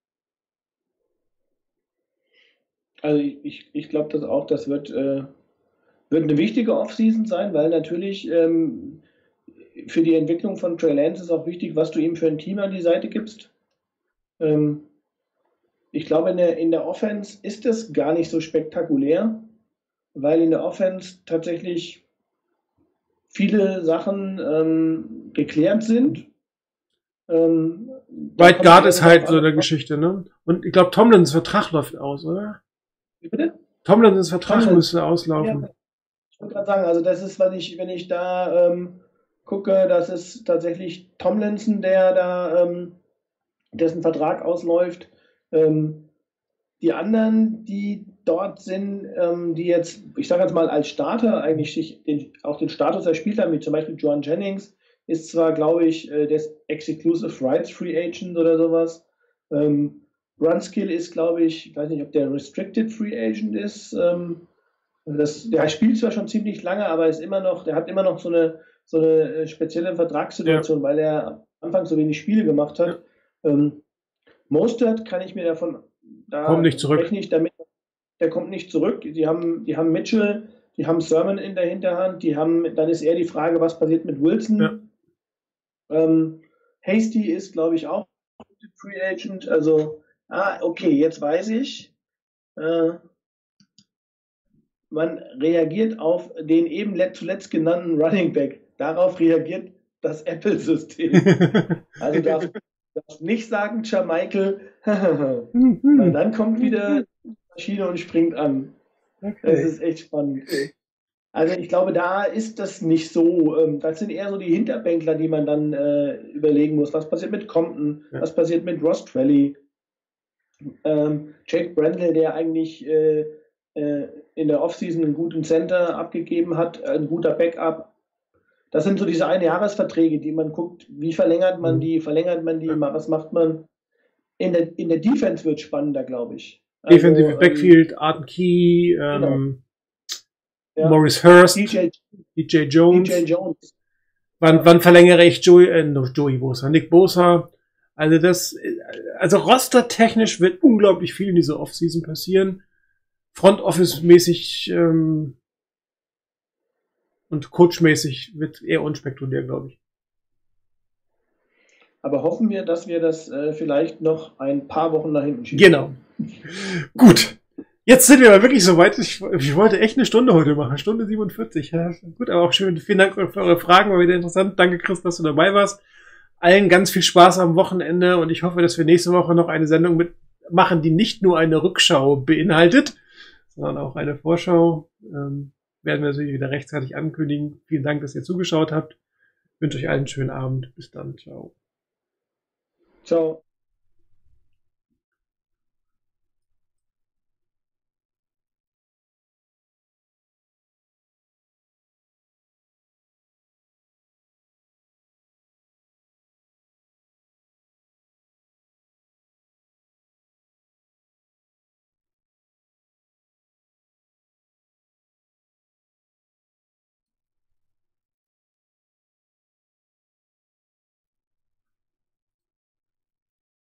Also ich, ich glaube das auch, das wird, äh, wird eine wichtige Offseason sein, weil natürlich ähm, für die Entwicklung von Trey Lance ist auch wichtig, was du ihm für ein Team an die Seite gibst. Ähm, ich glaube, in der, in der Offense ist es gar nicht so spektakulär, weil in der Offense tatsächlich viele Sachen ähm, geklärt sind. Ähm, da Right kommt Guard es ist halt drauf so an- eine Geschichte, ne? Und ich glaube, Tomlins Vertrag läuft aus, oder? Wie bitte? Tomlins Vertrag Tomlins. müsste auslaufen. Ja, ich wollte gerade sagen, also das ist, was ich, wenn ich da ähm, gucke, das ist tatsächlich Tomlinson, der da, ähm, dessen Vertrag ausläuft. Ähm, die anderen, die dort sind, ähm, die jetzt, ich sage jetzt mal als Starter eigentlich sich den, auch den Status erspielt haben, wie zum Beispiel John Jennings, ist zwar, glaube ich, äh, der ist Exclusive Rights Free Agent oder sowas. Ähm, Brunskill ist, glaube ich, ich weiß nicht, ob der Restricted Free Agent ist. Ähm, das, der spielt zwar schon ziemlich lange, aber ist immer noch, der hat immer noch so eine, so eine äh, spezielle Vertragssituation, weil er am Anfang so wenig Spiele gemacht hat. Ähm, Mostert kann ich mir davon, da Kommt nicht zurück. rechne ich damit, der kommt nicht zurück. Die haben, die haben Mitchell, die haben Sermon in der Hinterhand, die haben, dann ist eher die Frage, was passiert mit Wilson. Ja. Ähm, Hasty ist, glaube ich, auch Free Agent. Also, ah, okay, jetzt weiß ich. Äh, man reagiert auf den eben let- zuletzt genannten Running Back. Darauf reagiert das Apple-System. Also darf, darf nicht sagen, Jermichael, weil dann kommt wieder die Maschine und springt an. Das Okay. ist echt spannend. Also ich glaube, da ist das nicht so. ähm, Das sind eher so die Hinterbänkler, die man dann äh, überlegen muss. Was passiert mit Compton? Ja. Was passiert mit Ross Trelly? Ähm, Jake Brendel, der eigentlich äh, äh, in der Offseason einen guten Center abgegeben hat, ein guter Backup. Das sind so diese Einjahresverträge, die man guckt, wie verlängert man Mhm. die, verlängert man die, Ja. ma- was macht man? In der, in der Defense wird es spannender, glaube ich. Defensive Also, Backfield, Arden Key, ähm, Genau. ja. Maurice Hurst, D J, D J Jones. D J Jones. Wann, Ja. wann verlängere ich Joey, äh, no, Joey Bosa, Nick Bosa? Also das, äh, also rostertechnisch wird unglaublich viel in dieser Offseason passieren. Front Office-mäßig ähm, und Coach-mäßig wird eher unspektakulär, glaube ich. Aber hoffen wir, dass wir das äh, vielleicht noch ein paar Wochen nach hinten schieben. Genau. Gut. Jetzt sind wir aber wirklich soweit. Ich, ich wollte echt eine Stunde heute machen. Stunde siebenundvierzig. Ja, gut, aber auch schön. Vielen Dank für eure Fragen. War wieder interessant. Danke, Chris, dass du dabei warst. Allen ganz viel Spaß am Wochenende und ich hoffe, dass wir nächste Woche noch eine Sendung mitmachen, die nicht nur eine Rückschau beinhaltet, sondern auch eine Vorschau. Ähm, werden wir natürlich wieder rechtzeitig ankündigen. Vielen Dank, dass ihr zugeschaut habt. Ich wünsche euch allen einen schönen Abend. Bis dann. Ciao. Ciao.